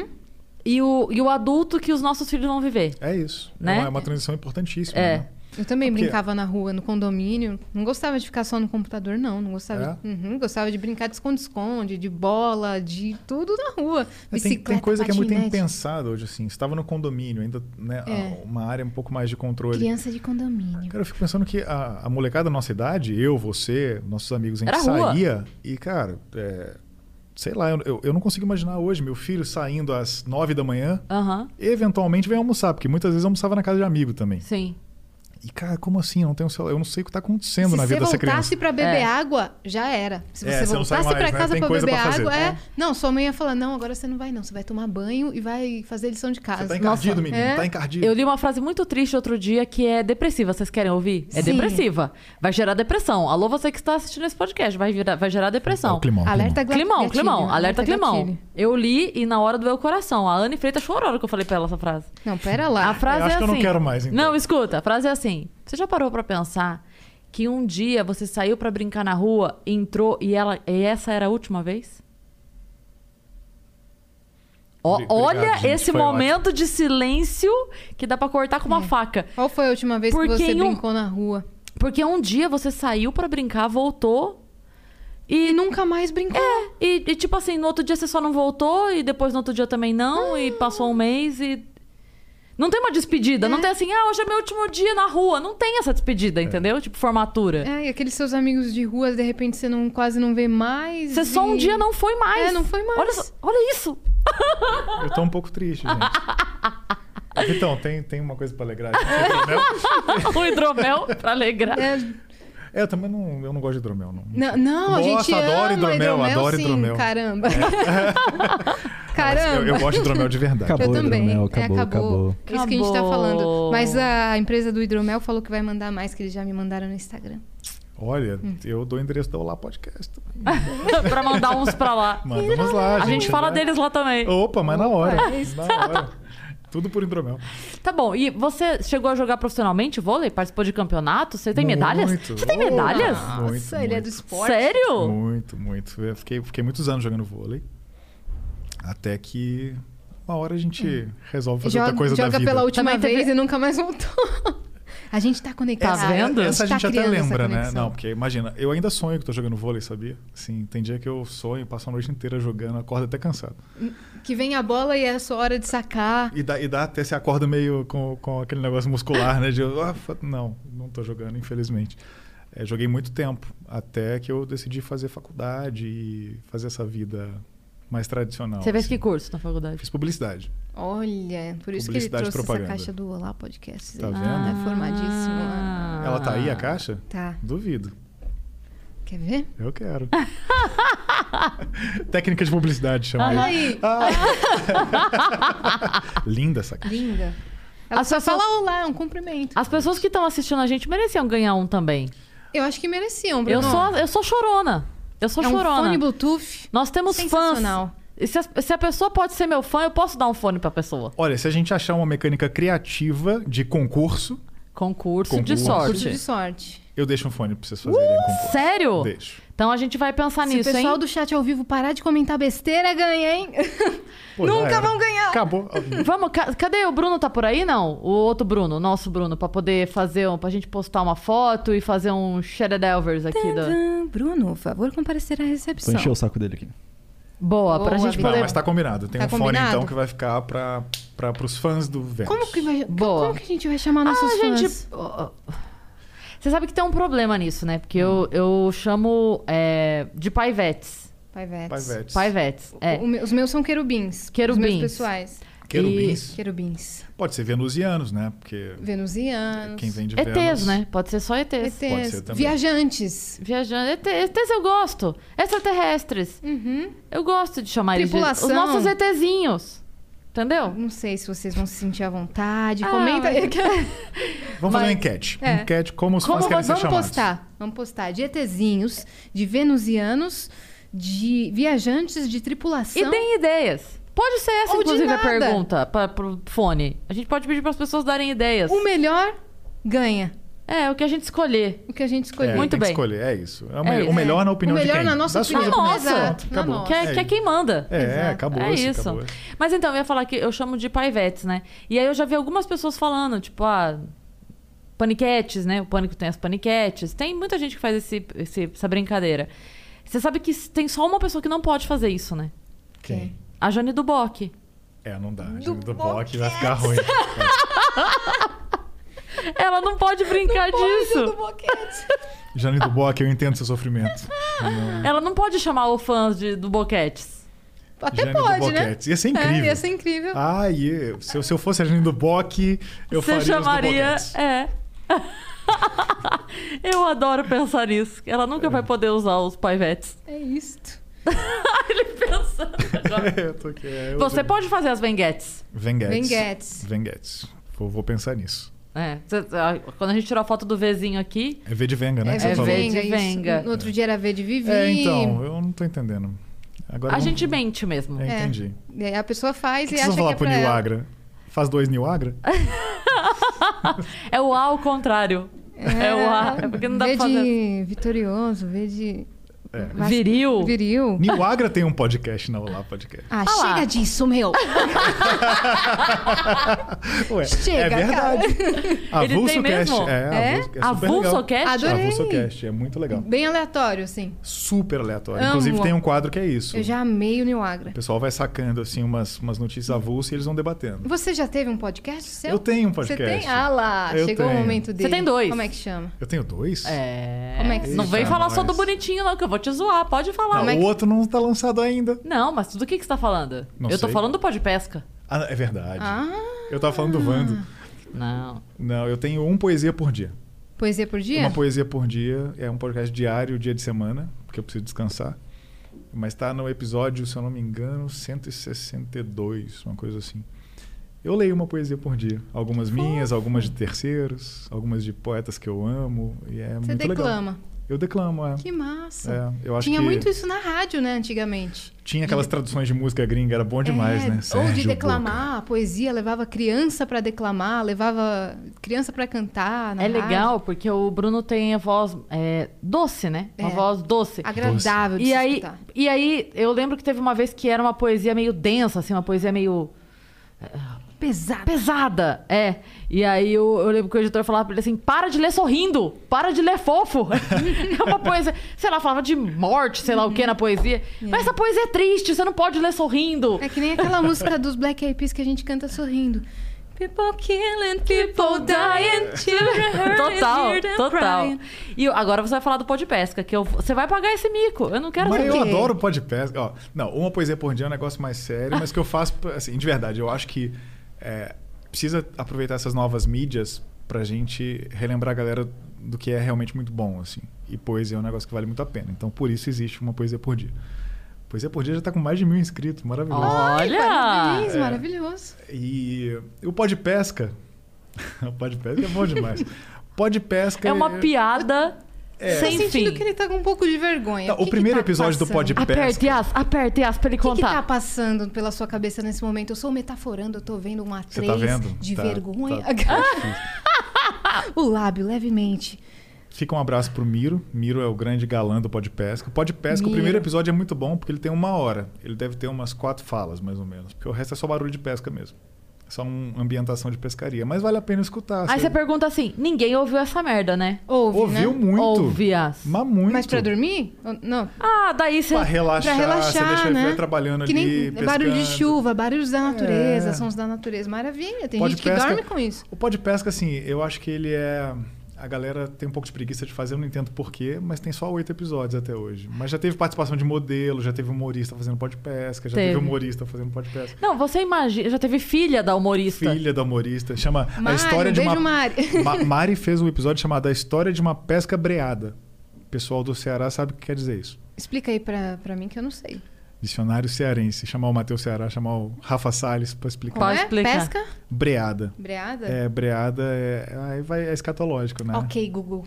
Speaker 2: e o adulto que os nossos filhos vão viver.
Speaker 4: É isso.
Speaker 2: Né?
Speaker 4: É uma transição importantíssima. Né?
Speaker 3: Eu também
Speaker 4: Porque...
Speaker 3: brincava na rua, no condomínio. Não gostava de ficar só no computador, não. Não gostava. Gostava de brincar de esconde-esconde, de bola, de tudo na rua. Bicicleta,
Speaker 4: tem coisa que é muito
Speaker 3: patinete.
Speaker 4: impensada hoje, assim. Você estava no condomínio, ainda, né, uma área um pouco mais de controle.
Speaker 3: Criança de condomínio.
Speaker 4: Cara, eu fico pensando que a molecada da nossa idade, eu, você, nossos amigos, a gente
Speaker 2: Era rua.
Speaker 4: saía e, cara, sei lá, eu não consigo imaginar hoje meu filho saindo às 9 da manhã, eventualmente vem almoçar, porque muitas vezes eu almoçava na casa de amigo também.
Speaker 2: Sim.
Speaker 4: E, cara, como assim? Eu não tenho celular. Eu não sei o que tá acontecendo na vida dessa
Speaker 3: Se você
Speaker 4: criança.
Speaker 3: voltasse pra beber água, já era. Se
Speaker 4: É,
Speaker 3: você
Speaker 4: você não sai
Speaker 3: voltasse
Speaker 4: mais,
Speaker 3: pra
Speaker 4: né?
Speaker 3: casa
Speaker 4: Tem
Speaker 3: pra
Speaker 4: coisa
Speaker 3: beber
Speaker 4: pra fazer.
Speaker 3: água, Não, sua mãe ia falar, não, agora você não vai não. Você vai tomar banho e vai fazer lição de casa.
Speaker 4: Você tá encardido, menino.
Speaker 3: É.
Speaker 4: Tá encardido.
Speaker 2: Eu li uma frase muito triste outro dia que é depressiva. Vocês querem ouvir? É
Speaker 3: Sim.
Speaker 2: depressiva. Vai gerar depressão. Alô, você que está assistindo esse podcast. Vai gerar
Speaker 4: É
Speaker 2: depressão.
Speaker 4: o climão.
Speaker 3: Alerta
Speaker 2: Climão, climão. Alerta climão.
Speaker 3: gatilho.
Speaker 2: Eu li e na hora doeu o coração. A Anne Freitas chorou na hora que eu falei pra ela essa frase.
Speaker 3: Não, pera lá.
Speaker 2: A frase
Speaker 4: Eu acho
Speaker 2: é
Speaker 4: que eu
Speaker 2: assim.
Speaker 4: não quero mais, então.
Speaker 2: Não, escuta. A frase é assim. Você já parou pra pensar que um dia você saiu pra brincar na rua, entrou e essa era a última vez?
Speaker 4: Obrigado,
Speaker 2: Olha
Speaker 4: gente,
Speaker 2: esse
Speaker 4: foi
Speaker 2: momento de silêncio que dá pra cortar com uma faca.
Speaker 3: Qual foi a última vez que
Speaker 2: Porque
Speaker 3: você
Speaker 2: em um-
Speaker 3: brincou na rua?
Speaker 2: Porque um dia você saiu pra brincar, voltou
Speaker 3: E nunca mais brincou.
Speaker 2: e tipo assim, no outro dia você só não voltou e depois no outro dia também não e passou um mês e... Não tem uma despedida, não tem assim, hoje é meu último dia na rua. Não tem essa despedida, entendeu? Tipo, formatura.
Speaker 3: E aqueles seus amigos de rua, de repente você quase não vê mais.
Speaker 2: Você só um dia não foi mais.
Speaker 3: Não foi mais.
Speaker 2: Olha isso.
Speaker 4: Eu tô um pouco triste, gente. Então, tem uma coisa pra alegrar. Gente.
Speaker 2: O hidromel pra alegrar.
Speaker 4: Eu também não gosto de hidromel, não.
Speaker 3: Não, a gente
Speaker 4: adoro
Speaker 3: ama
Speaker 4: hidromel, adoro
Speaker 3: sim,
Speaker 4: hidromel.
Speaker 3: Caramba. Caramba.
Speaker 4: Eu gosto de hidromel de verdade.
Speaker 6: Acabou
Speaker 3: Eu
Speaker 6: o
Speaker 3: também.
Speaker 6: hidromel, acabou.
Speaker 3: É isso que a gente tá
Speaker 2: Acabou.
Speaker 3: falando. Mas a empresa do hidromel falou que vai mandar mais, que eles já me mandaram no Instagram.
Speaker 4: Olha, eu dou o endereço da Olá Podcast também.
Speaker 2: Pra mandar uns pra lá.
Speaker 4: Mandamos lá,
Speaker 2: A gente fala
Speaker 4: né?
Speaker 2: deles lá também.
Speaker 4: Opa, mas na hora.
Speaker 3: é isso.
Speaker 4: Na hora. Tudo por hidromel.
Speaker 2: Tá bom. E você chegou a jogar profissionalmente vôlei? Participou de campeonato? Você tem medalhas?
Speaker 4: Muito.
Speaker 2: Você tem medalhas?
Speaker 3: Nossa, ele é do esporte.
Speaker 2: Sério?
Speaker 4: Muito. Eu fiquei muitos anos jogando vôlei. Até que uma hora a gente resolve fazer outra coisa da
Speaker 3: Joga
Speaker 4: vida.
Speaker 3: pela última
Speaker 2: Também teve-
Speaker 3: vez e nunca mais voltou. A gente tá conectado.
Speaker 2: Tá vendo?
Speaker 4: Essa a gente
Speaker 3: tá
Speaker 4: até
Speaker 3: criando essa
Speaker 4: lembra, né?
Speaker 3: conexão.
Speaker 4: Não, porque imagina, eu ainda sonho que tô jogando vôlei, sabia? Assim, tem dia que eu sonho, passo a noite inteira jogando, acordo até cansado.
Speaker 3: Que vem a bola e é a sua hora de sacar.
Speaker 4: E dá até se acorda meio com aquele negócio muscular, né? Não tô jogando, infelizmente. Joguei muito tempo, até que eu decidi fazer faculdade e fazer essa vida mais tradicional.
Speaker 2: Você fez
Speaker 4: assim.
Speaker 2: que curso na faculdade?
Speaker 4: Fiz publicidade.
Speaker 3: Olha, por isso que ele
Speaker 4: Publicidade e
Speaker 3: trouxe essa
Speaker 4: propaganda.
Speaker 3: caixa do Olá Podcast.
Speaker 4: Tá
Speaker 3: aí.
Speaker 4: vendo?
Speaker 3: É formadíssimo.
Speaker 4: Ela tá aí, a caixa?
Speaker 3: Tá.
Speaker 4: Duvido.
Speaker 3: Quer ver?
Speaker 4: Eu quero. Técnica de publicidade, chama
Speaker 3: Olha
Speaker 4: aí.
Speaker 3: aí.
Speaker 4: Linda essa caixa.
Speaker 3: Linda. Ela
Speaker 2: As
Speaker 3: só
Speaker 2: pessoas-
Speaker 3: fala olá, é um cumprimento.
Speaker 2: As pessoas que estão assistindo a gente mereciam ganhar um também.
Speaker 3: Eu acho que mereciam, Bruno.
Speaker 2: Eu sou chorona. Eu sou
Speaker 3: É um
Speaker 2: chorona.
Speaker 3: fone Bluetooth.
Speaker 2: Nós temos fãs.
Speaker 3: Sensacional.
Speaker 2: E se a pessoa pode ser meu fã, eu posso dar um fone pra pessoa.
Speaker 4: Olha, se a gente achar uma mecânica criativa de concurso,
Speaker 2: Concurso de
Speaker 4: Concurso.
Speaker 2: sorte.
Speaker 3: Curso de sorte.
Speaker 4: eu deixo um fone pra vocês fazerem concurso.
Speaker 2: Sério?
Speaker 4: Deixo.
Speaker 2: Então a gente vai pensar
Speaker 3: Se
Speaker 2: nisso,
Speaker 3: o pessoal
Speaker 2: hein?
Speaker 3: do chat ao vivo parar de comentar besteira, ganha, hein?
Speaker 4: Pô, já
Speaker 3: Nunca
Speaker 4: era.
Speaker 3: vão ganhar.
Speaker 4: Acabou.
Speaker 2: Vamos, cadê o Bruno? Tá por aí, não? O outro Bruno, nosso Bruno, pra poder fazer pra gente postar uma foto e fazer um Shadowdelvers aqui.
Speaker 3: Bruno, por favor, comparecer à
Speaker 6: Vou
Speaker 3: recepção.
Speaker 6: encher o saco dele aqui.
Speaker 2: Boa, pra
Speaker 3: Boa,
Speaker 2: gente
Speaker 3: Bruno.
Speaker 4: Não,
Speaker 2: poder...
Speaker 4: mas tá combinado. Tem
Speaker 3: Tá
Speaker 4: um fone,
Speaker 3: combinado?
Speaker 4: então, que vai ficar pros fãs do Vênus.
Speaker 3: Como que vai...
Speaker 2: Boa.
Speaker 3: Como que a gente vai chamar nossos fãs?
Speaker 2: gente... Você sabe que tem um problema nisso, né? Porque eu chamo de paivetes.
Speaker 3: Paivetes.
Speaker 4: Paivetes.
Speaker 2: Paivetes,
Speaker 3: Os meus são querubins.
Speaker 2: Querubins.
Speaker 3: Os meus pessoais.
Speaker 4: Querubins.
Speaker 3: Querubins.
Speaker 4: Pode ser venusianos, né? porque
Speaker 3: Venusianos.
Speaker 4: quem vem de
Speaker 2: ETs,
Speaker 4: Vênus...
Speaker 2: né? Pode ser só ETs.
Speaker 4: Pode
Speaker 3: ETs.
Speaker 4: ser também.
Speaker 3: Viajantes.
Speaker 2: Viajando. ETs eu gosto. Extraterrestres. Eu gosto de chamar eles de...
Speaker 3: Tripulação.
Speaker 2: Os nossos ETzinhos. Entendeu?
Speaker 3: Não sei se vocês vão se sentir à vontade.
Speaker 2: Ah,
Speaker 3: Comenta aí.
Speaker 4: Vamos fazer uma enquete.
Speaker 3: É.
Speaker 4: Enquete como os fãs querem ser
Speaker 3: Vamos
Speaker 4: chamados.
Speaker 3: postar. Vamos postar de ETzinhos, de venusianos, de viajantes, de tripulação.
Speaker 2: E deem ideias. Pode ser essa,
Speaker 3: Ou de
Speaker 2: inclusive, a
Speaker 3: nada.
Speaker 2: pergunta pro fone. A gente pode pedir para as pessoas darem ideias.
Speaker 3: O melhor ganha.
Speaker 2: O que a gente escolher.
Speaker 3: O que a gente escolheu.
Speaker 2: Muito
Speaker 4: tem
Speaker 2: bem.
Speaker 4: que escolher, é isso.
Speaker 2: É isso.
Speaker 4: O melhor na opinião
Speaker 3: O melhor
Speaker 4: de quem?
Speaker 3: na nossa
Speaker 4: Das suas
Speaker 3: opinião.
Speaker 4: opiniões.
Speaker 2: Nossa.
Speaker 4: Pronto,
Speaker 3: Na
Speaker 4: acabou.
Speaker 3: nossa.
Speaker 2: Que é quem manda.
Speaker 4: É, acabou.
Speaker 2: É isso.
Speaker 4: Acabou.
Speaker 2: Mas então, eu ia falar que eu chamo de paivetes, né? E aí eu já vi algumas pessoas falando, tipo, paniquetes, né? O Pânico tem as paniquetes. Tem muita gente que faz essa brincadeira. Você sabe que tem só uma pessoa que não pode fazer isso, né?
Speaker 4: Quem?
Speaker 2: A Jane do Bock.
Speaker 4: Não dá. Do Bock vai ficar ruim.
Speaker 2: Ela não pode brincar disso.
Speaker 4: Jane do Bock, eu entendo seu sofrimento.
Speaker 2: Ela não pode chamar o fãs do Boquetes.
Speaker 3: Até
Speaker 4: Jane do
Speaker 3: pode, né?
Speaker 4: Boquete. Ia ser incrível.
Speaker 3: Ia ser incrível.
Speaker 4: Se eu fosse a Jane do Bock, eu
Speaker 2: Você
Speaker 4: faria
Speaker 2: chamaria.
Speaker 4: os do Boquetes.
Speaker 2: Eu adoro pensar nisso. Ela nunca vai poder usar os paivetes.
Speaker 3: É isto.
Speaker 2: Ele pensando agora.
Speaker 4: Eu tô aqui,
Speaker 2: Você pode fazer as venguetes.
Speaker 3: Venguetes.
Speaker 4: Vou pensar nisso.
Speaker 2: Quando a gente tirou a foto do Vzinho aqui...
Speaker 4: É V de Venga, né?
Speaker 3: É
Speaker 4: que você
Speaker 3: V de
Speaker 4: falou.
Speaker 3: Venga,
Speaker 2: de Venga.
Speaker 3: isso. No outro dia era V de Vivi.
Speaker 4: Então, eu não tô entendendo. Agora
Speaker 2: A gente mente mesmo.
Speaker 4: Entendi.
Speaker 3: E aí a pessoa faz
Speaker 4: O que
Speaker 3: e
Speaker 4: vocês
Speaker 3: acha
Speaker 4: vão
Speaker 3: que
Speaker 4: falar
Speaker 3: é
Speaker 4: pro
Speaker 3: pra ela.
Speaker 4: Niagra? Faz 2 Niagra?
Speaker 2: É o A ao contrário. É o A. É porque não dá
Speaker 3: V
Speaker 2: pra fazer...
Speaker 3: de vitorioso, V de...
Speaker 2: Viril.
Speaker 3: Viril.
Speaker 4: Niagra tem um podcast na Olá Podcast.
Speaker 3: Ah,
Speaker 2: lá.
Speaker 3: chega disso, meu.
Speaker 4: Ué,
Speaker 3: Chega,
Speaker 4: é verdade.
Speaker 2: Ele tem mesmo?
Speaker 4: Cast.
Speaker 3: É?
Speaker 4: É super legal.
Speaker 2: Avulsocast?
Speaker 3: Adorei.
Speaker 4: Avulsocast, é muito legal.
Speaker 3: Bem aleatório, assim.
Speaker 4: Super aleatório.
Speaker 3: Amo.
Speaker 4: Inclusive tem um quadro que é isso.
Speaker 3: Eu já amei o Niagra.
Speaker 4: O pessoal vai sacando assim umas notícias avulsas e eles vão debatendo.
Speaker 3: Você já teve um podcast seu?
Speaker 4: Eu tenho um podcast.
Speaker 3: Você tem? Ah lá,
Speaker 4: Eu
Speaker 3: chegou o
Speaker 4: tenho.
Speaker 3: momento dele.
Speaker 2: Você tem 2.
Speaker 3: Como é que chama?
Speaker 4: Eu tenho 2?
Speaker 3: Como é que
Speaker 2: Não
Speaker 3: se
Speaker 2: vem
Speaker 4: chama?
Speaker 2: falar só do
Speaker 4: Nós.
Speaker 2: bonitinho, não, que eu vou te zoar. Pode falar.
Speaker 4: O outro não tá lançado ainda.
Speaker 2: Não, mas do que você tá falando?
Speaker 4: Não
Speaker 2: eu tô
Speaker 4: sei.
Speaker 2: falando do Pó de Pesca.
Speaker 4: Ah, é verdade.
Speaker 3: Ah,
Speaker 4: Eu tava falando do Vando.
Speaker 2: Não.
Speaker 4: Não, eu tenho um poesia por dia.
Speaker 3: poesia por dia?
Speaker 4: Uma poesia por dia. É um podcast diário, dia de semana, porque eu preciso descansar. Mas tá no episódio, se eu não me engano, 162, uma coisa assim. Eu leio uma poesia por dia. Algumas minhas, algumas de terceiros, algumas de poetas que eu amo. E é
Speaker 3: Você
Speaker 4: muito legal.
Speaker 3: declama.
Speaker 4: Eu declamo, é.
Speaker 3: Que massa.
Speaker 4: É, eu acho
Speaker 3: Tinha
Speaker 4: que
Speaker 3: muito isso na rádio, né, antigamente.
Speaker 4: tinha aquelas traduções de música gringa, era bom demais, né?
Speaker 3: Ou de
Speaker 4: Sérgio
Speaker 3: declamar, a poesia levava criança pra declamar, levava criança pra cantar na
Speaker 2: É
Speaker 3: rádio.
Speaker 2: legal, porque o Bruno tem a voz doce, né? Uma
Speaker 3: É.
Speaker 2: voz doce.
Speaker 3: Agradável de
Speaker 2: E
Speaker 3: se
Speaker 2: aí,
Speaker 3: escutar.
Speaker 2: e aí, eu lembro que teve uma vez que era uma poesia meio densa, assim, uma poesia meio
Speaker 3: Pesado.
Speaker 2: pesada. É. E aí eu lembro que o editor falava pra ele assim: para de ler sorrindo, para de ler fofo. É uma poesia, sei lá, falava de morte, sei lá o que na poesia. Mas essa poesia é triste, você não pode ler sorrindo.
Speaker 3: É que nem aquela música dos Black Eyed Peas que a gente canta sorrindo. People killing, people dying, children hurting, children
Speaker 2: Total.
Speaker 3: crying.
Speaker 2: E agora você vai falar do Pó de Pesca, que você vai pagar esse mico. Eu não quero
Speaker 4: Mas
Speaker 2: saber.
Speaker 4: eu adoro podcast. Ó, não, uma poesia por dia é um negócio mais sério, mas que eu faço, assim, de verdade. Eu acho que precisa aproveitar essas novas mídias pra gente relembrar a galera do que é realmente muito bom, assim. E poesia é um negócio que vale muito a pena. Então, por isso existe uma poesia por dia. Poesia por dia já tá com mais de 1.000 inscritos. Maravilhoso.
Speaker 2: Olha!
Speaker 3: Parabéns, maravilhoso.
Speaker 4: E o Pó de Pesca... o Pó de Pesca é bom demais. Pó de Pesca...
Speaker 2: É uma piada
Speaker 3: Tô
Speaker 2: sem
Speaker 3: sentindo
Speaker 2: fim.
Speaker 3: que ele tá com um pouco de vergonha.
Speaker 4: Não,
Speaker 3: O que
Speaker 4: o primeiro
Speaker 3: que tá
Speaker 4: episódio do
Speaker 3: passando?
Speaker 4: Pó de Pesca...
Speaker 2: Aperte as pra ele
Speaker 3: O que tá
Speaker 2: contar.
Speaker 3: passando pela sua cabeça nesse momento? Eu sou metaforando, eu tô vendo uma
Speaker 4: Você
Speaker 3: atriz
Speaker 4: tá vendo?
Speaker 3: de
Speaker 4: Tá-
Speaker 3: vergonha.
Speaker 4: tá difícil.
Speaker 3: O lábio, levemente.
Speaker 4: Fica um abraço pro Miro. Miro é o grande galã do Pó de Pesca. O Pó de Pesca, o
Speaker 3: Miro.
Speaker 4: primeiro episódio é muito bom porque ele tem 1 hora. Ele deve ter umas 4 falas, mais ou menos. Porque o resto é só barulho de pesca mesmo. É só uma ambientação de pescaria. Mas vale a pena escutar.
Speaker 2: Aí você pergunta assim: ninguém ouviu essa merda, né?
Speaker 4: Ouviu
Speaker 3: né?
Speaker 4: muito.
Speaker 2: Ouve-as.
Speaker 4: Mas muito.
Speaker 3: Mas pra dormir? Não.
Speaker 2: Ah, daí você.
Speaker 4: Pra relaxar,
Speaker 3: Pra relaxar,
Speaker 4: você deixa ele
Speaker 3: né?
Speaker 4: vai trabalhando
Speaker 3: Que
Speaker 4: ali,
Speaker 3: nem
Speaker 4: pescando.
Speaker 3: barulho de chuva, barulhos da natureza,
Speaker 4: É.
Speaker 3: sons da natureza. Maravilha. Tem
Speaker 4: Pó
Speaker 3: gente
Speaker 4: de
Speaker 3: que
Speaker 4: pesca-
Speaker 3: dorme com isso.
Speaker 4: O Pó de Pesca, assim, eu acho que ele é... A galera tem um pouco de preguiça de fazer, eu não entendo porquê, mas tem só 8 episódios até hoje. Mas já teve participação de modelo, já teve humorista fazendo Pó de Pesca, já teve humorista fazendo Pó de Pesca.
Speaker 2: Não, você imagina. Já teve filha da humorista.
Speaker 4: Filha da humorista. Chama A
Speaker 3: Mari,
Speaker 4: História de
Speaker 3: beijo,
Speaker 4: uma...
Speaker 3: Mari.
Speaker 4: Mari fez um episódio chamado A História de uma Pesca Breada. O pessoal do Ceará sabe o que quer dizer isso.
Speaker 3: Explica aí pra mim que eu não sei.
Speaker 4: Dicionário cearense. Chamar o Matheus Ceará, chamar o Rafa Salles pra explicar.
Speaker 3: Como
Speaker 2: Pode
Speaker 3: é?
Speaker 2: explicar.
Speaker 3: Pesca?
Speaker 4: Breada.
Speaker 3: Breada?
Speaker 4: Breada é escatológico, né?
Speaker 3: Ok, Google.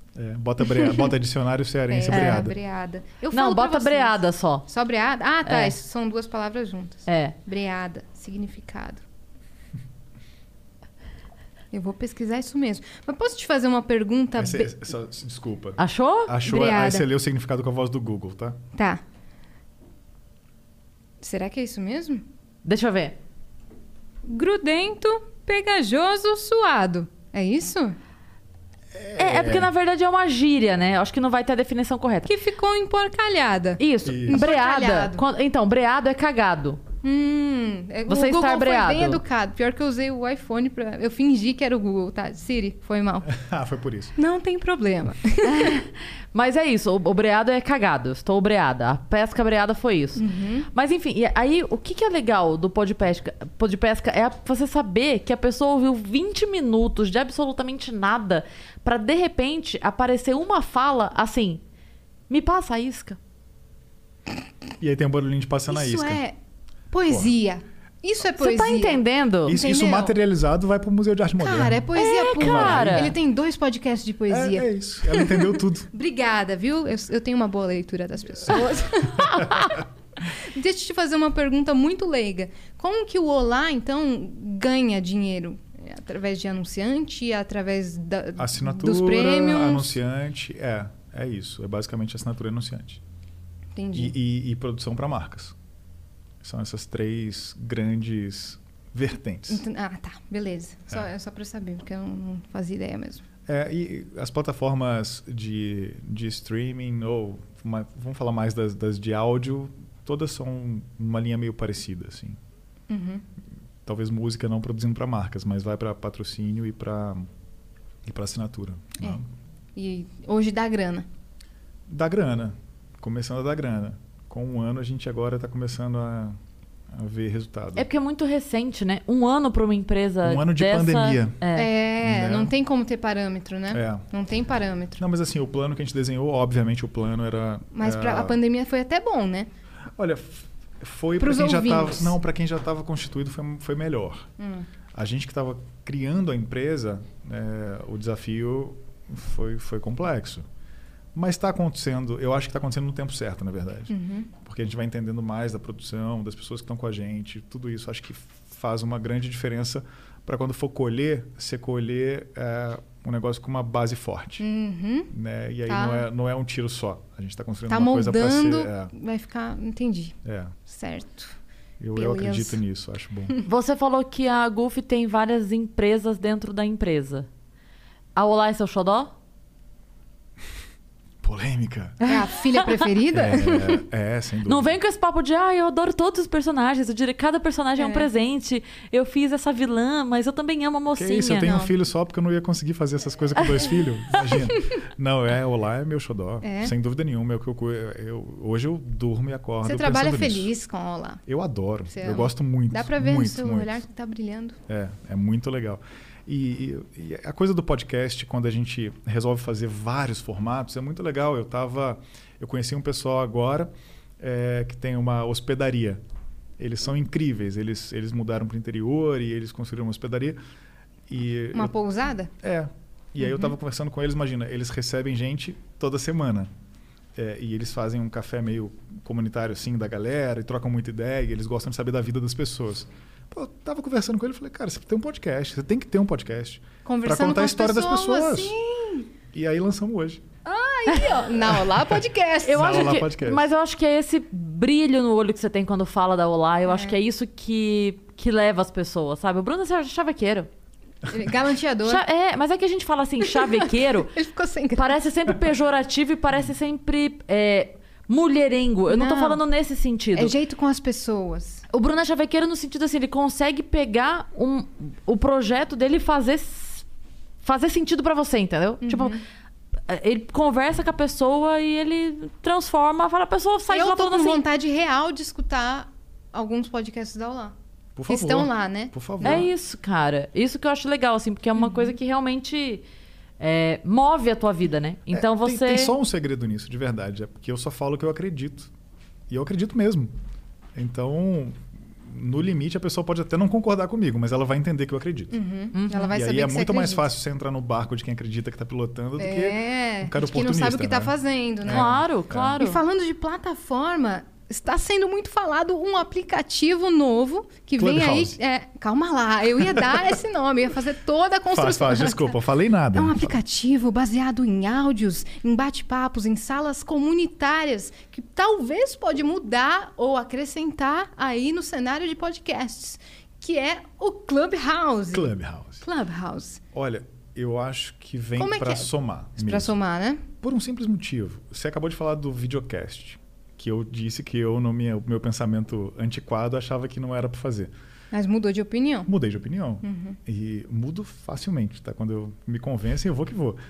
Speaker 4: Bota dicionário cearense, breada.
Speaker 3: Breada. Eu
Speaker 2: Não,
Speaker 3: falo pra
Speaker 2: bota
Speaker 3: vocês.
Speaker 2: breada só.
Speaker 3: Só breada? Ah, tá.
Speaker 2: É.
Speaker 3: Isso são duas palavras juntas.
Speaker 2: É.
Speaker 3: Breada. Significado. Eu vou pesquisar isso mesmo. Mas posso te fazer uma pergunta?
Speaker 4: Desculpa.
Speaker 2: Achou?
Speaker 4: Achou?
Speaker 3: Breada.
Speaker 4: Aí você leu o significado com a voz do Google, tá?
Speaker 3: Tá. Será que é isso mesmo?
Speaker 2: Deixa eu ver.
Speaker 3: Grudento, pegajoso, suado. É isso?
Speaker 2: É porque na verdade é uma gíria, né? Acho que não vai ter a definição correta.
Speaker 3: Que ficou emporcalhada.
Speaker 2: Isso.
Speaker 4: Isso.
Speaker 2: Breada.
Speaker 3: Emporcalhado.
Speaker 2: Então, breado é cagado. Você
Speaker 3: o Google
Speaker 2: está breado.
Speaker 3: foi bem educado. Pior que eu usei o iPhone pra... Eu fingi que era o Google, tá? Siri, foi mal.
Speaker 4: Ah, foi por isso.
Speaker 3: Não tem problema.
Speaker 2: Mas é isso, o breado é cagado. Eu estou breada. A pesca breada foi isso. Mas enfim, e aí o que é legal do Podpesca é você saber que a pessoa ouviu 20 minutos de absolutamente nada pra de repente aparecer uma fala assim: me passa a isca.
Speaker 4: E aí tem um barulhinho de passando a
Speaker 3: Isso
Speaker 4: isca.
Speaker 3: é poesia. Isso é
Speaker 2: Você
Speaker 3: poesia.
Speaker 2: tá entendendo?
Speaker 4: Isso
Speaker 3: Entendeu?
Speaker 4: materializado vai pro Museu de Arte Moderna.
Speaker 3: Cara, é poesia pura.
Speaker 2: cara.
Speaker 3: Ele tem 2 podcasts de poesia.
Speaker 4: É isso. Ela entendeu tudo.
Speaker 3: Obrigada, viu? Eu tenho uma boa leitura das pessoas. Deixa eu te fazer uma pergunta muito leiga. Como que o Olá, então, ganha dinheiro? Através de anunciante? Através
Speaker 4: Assinatura,
Speaker 3: dos prêmios?
Speaker 4: anunciante. É isso. É basicamente assinatura e anunciante.
Speaker 3: Entendi.
Speaker 4: E produção para marcas. São essas 3 grandes vertentes.
Speaker 3: Tá. Beleza. É só pra eu saber, porque eu não fazia ideia mesmo.
Speaker 4: E as plataformas de streaming, ou vamos falar mais das de áudio, todas são uma linha meio parecida, assim. Talvez música não produzindo para marcas, mas vai para patrocínio e para assinatura. Né?
Speaker 3: E hoje dá grana.
Speaker 4: Dá grana. Começando a dar grana. Com 1 ano a gente agora está começando a ver resultado.
Speaker 2: É porque é muito recente, né? 1 ano para uma empresa
Speaker 4: 1 ano de
Speaker 2: dessa...
Speaker 4: pandemia.
Speaker 3: Né?
Speaker 2: É.
Speaker 3: Não tem como ter parâmetro, né? Não tem parâmetro.
Speaker 4: Não, mas assim, o plano que a gente desenhou, obviamente o plano era...
Speaker 3: Mas a pandemia foi até bom, né?
Speaker 4: Olha, foi para quem já estava... Não, para quem já estava constituído foi melhor. A gente que estava criando a empresa, o desafio foi complexo. Mas está acontecendo, eu acho que está acontecendo no tempo certo, na verdade. Porque a gente vai entendendo mais da produção, das pessoas que estão com a gente, tudo isso acho que faz uma grande diferença para quando for colher, você colher um negócio com uma base forte. Né? E aí não é um tiro só. A gente está construindo uma coisa para ser...
Speaker 3: vai ficar... Entendi.
Speaker 4: É.
Speaker 3: Certo.
Speaker 4: Eu acredito nisso, acho bom.
Speaker 2: Você falou que a Guf tem várias empresas dentro da empresa. A Olá é seu xodó?
Speaker 4: Polêmica.
Speaker 3: É a filha preferida?
Speaker 4: Sem dúvida.
Speaker 2: Não vem com esse papo de eu adoro todos os personagens, eu diria cada personagem é um presente. Eu fiz essa vilã, mas eu também amo a mocinha.
Speaker 4: Que isso, eu tenho um filho só porque eu não ia conseguir fazer essas coisas com 2 filhos. Imagina. Não, Olá é meu xodó. Sem dúvida nenhuma. Hoje eu durmo e acordo.
Speaker 3: Você trabalha feliz com o Olá.
Speaker 4: Eu adoro.
Speaker 3: Você
Speaker 4: eu gosto muito.
Speaker 3: Dá pra ver
Speaker 4: muito,
Speaker 3: no seu olhar que tá brilhando.
Speaker 4: É muito legal. E a coisa do podcast, quando a gente resolve fazer vários formatos, é muito legal. Eu conheci um pessoal agora que tem uma hospedaria. Eles são incríveis. Eles mudaram para o interior e eles construíram uma hospedaria.
Speaker 3: Uma pousada?
Speaker 4: E aí eu estava conversando com eles. Imagina, eles recebem gente toda semana. E eles fazem um café meio comunitário assim da galera e trocam muita ideia. E eles gostam de saber da vida das pessoas. Eu tava conversando com ele e falei, cara, você tem um podcast, você tem que ter um podcast para contar a história das pessoas.
Speaker 3: Sim.
Speaker 4: E aí lançamos hoje.
Speaker 3: Aí, ó, na Olá Podcast.
Speaker 2: Mas eu acho que é esse brilho no olho que você tem quando fala da Olá, eu acho que é isso que leva as pessoas, sabe? O Bruno é chavequeiro.
Speaker 3: Galanteador.
Speaker 2: Mas é que a gente fala assim, chavequeiro,
Speaker 3: Ele ficou sem graça.
Speaker 2: parece sempre pejorativo e parece sempre mulherengo. Eu não tô falando nesse sentido.
Speaker 3: É jeito com as pessoas.
Speaker 2: O Bruno é chavequeiro no sentido assim, ele consegue pegar o projeto dele e fazer sentido pra você, entendeu? Tipo, ele conversa com a pessoa e ele transforma, a pessoa sai de lá falando assim.
Speaker 3: Eu tô com vontade real de escutar alguns podcasts da Olá.
Speaker 4: Por favor.
Speaker 3: Que estão lá, né?
Speaker 4: Por favor.
Speaker 2: É isso, cara. Isso que eu acho legal, assim, porque é uma coisa que realmente move a tua vida, né? Então você...
Speaker 4: Tem só um segredo nisso, de verdade. É porque eu só falo o que eu acredito. E eu acredito mesmo. Então, no limite, a pessoa pode até não concordar comigo, mas ela vai entender que eu acredito.
Speaker 3: Ela vai
Speaker 4: E
Speaker 3: saber
Speaker 4: aí é
Speaker 3: que
Speaker 4: muito
Speaker 3: você
Speaker 4: mais
Speaker 3: acredita.
Speaker 4: fácil você entrar no barco de quem acredita que está pilotando do que um cara
Speaker 3: de quem
Speaker 4: oportunista.
Speaker 3: não sabe o que tá
Speaker 4: né?
Speaker 3: fazendo, né?
Speaker 2: Claro, claro.
Speaker 3: E falando de plataforma, está sendo muito falado um aplicativo novo que vem aí...
Speaker 4: Clubhouse.
Speaker 3: Calma lá, eu ia dar esse nome, eu ia fazer toda a construção.
Speaker 4: Faz, desculpa, eu falei nada.
Speaker 3: É um aplicativo baseado em áudios, em bate-papos, em salas comunitárias, que talvez pode mudar ou acrescentar aí no cenário de podcasts, que é o Clubhouse. Clubhouse.
Speaker 4: Olha, eu acho que vem para somar.
Speaker 3: Para somar, né?
Speaker 4: Por um simples motivo. Você acabou de falar do videocast, que eu disse que eu, no meu pensamento antiquado, achava que não era para fazer.
Speaker 3: Mas mudou de opinião.
Speaker 4: Mudei de opinião. E mudo facilmente, tá? Quando eu me convencem, eu vou que vou.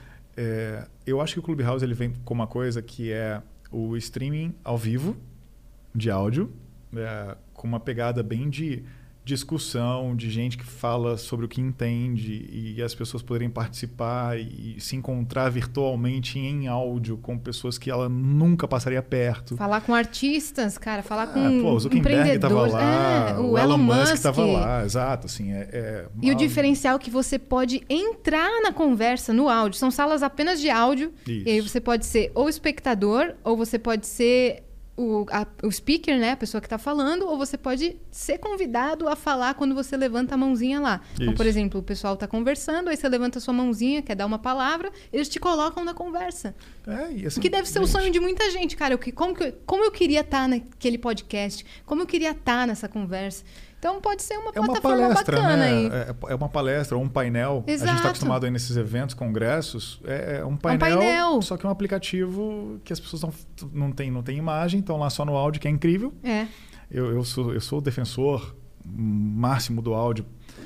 Speaker 4: Eu acho que o Clubhouse ele vem com uma coisa que é o streaming ao vivo, de áudio, com uma pegada bem de discussão, de gente que fala sobre o que entende e as pessoas poderem participar e se encontrar virtualmente em áudio com pessoas que ela nunca passaria perto.
Speaker 3: Falar com artistas, cara, falar com
Speaker 4: o Zuckerberg estava
Speaker 3: empreendedores.
Speaker 4: lá, o Elon Musk estava lá, exato. Assim,
Speaker 3: E o diferencial é que você pode entrar na conversa no áudio. São salas apenas de áudio.
Speaker 4: Isso.
Speaker 3: E aí você pode ser ou espectador, ou você pode ser o speaker, né? A pessoa que está falando, ou você pode ser convidado a falar quando você levanta a mãozinha lá. Então, por exemplo, o pessoal está conversando, aí você levanta a sua mãozinha, quer dar uma palavra, eles te colocam na conversa.
Speaker 4: E assim,
Speaker 3: que deve ser o sonho de muita gente, cara. Como eu queria estar naquele podcast, como eu queria estar nessa conversa. Então pode ser uma plataforma
Speaker 4: palestra,
Speaker 3: bacana
Speaker 4: né?
Speaker 3: aí.
Speaker 4: É uma palestra ou um painel.
Speaker 3: Exato.
Speaker 4: A gente está acostumado aí nesses eventos, congressos. É um painel, só que é um aplicativo que as pessoas não tem imagem, estão lá só no áudio, que é incrível. Eu sou o defensor máximo do áudio.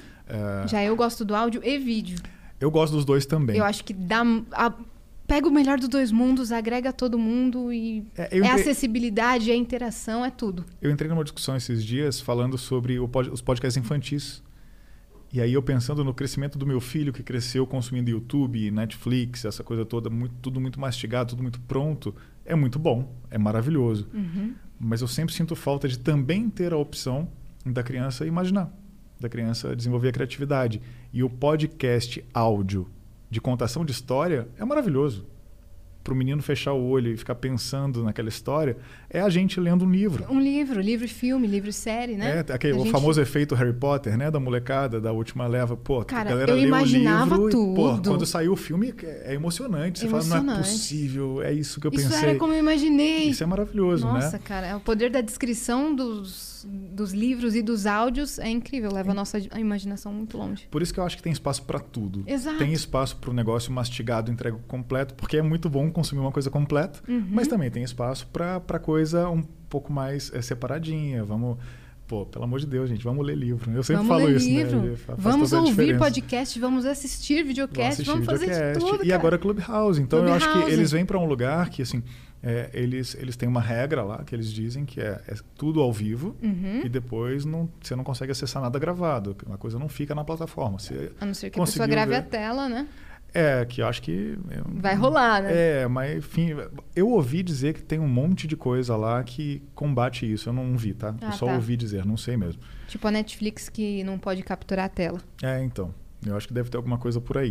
Speaker 3: Já eu gosto do áudio e vídeo.
Speaker 4: Eu gosto dos dois também.
Speaker 3: Eu acho que pega o melhor dos dois mundos, agrega todo mundo e acessibilidade, é interação, é tudo.
Speaker 4: Eu entrei numa discussão esses dias falando sobre os podcasts infantis. E aí eu pensando no crescimento do meu filho, que cresceu consumindo YouTube, Netflix, essa coisa toda, tudo muito mastigado, tudo muito pronto. É muito bom, é maravilhoso. Mas eu sempre sinto falta de também ter a opção da criança imaginar, da criança desenvolver a criatividade. E o podcast áudio de contação de história é maravilhoso. Para o menino fechar o olho e ficar pensando naquela história, é a gente lendo um livro.
Speaker 3: Um livro e filme, livro e série, né?
Speaker 4: O famoso efeito Harry Potter, né? Da molecada, da última leva. Pô,
Speaker 3: cara,
Speaker 4: a galera
Speaker 3: eu
Speaker 4: lê
Speaker 3: imaginava
Speaker 4: o livro
Speaker 3: tudo.
Speaker 4: E, quando saiu o filme, é emocionante. Você fala, não é possível, é isso que eu pensei.
Speaker 3: Isso era como eu imaginei.
Speaker 4: Isso é maravilhoso,
Speaker 3: Nossa,
Speaker 4: né?
Speaker 3: cara, o poder da descrição dos livros e dos áudios é incrível. Leva a nossa imaginação muito longe.
Speaker 4: Por isso que eu acho que tem espaço para tudo.
Speaker 3: Exato.
Speaker 4: Tem espaço para o negócio mastigado, entregue completo, porque é muito bom consumir uma coisa completa, mas também tem espaço para coisa um pouco mais separadinha. Vamos... Pô, pelo amor de Deus, gente, vamos ler livro. Eu sempre falo isso, né?
Speaker 3: Vamos ouvir podcast, vamos assistir videocast, vamos fazer de tudo,
Speaker 4: E agora Clubhouse. Então eu acho que eles vêm para um lugar que, assim, eles têm uma regra lá que eles dizem que é tudo ao vivo e depois você não consegue acessar nada gravado. A coisa não fica na plataforma.
Speaker 3: A não ser que a pessoa grave a tela, né?
Speaker 4: Que eu acho que...
Speaker 3: Vai rolar, né?
Speaker 4: Mas enfim, eu ouvi dizer que tem um monte de coisa lá que combate isso. Eu não vi, tá? Eu só ouvi dizer, não sei mesmo.
Speaker 3: Tipo a Netflix que não pode capturar a tela.
Speaker 4: Então. Eu acho que deve ter alguma coisa por aí.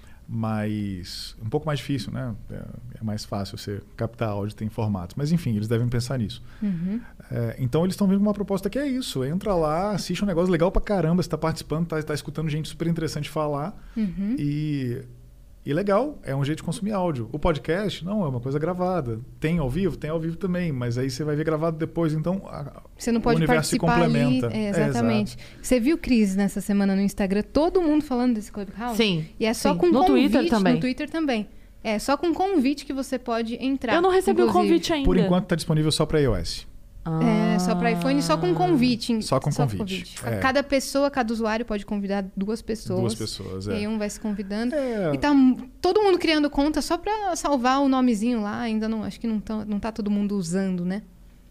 Speaker 4: Mas um pouco mais difícil, né? É mais fácil você captar áudio, tem formatos. Mas enfim, eles devem pensar nisso. Então eles estão vindo com uma proposta que é isso. Entra lá, assiste um negócio legal pra caramba. Você tá participando, tá escutando gente super interessante falar. E legal, é um jeito de consumir áudio. O podcast, não, é uma coisa gravada. Tem ao vivo também, mas aí você vai ver gravado depois, então
Speaker 3: você não pode
Speaker 4: o universo se complementa.
Speaker 3: Ali, exatamente. Você viu, Cris, nessa semana no Instagram, todo mundo falando desse Clubhouse?
Speaker 2: Sim.
Speaker 3: E é só com
Speaker 2: no
Speaker 3: convite,
Speaker 2: Twitter também.
Speaker 3: No Twitter também. É só com convite que você pode entrar.
Speaker 2: Eu não recebi o convite ainda.
Speaker 4: Por enquanto está disponível só para iOS.
Speaker 3: Só para iPhone, só com convite.
Speaker 4: Só com convite.
Speaker 3: Cada pessoa, cada usuário pode convidar 2 pessoas.
Speaker 4: 2 pessoas,
Speaker 3: E aí um vai se convidando. E tá todo mundo criando conta só para salvar o nomezinho lá. Ainda não, acho que não tá todo mundo usando, né?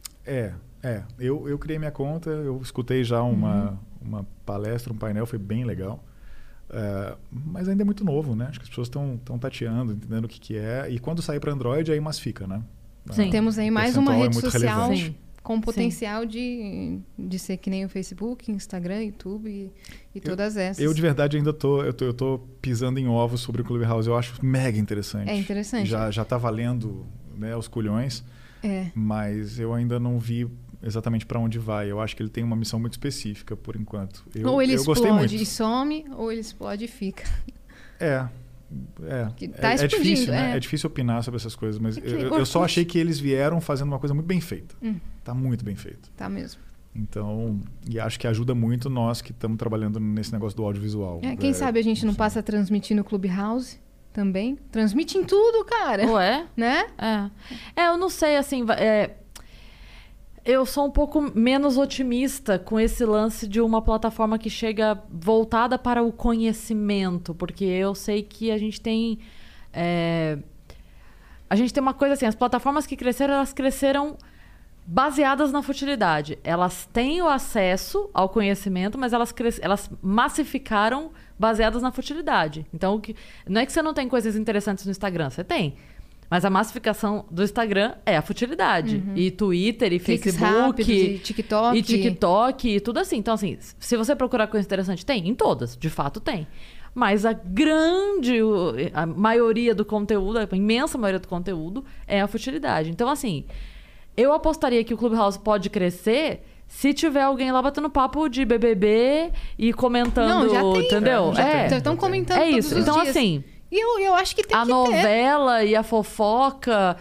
Speaker 4: Eu criei minha conta, eu escutei já uma palestra, um painel, foi bem legal. Mas ainda é muito novo, né? Acho que as pessoas estão tateando, entendendo o que é. E quando sair para Android, aí massifica, né?
Speaker 3: Sim. Temos aí mais uma rede social com potencial
Speaker 2: Sim.
Speaker 3: de ser que nem o Facebook, Instagram, YouTube e todas essas.
Speaker 4: Eu de verdade ainda tô pisando em ovos sobre o Clubhouse. Eu acho mega interessante.
Speaker 3: É interessante.
Speaker 4: Já tá valendo, né, os culhões. Mas eu ainda não vi exatamente para onde vai. Eu acho que ele tem uma missão muito específica por enquanto.
Speaker 3: Ou ele
Speaker 4: explode
Speaker 3: e some, ou ele explode e fica.
Speaker 4: É difícil, né? É difícil opinar sobre essas coisas, mas eu só achei que eles vieram fazendo uma coisa muito bem feita. Tá muito bem feito.
Speaker 3: Tá mesmo.
Speaker 4: Então, e acho que ajuda muito nós que estamos trabalhando nesse negócio do audiovisual.
Speaker 3: Quem sabe a gente não passa a transmitir no Clubhouse também? Transmite em tudo, cara.
Speaker 2: Ué?
Speaker 3: Né?
Speaker 2: Eu não sei, assim... Eu sou um pouco menos otimista com esse lance de uma plataforma que chega voltada para o conhecimento, porque eu sei que a gente tem... A gente tem uma coisa assim, as plataformas que cresceram, elas cresceram baseadas na futilidade. Elas têm o acesso ao conhecimento, mas elas massificaram baseadas na futilidade. Então, não é que você não tem coisas interessantes no Instagram, você tem. Mas a massificação do Instagram é a futilidade. E Twitter, e
Speaker 3: Cliques
Speaker 2: Facebook,
Speaker 3: rápidos, e TikTok.
Speaker 2: e TikTok, e tudo assim. Então, assim, se você procurar coisa interessante, tem? Em todas, de fato tem. Mas a maioria do conteúdo, a imensa maioria do conteúdo é a futilidade. Então, assim, eu apostaria que o Clubhouse pode crescer se tiver alguém lá batendo papo de BBB e comentando,
Speaker 3: Não, já tem.
Speaker 2: entendeu?
Speaker 3: Já estão comentando
Speaker 2: É
Speaker 3: todos
Speaker 2: isso.
Speaker 3: os
Speaker 2: Então,
Speaker 3: dias.
Speaker 2: assim...
Speaker 3: E eu acho que tem
Speaker 2: a
Speaker 3: que ter.
Speaker 2: novela e a fofoca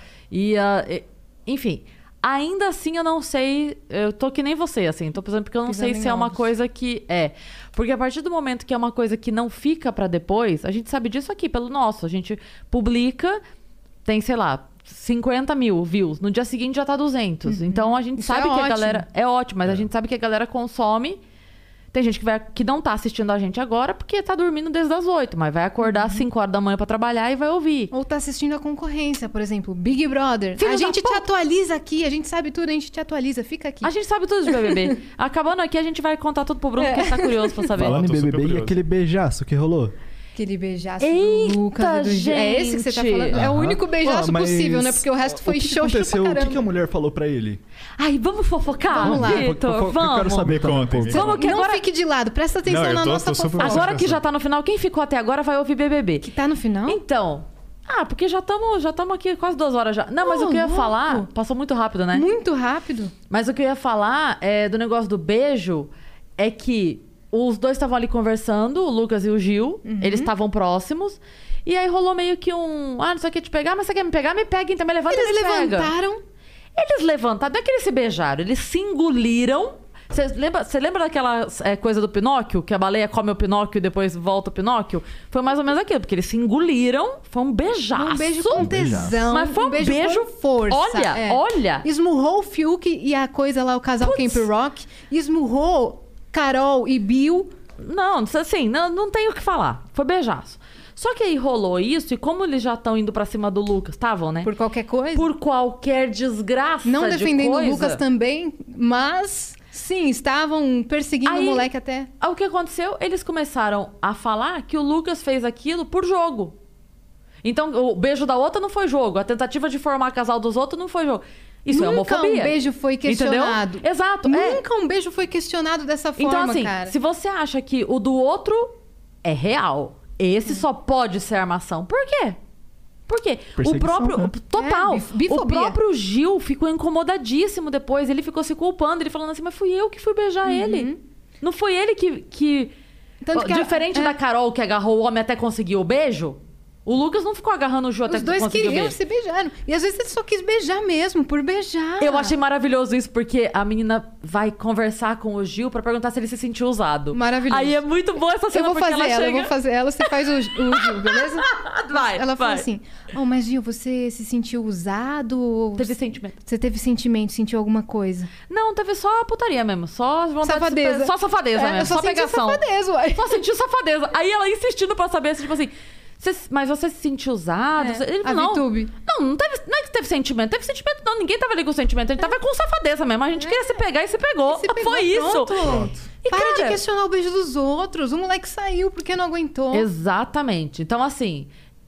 Speaker 2: enfim, ainda assim eu não sei, eu tô que nem você, assim, tô pensando porque eu não
Speaker 3: Pisando
Speaker 2: sei
Speaker 3: em
Speaker 2: se é uma
Speaker 3: ovos.
Speaker 2: coisa que porque a partir do momento que é uma coisa que não fica pra depois, a gente sabe disso aqui pelo nosso, a gente publica, tem, sei lá, 50 mil views, no dia seguinte já tá 200, então a gente
Speaker 3: Isso
Speaker 2: sabe
Speaker 3: é
Speaker 2: que a
Speaker 3: ótimo.
Speaker 2: galera, é ótimo, mas a gente sabe que a galera consome. Tem gente que não tá assistindo a gente agora porque tá dormindo desde as 8, mas vai acordar às 5 horas da manhã pra trabalhar e vai ouvir.
Speaker 3: Ou tá assistindo a concorrência, por exemplo, Big Brother.
Speaker 2: Filho
Speaker 3: a
Speaker 2: da
Speaker 3: gente te
Speaker 2: puta.
Speaker 3: atualiza aqui, a gente sabe tudo, a gente te atualiza, fica aqui.
Speaker 2: A gente sabe tudo de BBB. Acabando aqui, a gente vai contar tudo pro Bruno, porque ele tá curioso pra saber.
Speaker 6: Falando em
Speaker 4: tô super
Speaker 6: BBB, e
Speaker 4: curioso.
Speaker 6: aquele beijaço que rolou?
Speaker 3: Aquele beijaço
Speaker 2: Eita,
Speaker 3: do Lucas e do Gil. É esse que você tá
Speaker 2: gente.
Speaker 3: falando? É o
Speaker 6: Aham.
Speaker 3: único beijaço
Speaker 6: Mas
Speaker 3: possível, né? Porque o resto foi
Speaker 6: o que
Speaker 3: xoxo
Speaker 6: aconteceu?
Speaker 3: pra
Speaker 6: O
Speaker 3: caramba.
Speaker 6: que a mulher falou pra ele?
Speaker 2: Ai, vamos fofocar,
Speaker 3: Vamos lá.
Speaker 2: Vitor,
Speaker 6: Eu
Speaker 2: vamos.
Speaker 6: quero saber
Speaker 4: Me
Speaker 6: também um
Speaker 4: contem,
Speaker 6: pouco.
Speaker 4: me
Speaker 2: Vamos que
Speaker 3: Não
Speaker 2: agora...
Speaker 3: fique de lado, presta atenção
Speaker 4: Não, eu
Speaker 3: na
Speaker 4: tô
Speaker 3: nossa
Speaker 4: super
Speaker 3: fofoca.
Speaker 2: Agora que já tá no final, quem ficou até agora vai ouvir BBB.
Speaker 3: Que tá no final?
Speaker 2: Então... porque já estamos aqui quase 2 horas já. Não, mas o que eu ia
Speaker 3: louco.
Speaker 2: falar... Passou muito rápido, né?
Speaker 3: Muito rápido.
Speaker 2: Mas o que eu ia falar do negócio do beijo é que os dois estavam ali conversando, o Lucas e o Gil. Eles estavam próximos. E aí rolou meio que não sei o que te pegar, mas você quer me pegar? Me pega, então me levanta e
Speaker 3: Eles
Speaker 2: me pega.
Speaker 3: levantaram.
Speaker 2: Eles levantaram, não é que eles se beijaram, eles se engoliram. Você lembra daquela coisa do Pinóquio? Que a baleia come o Pinóquio e depois volta o Pinóquio? Foi mais ou menos aquilo, porque eles se engoliram. Foi um beijaço.
Speaker 3: Um beijo com tesão.
Speaker 2: Mas foi um beijo
Speaker 3: com força.
Speaker 2: Olha.
Speaker 3: Esmurrou o Fiuk e a coisa lá, o casal
Speaker 2: Putz.
Speaker 3: Camp Rock. Esmurrou Carol e Bill.
Speaker 2: Não, assim, não tem o que falar. Foi beijaço. Só que aí rolou isso, e como eles já estão indo pra cima do Lucas, estavam, né?
Speaker 3: Por qualquer coisa.
Speaker 2: Por qualquer desgraça
Speaker 3: Não
Speaker 2: de
Speaker 3: defendendo
Speaker 2: coisa.
Speaker 3: o Lucas também, mas sim, estavam perseguindo
Speaker 2: Aí-
Speaker 3: o moleque até.
Speaker 2: O que aconteceu? Eles começaram a falar que o Lucas fez aquilo por jogo. Então, o beijo da outra não foi jogo. A tentativa de formar casal dos outros não foi jogo. Isso é
Speaker 3: Nunca
Speaker 2: homofobia.
Speaker 3: um beijo foi questionado.
Speaker 2: Entendeu? Exato.
Speaker 3: Nunca um beijo foi questionado dessa forma,
Speaker 2: Então, assim,
Speaker 3: cara.
Speaker 2: se você acha que o do outro é real, esse só pode ser armação. Por quê? Por quê? O
Speaker 6: Perseguição,
Speaker 2: próprio...
Speaker 6: né?
Speaker 2: Total.
Speaker 3: Bifobia.
Speaker 2: O próprio Gil ficou incomodadíssimo depois. Ele ficou se culpando. Ele falando assim, mas fui eu que fui beijar ele. Não foi ele que...
Speaker 3: Tanto que
Speaker 2: Diferente da Carol, que agarrou o homem até conseguir o beijo, o Lucas não ficou agarrando o Gil até
Speaker 3: Os dois
Speaker 2: conseguir o
Speaker 3: queriam
Speaker 2: beijo.
Speaker 3: se beijar. E às vezes ele só quis beijar mesmo, por beijar.
Speaker 2: Eu achei maravilhoso isso, porque a menina vai conversar com o Gil pra perguntar se ele se sentiu usado.
Speaker 3: Maravilhoso.
Speaker 2: Aí é muito boa essa
Speaker 3: Eu
Speaker 2: cena,
Speaker 3: vou
Speaker 2: porque
Speaker 3: fazer
Speaker 2: ela
Speaker 3: ela,
Speaker 2: chega...
Speaker 3: eu vou fazer ela, você faz o Gil, beleza?
Speaker 2: Vai,
Speaker 3: Ela falou
Speaker 2: vai.
Speaker 3: assim: mas Gil, você se sentiu usado?
Speaker 2: Teve sentimento.
Speaker 3: Você teve sentimento, sentiu alguma coisa?
Speaker 2: Não, teve só putaria mesmo. Só vontade
Speaker 3: Safadeza.
Speaker 2: De... Só safadeza
Speaker 3: É,
Speaker 2: mesmo.
Speaker 3: eu só senti
Speaker 2: pegação.
Speaker 3: safadeza, uai.
Speaker 2: Só sentiu safadeza. Aí ela insistindo pra saber, assim, tipo assim... Mas você se sentiu usado? Ele
Speaker 3: a
Speaker 2: falou, não.
Speaker 3: Vitube.
Speaker 2: Não é que teve sentimento. Teve sentimento, não. Ninguém tava ali com sentimento. A gente tava com safadeza mesmo. A gente queria se pegar e se pegou.
Speaker 3: Se pegou,
Speaker 2: Foi isso.
Speaker 3: pronto.
Speaker 2: E,
Speaker 3: Para
Speaker 2: cara,
Speaker 3: de questionar o beijo dos outros. O moleque saiu porque não aguentou.
Speaker 2: Exatamente. Então, assim,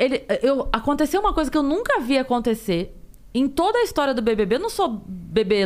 Speaker 2: aconteceu uma coisa que eu nunca vi acontecer em toda a história do BBB. Eu não sou bebê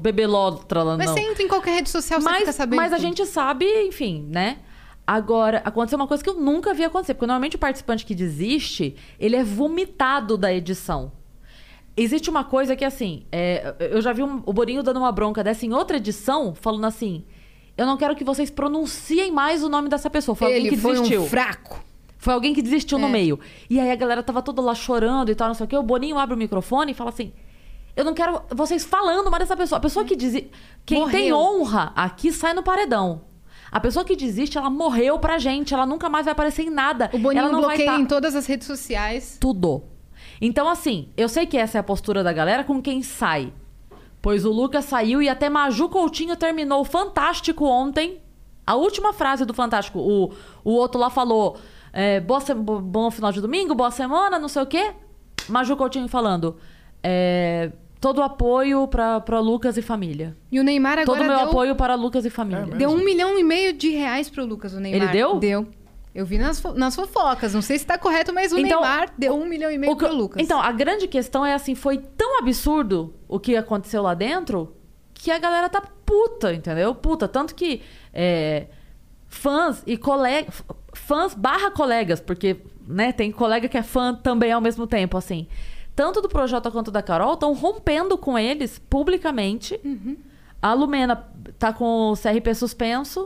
Speaker 2: lolo,
Speaker 3: Mas
Speaker 2: não.
Speaker 3: você entra em qualquer rede social, você fica sabendo.
Speaker 2: Mas a
Speaker 3: tudo.
Speaker 2: gente sabe, enfim, né? Agora, aconteceu uma coisa que eu nunca vi acontecer. Porque normalmente o participante que desiste, ele é vomitado da edição. Existe uma coisa que, assim... eu já vi o Boninho dando uma bronca dessa em outra edição, falando assim... Eu não quero que vocês pronunciem mais o nome dessa pessoa. Foi alguém que
Speaker 3: foi
Speaker 2: desistiu.
Speaker 3: um fraco.
Speaker 2: Foi alguém que desistiu no meio. E aí a galera tava toda lá chorando e tal, não sei o quê. O Boninho abre o microfone e fala assim... Eu não quero vocês falando mais dessa pessoa. A pessoa que desiste... Quem
Speaker 3: Morreu.
Speaker 2: tem honra aqui sai no paredão. A pessoa que desiste, ela morreu pra gente. Ela nunca mais vai aparecer em nada.
Speaker 3: O Boninho
Speaker 2: ela não
Speaker 3: bloqueia
Speaker 2: vai
Speaker 3: em todas as redes sociais.
Speaker 2: tudo. Então, assim, eu sei que essa é a postura da galera com quem sai. Pois o Lucas saiu e até Maju Coutinho terminou o Fantástico ontem. A última frase do Fantástico. O outro lá falou... bom final de domingo, boa semana, não sei o quê. Maju Coutinho falando... todo o apoio para Lucas e família.
Speaker 3: E o Neymar agora
Speaker 2: todo o meu apoio para Lucas e família.
Speaker 3: Deu R$1,5 milhão de reais pro Lucas, o Neymar.
Speaker 2: Ele deu?
Speaker 3: Deu. Eu vi nas fofocas. Não sei se tá correto, mas o Neymar deu R$1,5 milhão pro Lucas.
Speaker 2: Então, a grande questão é assim, foi tão absurdo o que aconteceu lá dentro que a galera tá puta, entendeu? Puta. Tanto que fãs e colegas... Fãs / colegas, porque né, tem colega que é fã também ao mesmo tempo, assim... Tanto do Projota quanto da Carol estão rompendo com eles publicamente. Uhum. A Lumena tá com o CRP suspenso.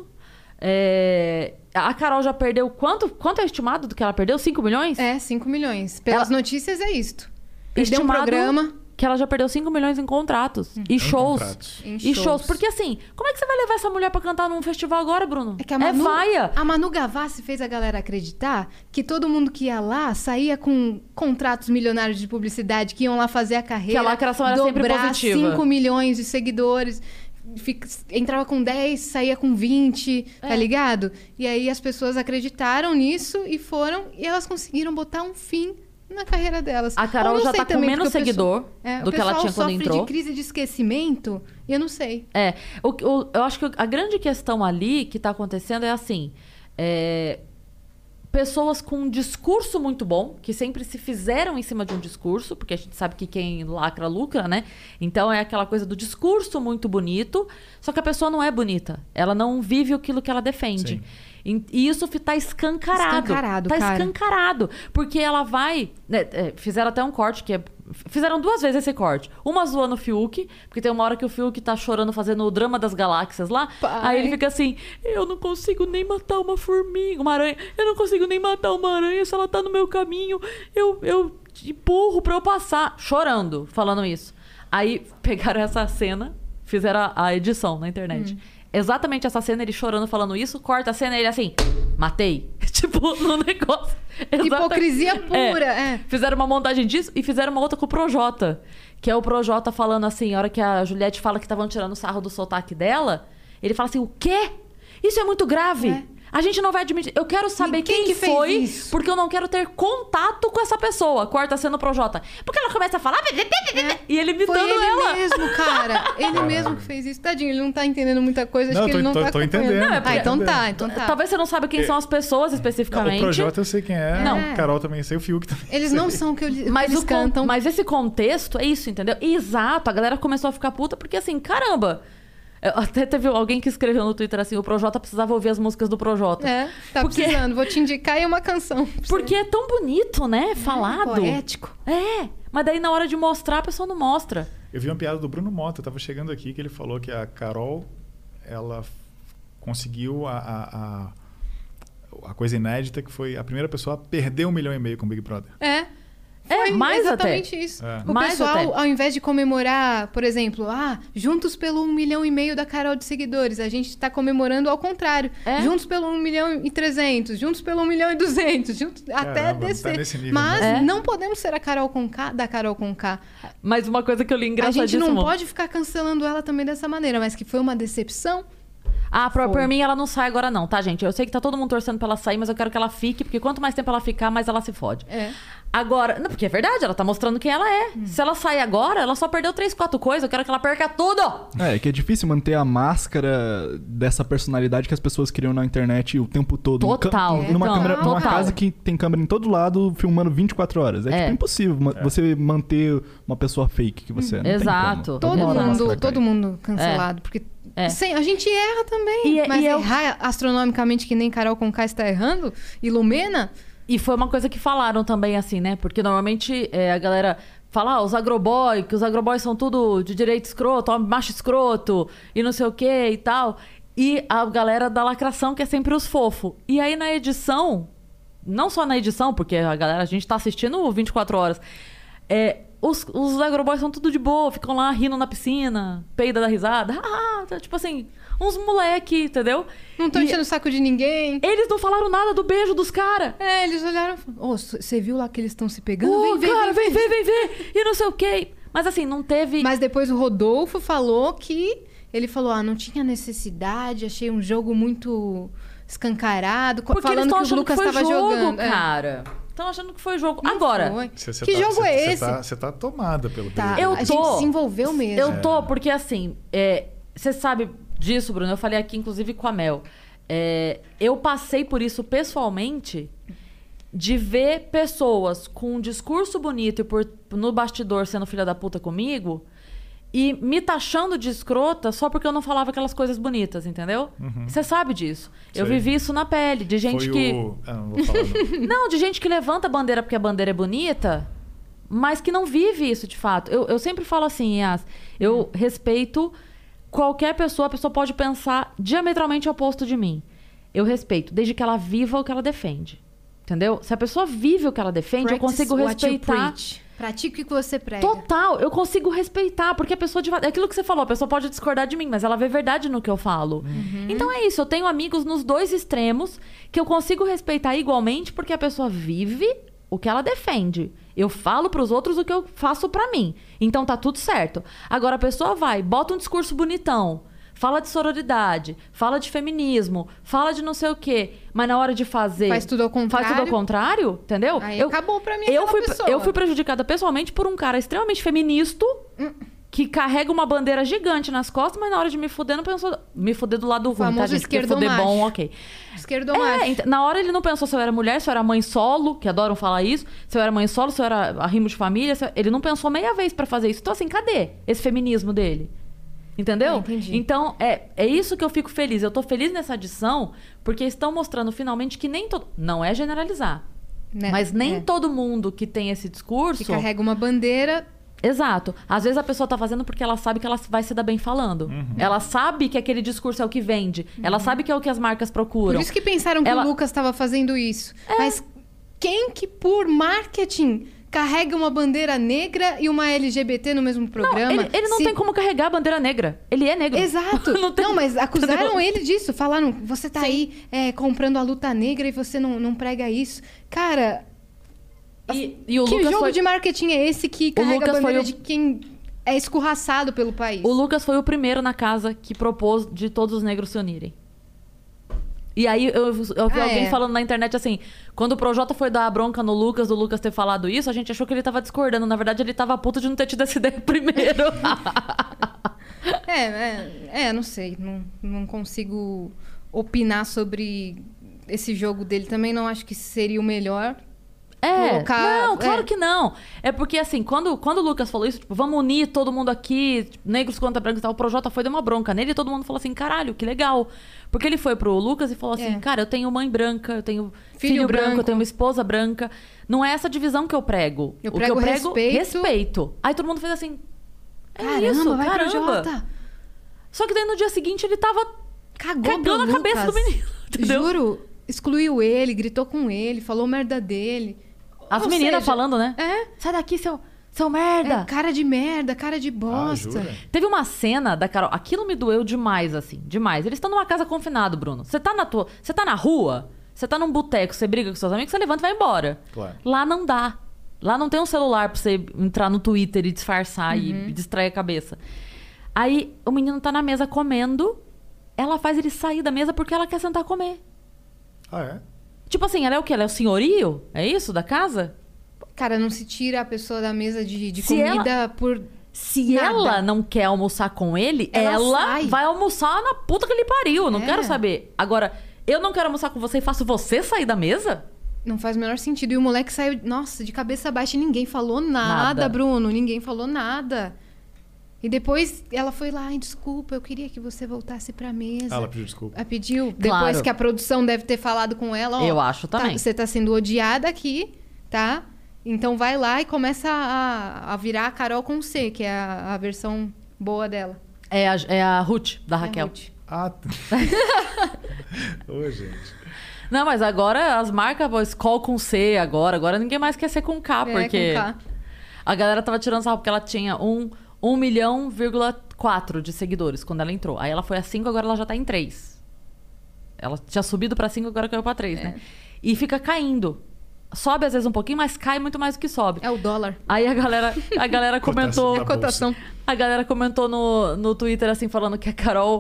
Speaker 2: A Carol já perdeu... Quanto é estimado do que ela perdeu? 5 milhões?
Speaker 3: 5 milhões. Pelas notícias é isto. Perdeu
Speaker 2: Estimado
Speaker 3: um programa...
Speaker 2: que ela já perdeu 5 milhões em contratos. E shows.
Speaker 3: Em shows.
Speaker 2: Porque assim, como é que você vai levar essa mulher pra cantar num festival agora, Bruno?
Speaker 3: É que a Manu Gavassi fez a galera acreditar que todo mundo que ia lá saía com contratos milionários de publicidade, que iam lá fazer a carreira.
Speaker 2: Que a lacração era sempre positiva.
Speaker 3: 5 milhões de seguidores. Entrava com 10, saía com 20, tá ligado? E aí as pessoas acreditaram nisso e foram... E elas conseguiram botar um fim na carreira delas.
Speaker 2: A Carol já tá com menos seguidor do que ela tinha quando entrou.
Speaker 3: O pessoal sofre de crise de esquecimento e eu não sei.
Speaker 2: Eu acho que a grande questão ali que tá acontecendo é assim... pessoas com um discurso muito bom, que sempre se fizeram em cima de um discurso, porque a gente sabe que quem lacra, lucra, né? Então é aquela coisa do discurso muito bonito, só que a pessoa não é bonita. Ela não vive aquilo que ela defende. Sim. E isso tá escancarado. Tá escancarado. Porque ela vai... fizeram até um corte que fizeram 2 vezes esse corte. Uma zoando o Fiuk, porque tem uma hora que o Fiuk tá chorando fazendo o drama das galáxias lá. Pai. Aí ele fica assim, eu não consigo nem matar uma formiga, uma aranha. Eu não consigo nem matar uma aranha se ela tá no meu caminho. Eu empurro pra eu passar. Chorando, falando isso. Aí pegaram essa cena, fizeram a edição na internet. Exatamente essa cena, ele chorando, falando isso. Corta a cena e ele assim, matei. Tipo, no negócio.
Speaker 3: Hipocrisia pura.
Speaker 2: Fizeram uma montagem disso e fizeram uma outra com o Projota. Que é o Projota falando assim, a hora que a Juliette fala que estavam tirando sarro do sotaque dela, ele fala assim, o quê? Isso é muito grave. A gente não vai admitir. Eu quero saber quem foi, isso? Porque eu não quero ter contato com essa pessoa. Corta a cena pro Projota. Porque ela começa a falar... E ele imitando ela.
Speaker 3: Foi ele mesmo, cara. Ele mesmo que fez isso. Tadinho, ele não tá entendendo muita coisa. Acho que ele não tá
Speaker 4: entendendo.
Speaker 3: Então tá.
Speaker 2: Talvez você não saiba quem são as pessoas especificamente.
Speaker 4: O Projota eu sei quem é. Não. Carol também sei. O Fiuk também.
Speaker 3: Eles não são o que eles cantam.
Speaker 2: Mas esse contexto é isso, entendeu? Exato. A galera começou a ficar puta porque assim, caramba... Até teve alguém que escreveu no Twitter assim, o Projota precisava ouvir as músicas do Projota.
Speaker 3: Precisando, vou te indicar aí uma canção.
Speaker 2: Porque é tão bonito, né? Falado.
Speaker 3: Poético.
Speaker 2: Mas daí na hora de mostrar, a pessoa não mostra.
Speaker 4: Eu vi uma piada do Bruno Mota, eu tava chegando aqui, que ele falou que a Carol, ela conseguiu a coisa inédita, que foi a primeira pessoa a perder 1,5 milhão com o Big Brother.
Speaker 3: Foi
Speaker 2: mais
Speaker 3: exatamente
Speaker 2: até.
Speaker 3: isso. O pessoal, ao invés de comemorar, por exemplo, juntos pelo 1,5 milhão da Carol de seguidores, a gente está comemorando ao contrário. Juntos pelo 1,3 milhão, juntos pelo 1,2 milhão, até descer.
Speaker 4: Tá nesse nível,
Speaker 3: mas não podemos ser a Carol Conká da Carol Conká.
Speaker 2: Mas uma coisa que eu li engraçadíssimo...
Speaker 3: A gente não pode ficar cancelando ela também dessa maneira, mas que foi uma decepção...
Speaker 2: Por mim ela não sai agora não, tá, gente? Eu sei que tá todo mundo torcendo pra ela sair, mas eu quero que ela fique, porque quanto mais tempo ela ficar, mais ela se fode. Agora, não, porque é verdade, ela tá mostrando quem ela é. Se ela sair agora, ela só perdeu 3, 4 coisas, eu quero que ela perca tudo!
Speaker 6: Que é difícil manter a máscara dessa personalidade que as pessoas criam na internet o tempo todo.
Speaker 2: Total.
Speaker 6: Numa casa que tem câmera em todo lado, filmando 24 horas. Tipo impossível você manter uma pessoa fake que você não
Speaker 2: Exato.
Speaker 6: tem como.
Speaker 3: Todo mundo cancelado, porque... a gente erra também. Mas errar astronomicamente que nem Carol Conká está errando? E Lumena?
Speaker 2: E foi uma coisa que falaram também, assim, né? Porque normalmente a galera fala, os agroboy, que os agroboys são tudo de direito escroto, macho escroto, e não sei o que e tal. E a galera da lacração, que é sempre os fofos. E aí na edição, não só na edição, porque a gente tá assistindo 24 horas, os agroboys são tudo de boa, ficam lá rindo na piscina, peida da risada. Tipo assim, uns moleque, entendeu?
Speaker 3: Não estão enchendo o saco de ninguém.
Speaker 2: Eles não falaram nada do beijo dos caras.
Speaker 3: Eles olharam e falaram, você viu lá que eles estão se pegando?
Speaker 2: Vem ver. E não sei o quê. Mas assim, não teve...
Speaker 3: Mas depois o Rodolfo falou que... Ele falou, não tinha necessidade, achei um jogo muito escancarado.
Speaker 2: Porque
Speaker 3: falando
Speaker 2: eles estão
Speaker 3: que o
Speaker 2: achando
Speaker 3: Lucas
Speaker 2: que foi
Speaker 3: estava
Speaker 2: jogo,
Speaker 3: jogando.
Speaker 2: cara. Estão achando que foi jogo.
Speaker 3: Não
Speaker 2: Agora...
Speaker 3: foi.
Speaker 4: Você
Speaker 3: Que
Speaker 4: tá-
Speaker 3: jogo
Speaker 4: você-
Speaker 3: é
Speaker 4: você
Speaker 3: esse?
Speaker 4: Você tá tomada pelo
Speaker 3: Tá,
Speaker 4: BBB.
Speaker 2: Eu
Speaker 3: a
Speaker 2: tô.
Speaker 3: gente se envolveu mesmo.
Speaker 2: Eu tô, porque assim, você sabe disso, Bruno, eu falei aqui, inclusive, com a Mel. Eu passei por isso pessoalmente, de ver pessoas com um discurso bonito e no bastidor sendo filha da puta comigo e me taxando de escrota só porque eu não falava aquelas coisas bonitas, entendeu? Você sabe disso. Eu
Speaker 4: Sei.
Speaker 2: vivi isso na pele, de gente
Speaker 4: Foi
Speaker 2: que...
Speaker 4: não vou falar não.
Speaker 2: Não, de gente que levanta a bandeira porque a bandeira é bonita, mas que não vive isso de fato. Eu sempre falo assim, Yas, eu respeito qualquer pessoa, a pessoa pode pensar diametralmente oposto de mim. Eu respeito, desde que ela viva o que ela defende. Entendeu? Se a pessoa vive o que ela defende, eu consigo
Speaker 3: Practice what you
Speaker 2: respeitar.
Speaker 3: preach. Pratique o que você prega.
Speaker 2: Total, eu consigo respeitar, porque a pessoa é aquilo que você falou, a pessoa pode discordar de mim, mas ela vê verdade no que eu falo. Então é isso, eu tenho amigos nos dois extremos que eu consigo respeitar igualmente, porque a pessoa vive o que ela defende. Eu falo pros outros o que eu faço pra mim. Então tá tudo certo. Agora a pessoa vai, bota um discurso bonitão, fala de sororidade, fala de feminismo, fala de não sei o quê, mas na hora de fazer...
Speaker 3: Faz tudo ao contrário.
Speaker 2: Faz tudo ao contrário, entendeu?
Speaker 3: Aí acabou pra mim
Speaker 2: eu
Speaker 3: aquela
Speaker 2: fui,
Speaker 3: pessoa.
Speaker 2: eu fui prejudicada pessoalmente por um cara extremamente feminista que carrega uma bandeira gigante nas costas, mas na hora de me fuder, não pensou... Me fuder do lado ruim, tá,
Speaker 3: famoso
Speaker 2: gente? Porque
Speaker 3: esquerdomacho.
Speaker 2: fuder bom, ok.
Speaker 3: Esquerdomacho.
Speaker 2: Na hora ele não pensou se eu era mulher, se eu era mãe solo, que adoram falar isso, se eu era mãe solo, se eu era arrimo de família, ele não pensou meia vez pra fazer isso. Então assim, cadê esse feminismo dele? Entendeu?
Speaker 3: Entendi.
Speaker 2: Então, é isso que eu fico feliz. Eu tô feliz nessa adição, porque estão mostrando finalmente que nem todo... Não é generalizar.
Speaker 3: Né?
Speaker 2: Mas nem
Speaker 3: É.
Speaker 2: todo mundo que tem esse discurso...
Speaker 3: Que carrega uma bandeira...
Speaker 2: Exato. Às vezes a pessoa tá fazendo porque ela sabe que ela vai se dar bem falando. Ela sabe que aquele discurso é o que vende. Ela sabe que é o que as marcas procuram.
Speaker 3: Por isso que pensaram que
Speaker 2: Ela-
Speaker 3: o Lucas estava fazendo isso. Mas quem que por marketing carrega uma bandeira negra e uma LGBT no mesmo programa?
Speaker 2: Ele não
Speaker 3: Se-
Speaker 2: tem como carregar a bandeira negra. Ele é negro.
Speaker 3: Exato.
Speaker 2: Não tem-
Speaker 3: mas acusaram
Speaker 2: Entendeu?
Speaker 3: ele disso. Falaram, você tá aí comprando a luta negra e você não prega isso. Cara,
Speaker 2: E o
Speaker 3: que
Speaker 2: Lucas
Speaker 3: jogo
Speaker 2: foi...
Speaker 3: de marketing é esse que carrega a
Speaker 2: Lucas foi
Speaker 3: bandeira
Speaker 2: o-
Speaker 3: de quem é escorraçado pelo país?
Speaker 2: O Lucas foi o primeiro na casa que propôs de todos os negros se unirem. E aí eu vi alguém falando na internet assim, quando o Projota foi dar a bronca no Lucas, do Lucas ter falado isso, a gente achou que ele tava discordando. Na verdade, ele tava puto de não ter tido essa ideia primeiro.
Speaker 3: Não sei. Não consigo opinar sobre esse jogo dele. Também não acho que seria o melhor. Colocar-
Speaker 2: Não, claro que não. É porque, assim, quando o Lucas falou isso, tipo, vamos unir todo mundo aqui, tipo, negros contra brancos e tal, o Projota foi dar uma bronca nele e todo mundo falou assim, caralho, que legal. Porque ele foi pro Lucas e falou assim, cara, eu tenho mãe branca, eu tenho filho branco, eu tenho uma esposa branca. Não é essa divisão que eu prego.
Speaker 3: Eu
Speaker 2: O que
Speaker 3: prego
Speaker 2: eu prego,
Speaker 3: respeito.
Speaker 2: respeito. Aí todo mundo fez assim,
Speaker 3: Caramba,
Speaker 2: isso,
Speaker 3: vai
Speaker 2: caramba.
Speaker 3: Projota.
Speaker 2: Só que daí no dia seguinte ele tava
Speaker 3: Cagou
Speaker 2: cagando
Speaker 3: pro
Speaker 2: a cabeça do
Speaker 3: Lucas.
Speaker 2: menino, entendeu?
Speaker 3: Juro. Excluiu ele, gritou com ele, falou merda dele.
Speaker 2: As
Speaker 3: Ou
Speaker 2: meninas
Speaker 3: seja,
Speaker 2: falando, né? Sai daqui, seu merda.
Speaker 3: Cara de merda, cara de
Speaker 4: Ah,
Speaker 3: bosta.
Speaker 4: jura?
Speaker 2: Teve uma cena da Carol. Aquilo me doeu demais, assim. Demais. Eles estão numa casa confinado, Bruno. Você tá na rua, você tá num boteco, você briga com seus amigos, você levanta e vai embora.
Speaker 4: Claro.
Speaker 2: Lá não dá. Lá não tem um celular pra você entrar no Twitter e disfarçar e distrair a cabeça. Aí o menino tá na mesa comendo, ela faz ele sair da mesa porque ela quer sentar a comer.
Speaker 4: Ah, é?
Speaker 2: Tipo assim, ela é o quê? Ela é o senhorio? É isso da casa?
Speaker 3: Cara, não se tira a pessoa da mesa de
Speaker 2: Se
Speaker 3: comida por...
Speaker 2: Se
Speaker 3: Nada.
Speaker 2: ela não quer almoçar com ele,
Speaker 3: Ela
Speaker 2: ela
Speaker 3: sai.
Speaker 2: vai almoçar na puta que ele pariu. Não
Speaker 3: É.
Speaker 2: quero saber. Agora, eu não quero almoçar com você e faço você sair da mesa?
Speaker 3: Não faz o menor sentido. E o moleque saiu, nossa, de cabeça baixa e ninguém falou nada,
Speaker 2: Nada.
Speaker 3: Bruno. Ninguém falou nada. E depois ela foi lá, ai, desculpa, eu queria que você voltasse pra mesa.
Speaker 4: Ah, ela pediu desculpa.
Speaker 3: Ela pediu.
Speaker 2: Claro.
Speaker 3: Depois que a produção deve ter falado com ela, ó.
Speaker 2: Eu acho também.
Speaker 3: Você tá sendo odiada aqui, tá? Então vai lá e começa a virar a Carol com C, que é a versão boa dela.
Speaker 2: É a Ruth, da Raquel.
Speaker 3: Ruth.
Speaker 4: Ah, ô, gente.
Speaker 2: Não, mas agora as marcas, pô, Skol com C agora ninguém mais quer ser com K, porque
Speaker 3: com K.
Speaker 2: a galera tava tirando sarro porque ela tinha 1,4 milhão de seguidores quando ela entrou. Aí ela foi a 5, agora ela já tá em 3. Ela tinha subido pra 5, agora caiu pra 3, né? E fica caindo. sobe às vezes um pouquinho, mas cai muito mais do que sobe.
Speaker 3: É o dólar.
Speaker 2: Aí a galera comentou...
Speaker 4: Cotação da
Speaker 3: Cotação.
Speaker 2: A galera comentou no Twitter, assim, falando que a Carol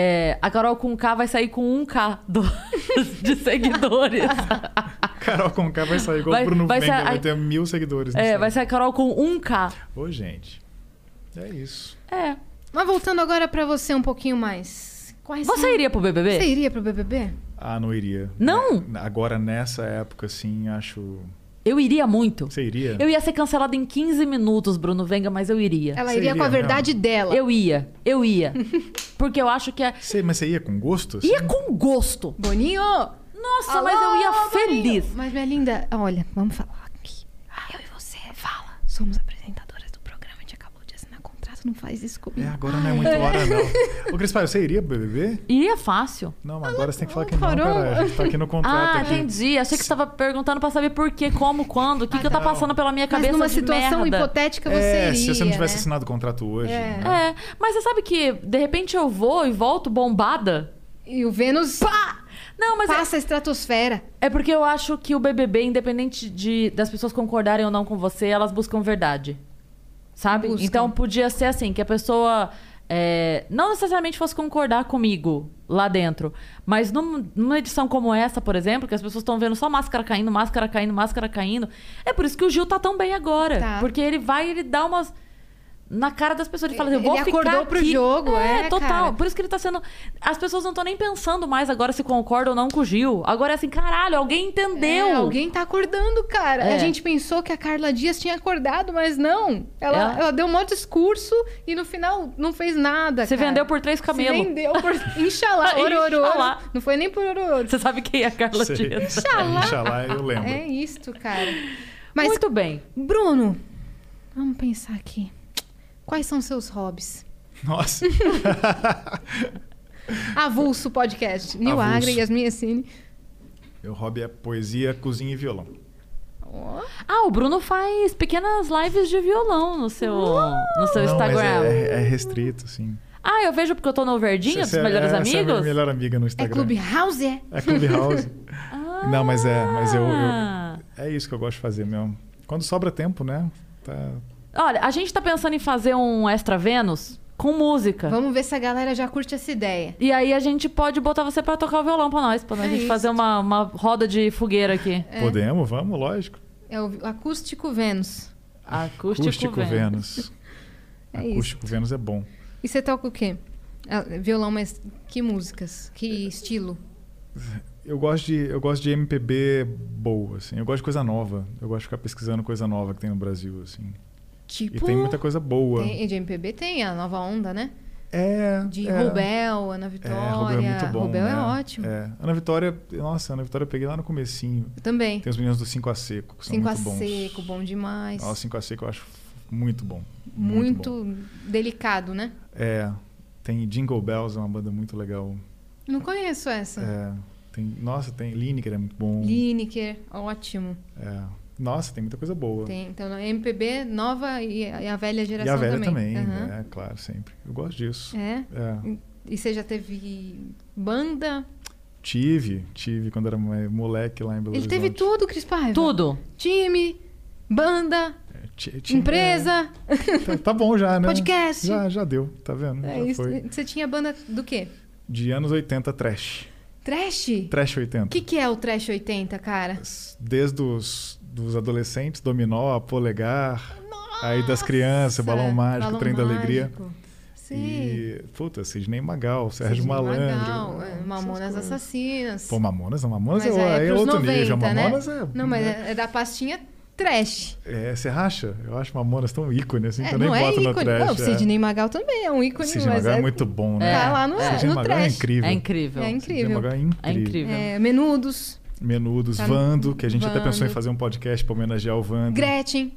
Speaker 2: com K vai sair com 1K de seguidores.
Speaker 4: Carol com K vai sair igual o Bruno Venga, vai ter 1000 seguidores.
Speaker 2: Vai ser a Carol com 1K.
Speaker 4: Ô, gente. É isso.
Speaker 3: Mas voltando agora pra você um pouquinho mais.
Speaker 2: Você iria pro BBB?
Speaker 3: Você iria pro BBB?
Speaker 4: Ah, não iria.
Speaker 2: Não?
Speaker 4: Agora, nessa época, assim, acho...
Speaker 2: Eu iria muito.
Speaker 4: Você iria?
Speaker 2: Eu ia ser cancelada em 15 minutos, Bruno Venga, mas eu iria.
Speaker 3: Ela
Speaker 4: Você
Speaker 3: iria com a
Speaker 4: iria
Speaker 3: verdade dela.
Speaker 2: Eu ia. Porque eu acho que é...
Speaker 4: Mas você ia com gosto? Assim?
Speaker 2: Ia com gosto.
Speaker 3: Boninho!
Speaker 2: Nossa,
Speaker 3: Alô,
Speaker 2: mas eu ia
Speaker 3: Boninho!
Speaker 2: feliz.
Speaker 3: Mas, minha linda, olha, vamos falar aqui. Eu e você, fala. Somos apresentadoras do programa, a gente acabou de assinar contrato, não faz isso comigo.
Speaker 4: Agora não é muito hora, não. Ô, Cris Paiva, você iria pro BBB?
Speaker 2: Iria fácil.
Speaker 4: Não, mas agora você tem que falar que não,
Speaker 3: parou.
Speaker 4: cara. A gente tá aqui no contrato. aqui.
Speaker 2: Entendi. Achei que você tava perguntando pra saber por quê, como, quando. O que tá passando pela minha
Speaker 3: Mas
Speaker 2: cabeça
Speaker 3: numa
Speaker 2: de
Speaker 3: situação
Speaker 2: merda.
Speaker 3: hipotética você iria,
Speaker 4: se você não tivesse
Speaker 3: né?
Speaker 4: assinado o contrato hoje.
Speaker 2: Mas você sabe que, de repente, eu vou e volto bombada?
Speaker 3: E o Vênus
Speaker 2: Não, mas
Speaker 3: passa a estratosfera.
Speaker 2: é porque eu acho que o BBB, independente das pessoas concordarem ou não com você, elas buscam verdade. Sabe?
Speaker 3: Buscam.
Speaker 2: Então podia ser assim, que a pessoa não necessariamente fosse concordar comigo lá dentro. Mas numa edição como essa, por exemplo, que as pessoas estão vendo só máscara caindo, máscara caindo, máscara caindo. É por isso que o Gil tá tão bem agora.
Speaker 3: Tá.
Speaker 2: Porque ele dá umas... Na cara das pessoas, ele fala assim, eu vou
Speaker 3: Ele
Speaker 2: ficar
Speaker 3: acordou pro
Speaker 2: aqui.
Speaker 3: jogo,
Speaker 2: total.
Speaker 3: cara.
Speaker 2: Por isso que ele tá sendo... As pessoas não estão nem pensando mais agora se concordam ou não com o Gil. Agora é assim, caralho, alguém entendeu.
Speaker 3: Alguém tá acordando, cara. A gente pensou que a Carla Dias tinha acordado, mas não. Ela deu um monte de discurso e no final não fez nada,
Speaker 2: Você
Speaker 3: cara.
Speaker 2: vendeu por 3 camelos.
Speaker 3: Se vendeu por... Inxalá, ouro.
Speaker 2: Inxalá.
Speaker 3: Não foi nem por ouro.
Speaker 2: Você sabe quem é a Carla Dias.
Speaker 3: Inxalá.
Speaker 4: Eu lembro.
Speaker 3: É isto, cara. Mas,
Speaker 2: Muito bem.
Speaker 3: Bruno, vamos pensar aqui. Quais são seus hobbies?
Speaker 4: Nossa.
Speaker 3: Avulso Podcast. Nil
Speaker 4: Avulso.
Speaker 3: Agra e Yasmin Yassine.
Speaker 4: Meu hobby é poesia, cozinha e violão.
Speaker 2: O Bruno faz pequenas lives de violão no seu Instagram.
Speaker 4: Mas é restrito, assim.
Speaker 2: Eu vejo porque eu tô no Verdinho dos Melhores
Speaker 4: Você é
Speaker 2: Amigos?
Speaker 4: minha melhor amiga no
Speaker 3: É
Speaker 4: Instagram.
Speaker 3: Clubhouse, é?
Speaker 4: É Clubhouse. Não, mas é isso que eu gosto de fazer mesmo. Quando sobra tempo, né?
Speaker 2: Olha, a gente tá pensando em fazer um Extra Vênus com música.
Speaker 3: Vamos ver se a galera já curte essa ideia.
Speaker 2: E aí a gente pode botar você pra tocar o violão pra nós. Pra gente
Speaker 3: isso.
Speaker 2: fazer uma roda de fogueira aqui.
Speaker 4: Podemos, vamos, lógico.
Speaker 3: É o Acústico Vênus.
Speaker 2: Acústico
Speaker 4: Vênus.
Speaker 3: É
Speaker 4: Acústico Vênus é bom.
Speaker 3: E você toca o quê? Violão, mas que músicas? Que estilo?
Speaker 4: Eu gosto de MPB boa, assim. Eu gosto de coisa nova. Eu gosto de ficar pesquisando coisa nova que tem no Brasil, assim.
Speaker 3: Tipo...
Speaker 4: E tem muita coisa boa.
Speaker 3: De MPB tem a Nova Onda, né? De
Speaker 4: é.
Speaker 3: Rubel, Ana Vitória.
Speaker 4: Rubel é muito bom.
Speaker 3: Rubel é
Speaker 4: né?
Speaker 3: ótimo.
Speaker 4: Ana Vitória... Nossa, Ana Vitória eu peguei lá no comecinho.
Speaker 3: Eu também.
Speaker 4: Tem os meninos do 5 a Seco, que são
Speaker 3: 5 a
Speaker 4: muito bons.
Speaker 3: Seco, bom demais.
Speaker 4: Nossa, 5 a Seco eu acho muito bom.
Speaker 3: Muito
Speaker 4: bom.
Speaker 3: delicado, né?
Speaker 4: Tem Jingle Bells, é uma banda muito legal.
Speaker 3: Não conheço essa.
Speaker 4: Tem Lineker, é muito bom.
Speaker 3: Lineker, ótimo.
Speaker 4: Nossa, tem muita coisa boa.
Speaker 3: Tem. Então, MPB nova e a velha geração
Speaker 4: E a velha também,
Speaker 3: Uhum.
Speaker 4: claro, sempre. Eu gosto disso.
Speaker 3: E você já teve banda?
Speaker 4: Tive quando era moleque lá em Belo
Speaker 3: Ele
Speaker 4: Horizonte.
Speaker 3: teve tudo, Cris Paiva.
Speaker 2: Tudo.
Speaker 3: Time, banda, empresa,
Speaker 4: Tá bom já, né?
Speaker 3: podcast.
Speaker 4: Já deu, tá vendo? Já
Speaker 3: isso.
Speaker 4: foi.
Speaker 3: Você tinha banda do quê?
Speaker 4: De anos 80, trash.
Speaker 3: Trash?
Speaker 4: Trash 80.
Speaker 3: O que é o Trash 80, cara?
Speaker 4: Desde dos adolescentes, Dominó, Polegar, aí das crianças, Balão Mágico, Trem da Alegria.
Speaker 3: Sim.
Speaker 4: E, Sidney Magal, Sérgio Malandro.
Speaker 3: Mamonas Assassinas.
Speaker 4: Pô, Mamonas é
Speaker 3: Mas
Speaker 4: outro
Speaker 3: 90,
Speaker 4: nível.
Speaker 3: né?
Speaker 4: Mamonas
Speaker 3: Não, mas é da pastinha trash.
Speaker 4: Você racha? Eu acho Mamonas tão ícone assim que eu nem
Speaker 3: não
Speaker 4: boto
Speaker 3: é
Speaker 4: no
Speaker 3: ícone.
Speaker 4: trash.
Speaker 3: Não, o Sidney Magal também é um ícone.
Speaker 4: Sidney
Speaker 3: mas
Speaker 4: Magal é muito bom, né?
Speaker 3: Tá lá no
Speaker 4: Sidney Magal
Speaker 3: trash.
Speaker 4: é incrível.
Speaker 2: É incrível.
Speaker 3: É
Speaker 4: Sidney
Speaker 3: incrível.
Speaker 4: Magal é incrível.
Speaker 2: É incrível.
Speaker 3: Menudos.
Speaker 4: Menudos,
Speaker 3: Tá
Speaker 4: Vando, que a gente até
Speaker 3: Vando.
Speaker 4: pensou em fazer um podcast pra homenagear o Vando.
Speaker 3: Gretchen.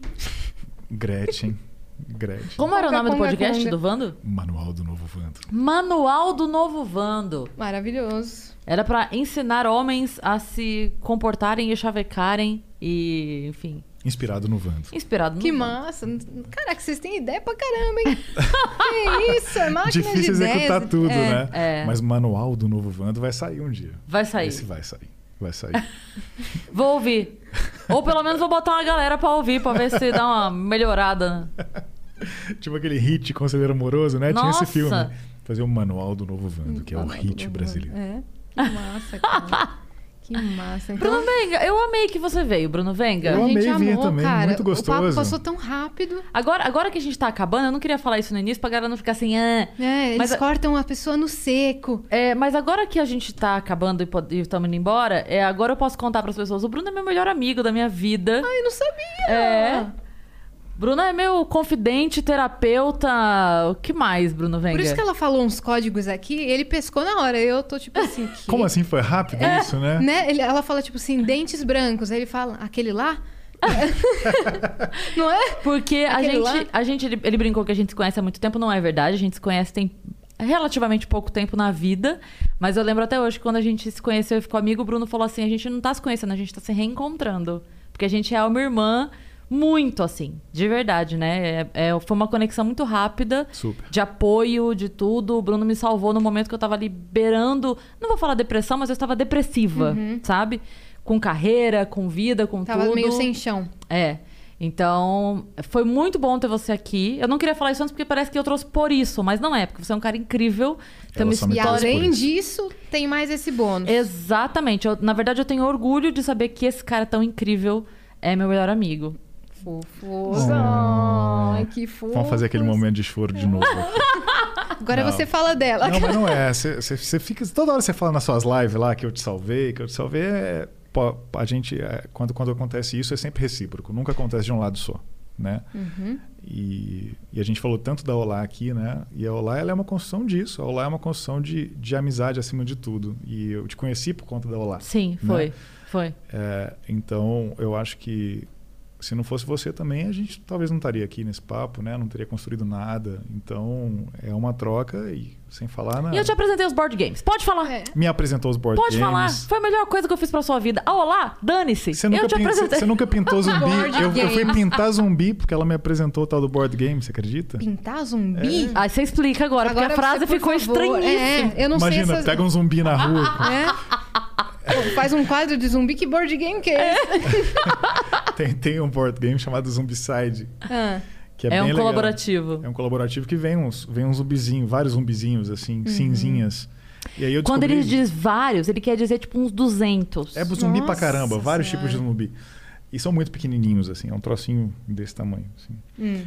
Speaker 2: Como era o nome do
Speaker 3: Conga,
Speaker 2: podcast
Speaker 3: conga.
Speaker 2: do Vando?
Speaker 4: Manual do Novo Vando.
Speaker 2: Manual do Novo Vando.
Speaker 3: Maravilhoso.
Speaker 2: Era pra ensinar homens a se comportarem e chavecarem e, enfim,
Speaker 4: Inspirado no Vando.
Speaker 2: inspirado no
Speaker 3: Que
Speaker 2: Vando.
Speaker 3: massa. Caraca, vocês têm ideia pra caramba, hein? Que isso, é máquina
Speaker 4: Difícil
Speaker 3: de ideias.
Speaker 4: executar tudo, né?
Speaker 2: É.
Speaker 4: Mas Manual do Novo Vando vai sair um dia.
Speaker 2: Vai sair.
Speaker 4: Esse vai sair. vai sair.
Speaker 2: Vou ouvir. Ou pelo menos vou botar uma galera pra ouvir, pra ver se dá uma melhorada.
Speaker 4: Tipo aquele Hit Conselheiro Amoroso, né?
Speaker 2: Nossa.
Speaker 4: Tinha esse filme. Fazer o Manual do Novo Vando, que é o hit brasileiro.
Speaker 3: É. Que massa, cara. Que massa. Então,
Speaker 2: Bruno Venga, eu amei que você veio, Bruno Venga.
Speaker 4: Eu
Speaker 3: a gente
Speaker 4: amei vir
Speaker 3: amou,
Speaker 4: também,
Speaker 3: cara.
Speaker 4: muito
Speaker 3: O papo
Speaker 4: gostoso.
Speaker 3: passou tão rápido.
Speaker 2: Agora que a gente tá acabando, eu não queria falar isso no início pra galera não ficar assim...
Speaker 3: Eles
Speaker 2: Mas-
Speaker 3: cortam a pessoa no seco.
Speaker 2: Mas agora que a gente tá acabando e estamos indo embora, agora eu posso contar pras pessoas. O Bruno é meu melhor amigo da minha vida.
Speaker 3: Ai, não sabia.
Speaker 2: É. Bruno é meu confidente, terapeuta. O que mais, Bruno Venga?
Speaker 3: Por isso que ela falou uns códigos aqui, ele pescou na hora. Eu tô tipo assim... que-
Speaker 4: Como assim? Foi rápido isso, né?
Speaker 3: Né? Ela fala tipo assim, dentes brancos. Aí ele fala, aquele lá? Não é?
Speaker 2: Porque
Speaker 3: Aquele
Speaker 2: ele brincou que a gente se conhece há muito tempo, não é verdade. A gente se conhece tem relativamente pouco tempo na vida. Mas eu lembro até hoje que quando a gente se conheceu e ficou amigo, o Bruno falou assim, a gente não tá se conhecendo, a gente tá se reencontrando. Porque a gente é uma irmã muito assim, de verdade, né? Foi uma conexão muito rápida,
Speaker 4: Super.
Speaker 2: de apoio, de tudo. O Bruno me salvou no momento que eu tava liberando, não vou falar depressão, mas eu estava depressiva, sabe? Com carreira, com vida, com
Speaker 3: Tava
Speaker 2: tudo.
Speaker 3: meio sem chão.
Speaker 2: Então, foi muito bom ter você aqui. Eu não queria falar isso antes porque parece que eu trouxe por isso, mas não é, porque você é um cara incrível. Tem uma
Speaker 4: Ela só me
Speaker 3: E
Speaker 4: trouxe por
Speaker 3: além
Speaker 4: isso.
Speaker 3: disso, tem mais esse bônus.
Speaker 2: Exatamente. Na verdade, eu tenho orgulho de saber que esse cara tão incrível é meu melhor amigo.
Speaker 3: Fofos. Ai, que fofo.
Speaker 4: Vamos fazer aquele momento de choro de novo aqui.
Speaker 3: Agora
Speaker 4: Não.
Speaker 3: você fala dela.
Speaker 4: Não, mas não é. Você fica... Toda hora você fala nas suas lives lá que eu te salvei, Pô, a gente... Quando acontece isso, é sempre recíproco. Nunca acontece de um lado só, né? E a gente falou tanto da Olá aqui, né? E a Olá, ela é uma construção disso. A Olá é uma construção de amizade acima de tudo. E eu te conheci por conta da Olá.
Speaker 2: Sim,
Speaker 4: né?
Speaker 2: foi.
Speaker 4: Então, eu acho que se não fosse você também, a gente talvez não estaria aqui nesse papo, né? Não teria construído nada. Então, é uma troca e sem falar nada.
Speaker 2: E eu te apresentei os board games. Pode falar.
Speaker 3: É.
Speaker 4: Me apresentou os board
Speaker 2: Pode
Speaker 4: games.
Speaker 2: falar. Foi a melhor coisa que eu fiz pra sua vida. Ah, olá, dane-se. Eu te apresentei.
Speaker 4: Você nunca pintou zumbi?
Speaker 3: Board
Speaker 4: Eu fui
Speaker 3: games.
Speaker 4: pintar zumbi porque ela me apresentou o tal do board game, você acredita?
Speaker 3: Pintar zumbi?
Speaker 2: Aí você explica agora, porque a frase
Speaker 3: você, por
Speaker 2: ficou
Speaker 3: favor.
Speaker 2: estranhíssima.
Speaker 3: Eu não
Speaker 4: Imagina,
Speaker 3: sei essas...
Speaker 4: pega um zumbi na rua.
Speaker 3: Pô, faz um quadro de zumbi, que board game que é esse?
Speaker 4: Tem um board game chamado Zumbicide, que é
Speaker 2: É
Speaker 4: bem
Speaker 2: um
Speaker 4: legal.
Speaker 2: colaborativo.
Speaker 4: É um colaborativo que vem uns zumbizinhos, vários zumbizinhos, assim, cinzinhas. E aí eu
Speaker 2: Quando
Speaker 4: descobri...
Speaker 2: ele diz vários, ele quer dizer tipo uns 200.
Speaker 4: É zumbi pra
Speaker 3: Nossa
Speaker 4: caramba, vários
Speaker 3: Senhora.
Speaker 4: tipos de zumbi. E são muito pequenininhos, assim, é um trocinho desse tamanho. Assim.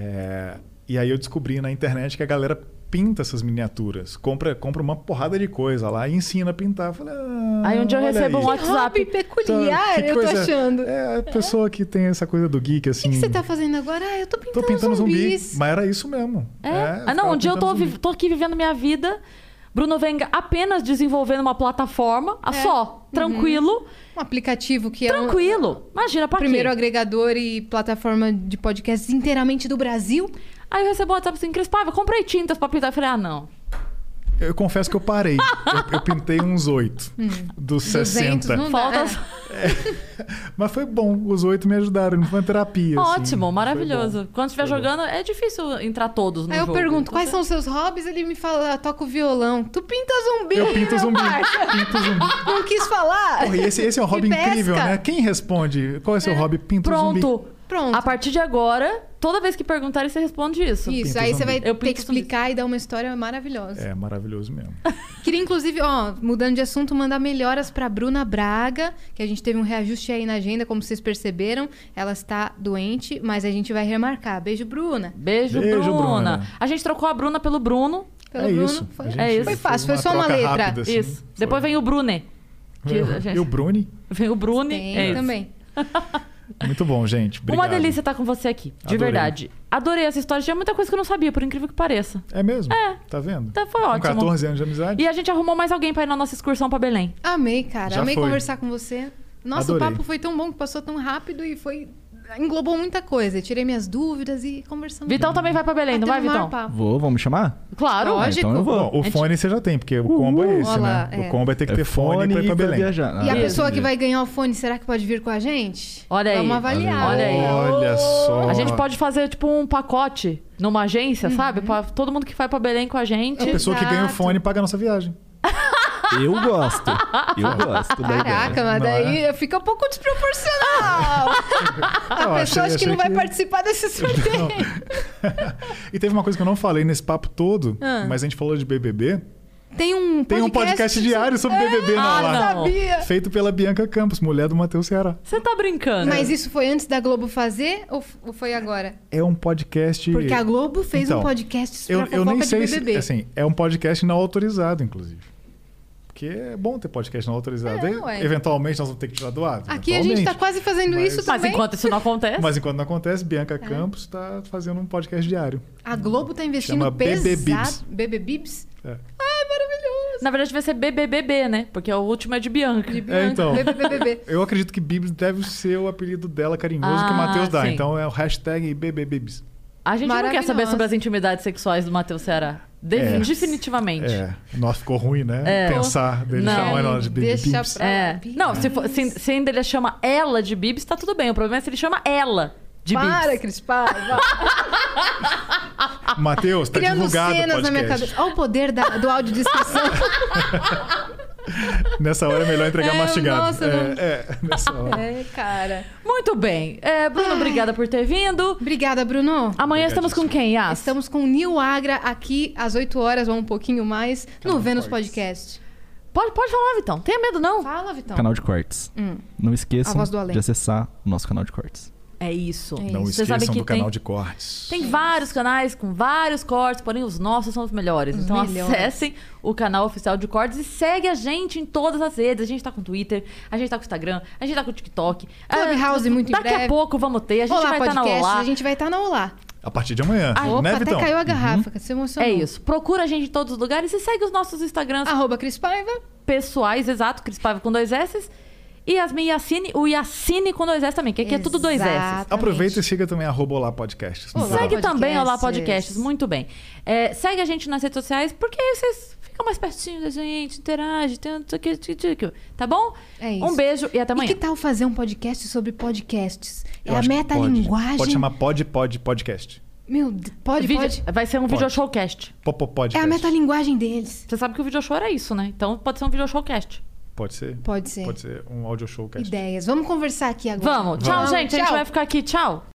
Speaker 4: E aí eu descobri na internet que a galera pinta essas miniaturas, compra uma porrada de coisa lá e ensina a pintar. Eu falei,
Speaker 2: Aí um dia eu
Speaker 4: olha
Speaker 2: recebo
Speaker 4: aí.
Speaker 2: um WhatsApp.
Speaker 3: Hobby peculiar,
Speaker 4: Que
Speaker 3: eu tô
Speaker 4: coisa-
Speaker 3: achando.
Speaker 4: É a pessoa que tem essa coisa do geek, assim.
Speaker 3: O que você tá fazendo agora? Eu tô pintando,
Speaker 4: Tô pintando zumbi,
Speaker 3: zumbis.
Speaker 4: mas era isso mesmo.
Speaker 2: Não, um dia eu
Speaker 4: ficava pintando
Speaker 2: tô aqui vivendo minha vida. Bruno Venga apenas desenvolvendo uma plataforma, só, tranquilo,
Speaker 3: Um aplicativo que é
Speaker 2: tranquilo. Imagina,
Speaker 3: o
Speaker 2: pra
Speaker 3: primeiro
Speaker 2: quê?
Speaker 3: agregador e plataforma de podcasts inteiramente do Brasil.
Speaker 2: Aí eu recebo um WhatsApp assim, Cris Paiva, comprei tintas pra pintar. Eu falei, não.
Speaker 4: Eu confesso que eu parei. eu pintei uns 8 dos
Speaker 3: 200
Speaker 4: 60.
Speaker 3: não dá.
Speaker 2: Falta...
Speaker 4: Mas foi bom, os 8 me ajudaram, não foi uma terapia. assim.
Speaker 2: Ótimo,
Speaker 4: Foi
Speaker 2: maravilhoso.
Speaker 4: bom.
Speaker 2: Quando estiver
Speaker 4: Foi bom.
Speaker 2: jogando, é difícil entrar todos no
Speaker 3: Aí eu
Speaker 2: jogo.
Speaker 3: pergunto,
Speaker 2: Então,
Speaker 3: quais são os seus hobbies? Ele me fala, toca o violão. Tu pinta zumbi,
Speaker 4: Eu pinto
Speaker 3: meu
Speaker 4: zumbi.
Speaker 3: parça.
Speaker 4: Pinto zumbi.
Speaker 3: Não quis falar.
Speaker 4: Porra, e esse é um hobby
Speaker 3: E pesca.
Speaker 4: incrível, né? Quem responde? Qual é o seu hobby? Pinto zumbi.
Speaker 2: Pronto.
Speaker 3: Pronto.
Speaker 2: A partir de agora, toda vez que perguntarem, você responde isso.
Speaker 3: Isso,
Speaker 4: Pinta
Speaker 3: aí você
Speaker 4: zumbi.
Speaker 3: vai
Speaker 2: Eu
Speaker 3: ter
Speaker 2: pinto
Speaker 3: que explicar e dar uma história maravilhosa.
Speaker 4: É maravilhoso mesmo.
Speaker 3: Queria, inclusive, mudando de assunto, mandar melhoras pra Bruna Braga, que a gente teve um reajuste aí na agenda, como vocês perceberam. Ela está doente, mas a gente vai remarcar. Beijo, Bruna.
Speaker 2: Beijo,
Speaker 4: Beijo,
Speaker 2: Bruna.
Speaker 4: Bruna.
Speaker 2: A gente trocou a Bruna pelo Bruno.
Speaker 3: Pelo
Speaker 4: É
Speaker 3: Bruno.
Speaker 4: isso.
Speaker 3: Foi,
Speaker 4: A gente
Speaker 2: É isso.
Speaker 3: foi fácil, foi
Speaker 4: fez
Speaker 3: só uma
Speaker 4: troca
Speaker 3: letra.
Speaker 4: rápida, assim.
Speaker 2: Isso.
Speaker 4: Foi.
Speaker 2: Depois vem o Brune.
Speaker 4: E o Bruni?
Speaker 2: Vem o Brune.
Speaker 3: Tem
Speaker 2: É isso.
Speaker 3: também.
Speaker 4: Muito bom, gente. Obrigado.
Speaker 2: Uma delícia estar com você aqui, de
Speaker 4: Adorei.
Speaker 2: verdade. Adorei essa história. Tinha muita coisa que eu não sabia, por incrível que pareça.
Speaker 4: É mesmo? Tá vendo?
Speaker 2: Então foi
Speaker 4: Com
Speaker 2: ótimo.
Speaker 4: 14 anos de amizade?
Speaker 2: E a gente arrumou mais alguém pra ir na nossa excursão pra Belém.
Speaker 3: Amei, cara.
Speaker 4: Já
Speaker 3: Amei
Speaker 4: foi.
Speaker 3: conversar com você. Nossa,
Speaker 4: Adorei.
Speaker 3: o papo foi tão bom que passou tão rápido e englobou muita coisa. Eu tirei minhas dúvidas e conversamos.
Speaker 2: Vitão também vai pra Belém, não vai,
Speaker 3: Batemos o
Speaker 2: Vitão?
Speaker 3: maior papo.
Speaker 6: Vamos me chamar?
Speaker 2: Claro.
Speaker 3: Lógico.
Speaker 6: Então eu vou.
Speaker 4: Bom, o fone você já tem, porque o combo é esse,
Speaker 3: Olha lá,
Speaker 4: né?
Speaker 3: é.
Speaker 4: O combo é ter que ter fone pra ir pra Belém.
Speaker 6: viajar.
Speaker 3: E a
Speaker 6: Ah,
Speaker 3: pessoa que
Speaker 6: entendi.
Speaker 3: vai ganhar o fone, será que pode vir com a gente?
Speaker 2: Olha aí.
Speaker 3: Vamos avaliar.
Speaker 2: Olha aí.
Speaker 4: Olha só.
Speaker 2: A gente pode fazer tipo um pacote numa agência, sabe? Pra todo mundo que vai pra Belém com a gente.
Speaker 4: A pessoa que ganha o
Speaker 3: Exato.
Speaker 4: fone paga a nossa viagem.
Speaker 6: Eu gosto. Eu gosto da
Speaker 3: Caraca,
Speaker 6: ideia.
Speaker 3: mas
Speaker 4: Não
Speaker 3: daí fica um pouco desproporcional. A pessoa acha que não vai participar desse sorteio.
Speaker 4: E teve uma coisa que eu não falei nesse papo todo, mas a gente falou de BBB.
Speaker 3: Tem um
Speaker 4: podcast diário sobre BBB na lá.
Speaker 3: Sabia.
Speaker 4: Feito pela Bianca Campos, mulher do Matheus Ceará.
Speaker 2: Você tá brincando?
Speaker 3: Mas isso foi antes da Globo fazer ou foi agora?
Speaker 4: É um podcast...
Speaker 3: Porque a Globo fez
Speaker 4: Então,
Speaker 3: um podcast pra
Speaker 4: eu nem
Speaker 3: fofoca
Speaker 4: sei
Speaker 3: de BBB.
Speaker 4: se... Assim, é um podcast não autorizado, inclusive. Porque é bom ter podcast não autorizado.
Speaker 3: Ué.
Speaker 4: Eventualmente nós vamos ter que tirar do ar.
Speaker 3: Aqui a gente tá quase fazendo isso
Speaker 2: Mas
Speaker 3: também.
Speaker 2: enquanto isso não acontece...
Speaker 4: Mas enquanto não acontece, Bianca Campos tá fazendo um podcast diário.
Speaker 3: A Globo tá investindo
Speaker 4: Chama BB
Speaker 3: pesado. BB Bibs?
Speaker 4: É.
Speaker 3: Ai, maravilhoso.
Speaker 2: Na verdade vai ser BBBB, né? Porque o último é de Bianca.
Speaker 3: De Bianca.
Speaker 4: então.
Speaker 3: BBBB.
Speaker 4: Eu acredito que Bibs deve ser o apelido dela carinhoso que o Matheus dá.
Speaker 2: sim.
Speaker 4: Então é o hashtag BBBibs.
Speaker 2: A gente não quer
Speaker 3: Maravilhosa.
Speaker 2: saber sobre as intimidades sexuais do Matheus Ceará. Definitivamente.
Speaker 4: Nossa, ficou ruim, né? Pensar dele
Speaker 2: Não.
Speaker 4: chamar ela de
Speaker 3: Deixa
Speaker 4: BBibs.
Speaker 3: pra-
Speaker 2: Não, se ainda ele chama ela de Bibs, tá tudo bem. O problema é se ele chama ela de
Speaker 3: Para,
Speaker 2: Bibs.
Speaker 3: Cris, para.
Speaker 4: Matheus, tá
Speaker 3: Criando
Speaker 4: divulgado o
Speaker 3: cenas na minha
Speaker 4: podcast.
Speaker 3: cabeça. Olha o poder do audiodescrição.
Speaker 4: Nessa hora é melhor entregar mastigado.
Speaker 3: nossa, não.
Speaker 4: Nessa hora.
Speaker 3: Cara.
Speaker 2: Muito bem. Bruno, obrigada por ter vindo.
Speaker 3: Obrigada, Bruno.
Speaker 2: Amanhã estamos com quem, Yas?
Speaker 3: Estamos com o Nil Agra aqui às 8 horas ou um pouquinho mais no Vênus Podcast.
Speaker 2: Pode falar, Vitão. Tenha medo, não.
Speaker 3: Fala, Vitão.
Speaker 6: Canal de cortes. Não
Speaker 3: A
Speaker 6: esqueçam
Speaker 3: voz do além.
Speaker 6: de acessar o nosso canal de cortes.
Speaker 2: É isso.
Speaker 3: É
Speaker 4: Não
Speaker 3: isso.
Speaker 2: Você sabe
Speaker 4: esqueçam
Speaker 2: que
Speaker 4: do canal de cortes.
Speaker 2: Tem vários canais com vários cortes, porém os nossos são os melhores. Então
Speaker 3: melhores.
Speaker 2: acessem o canal oficial de cortes e segue a gente em todas as redes. A gente tá com Twitter, a gente tá com Instagram, a gente tá com TikTok.
Speaker 3: Clubhouse muito em
Speaker 2: Daqui
Speaker 3: breve.
Speaker 2: a pouco vamos ter. A gente
Speaker 3: Olá,
Speaker 2: vai estar na
Speaker 3: podcast.
Speaker 2: Olá.
Speaker 3: A gente vai estar na Olá.
Speaker 4: A partir de amanhã,
Speaker 3: Opa,
Speaker 4: né,
Speaker 3: até
Speaker 4: Vitão?
Speaker 3: caiu a garrafa. Você emocionou.
Speaker 2: É isso. Procura a gente em todos os lugares e segue os nossos Instagrams
Speaker 3: @Cris Paiva.
Speaker 2: pessoais, exato, Cris Paiva com 2 S. E Yasmin Yassine, o Yassine com 2 S também, que aqui é tudo 2 S.
Speaker 3: Exatamente.
Speaker 4: Aproveita e siga também @Olá Podcasts.
Speaker 3: Olá.
Speaker 2: Segue
Speaker 3: Podcasts.
Speaker 2: também Olá Podcasts, muito bem. Segue a gente nas redes sociais, porque aí vocês ficam mais pertinho da gente, interage, tá bom?
Speaker 3: É isso.
Speaker 2: Um beijo e até
Speaker 3: E
Speaker 2: amanhã.
Speaker 3: que tal fazer um podcast sobre podcasts?
Speaker 4: Eu
Speaker 3: É a
Speaker 4: acho que
Speaker 3: metalinguagem.
Speaker 4: Pode chamar Podcast.
Speaker 3: Meu, pode.
Speaker 2: Vai ser um
Speaker 4: Pode.
Speaker 2: video showcast.
Speaker 4: Podcast.
Speaker 3: É a metalinguagem deles.
Speaker 2: Você sabe que o video show era isso, né? Então pode ser um video showcast.
Speaker 4: Pode ser?
Speaker 3: Pode ser.
Speaker 4: Pode ser um audio showcast.
Speaker 3: Ideias. Vamos conversar aqui agora.
Speaker 2: Vamos. Tchau, gente. A gente
Speaker 3: Tchau.
Speaker 2: vai ficar aqui. Tchau.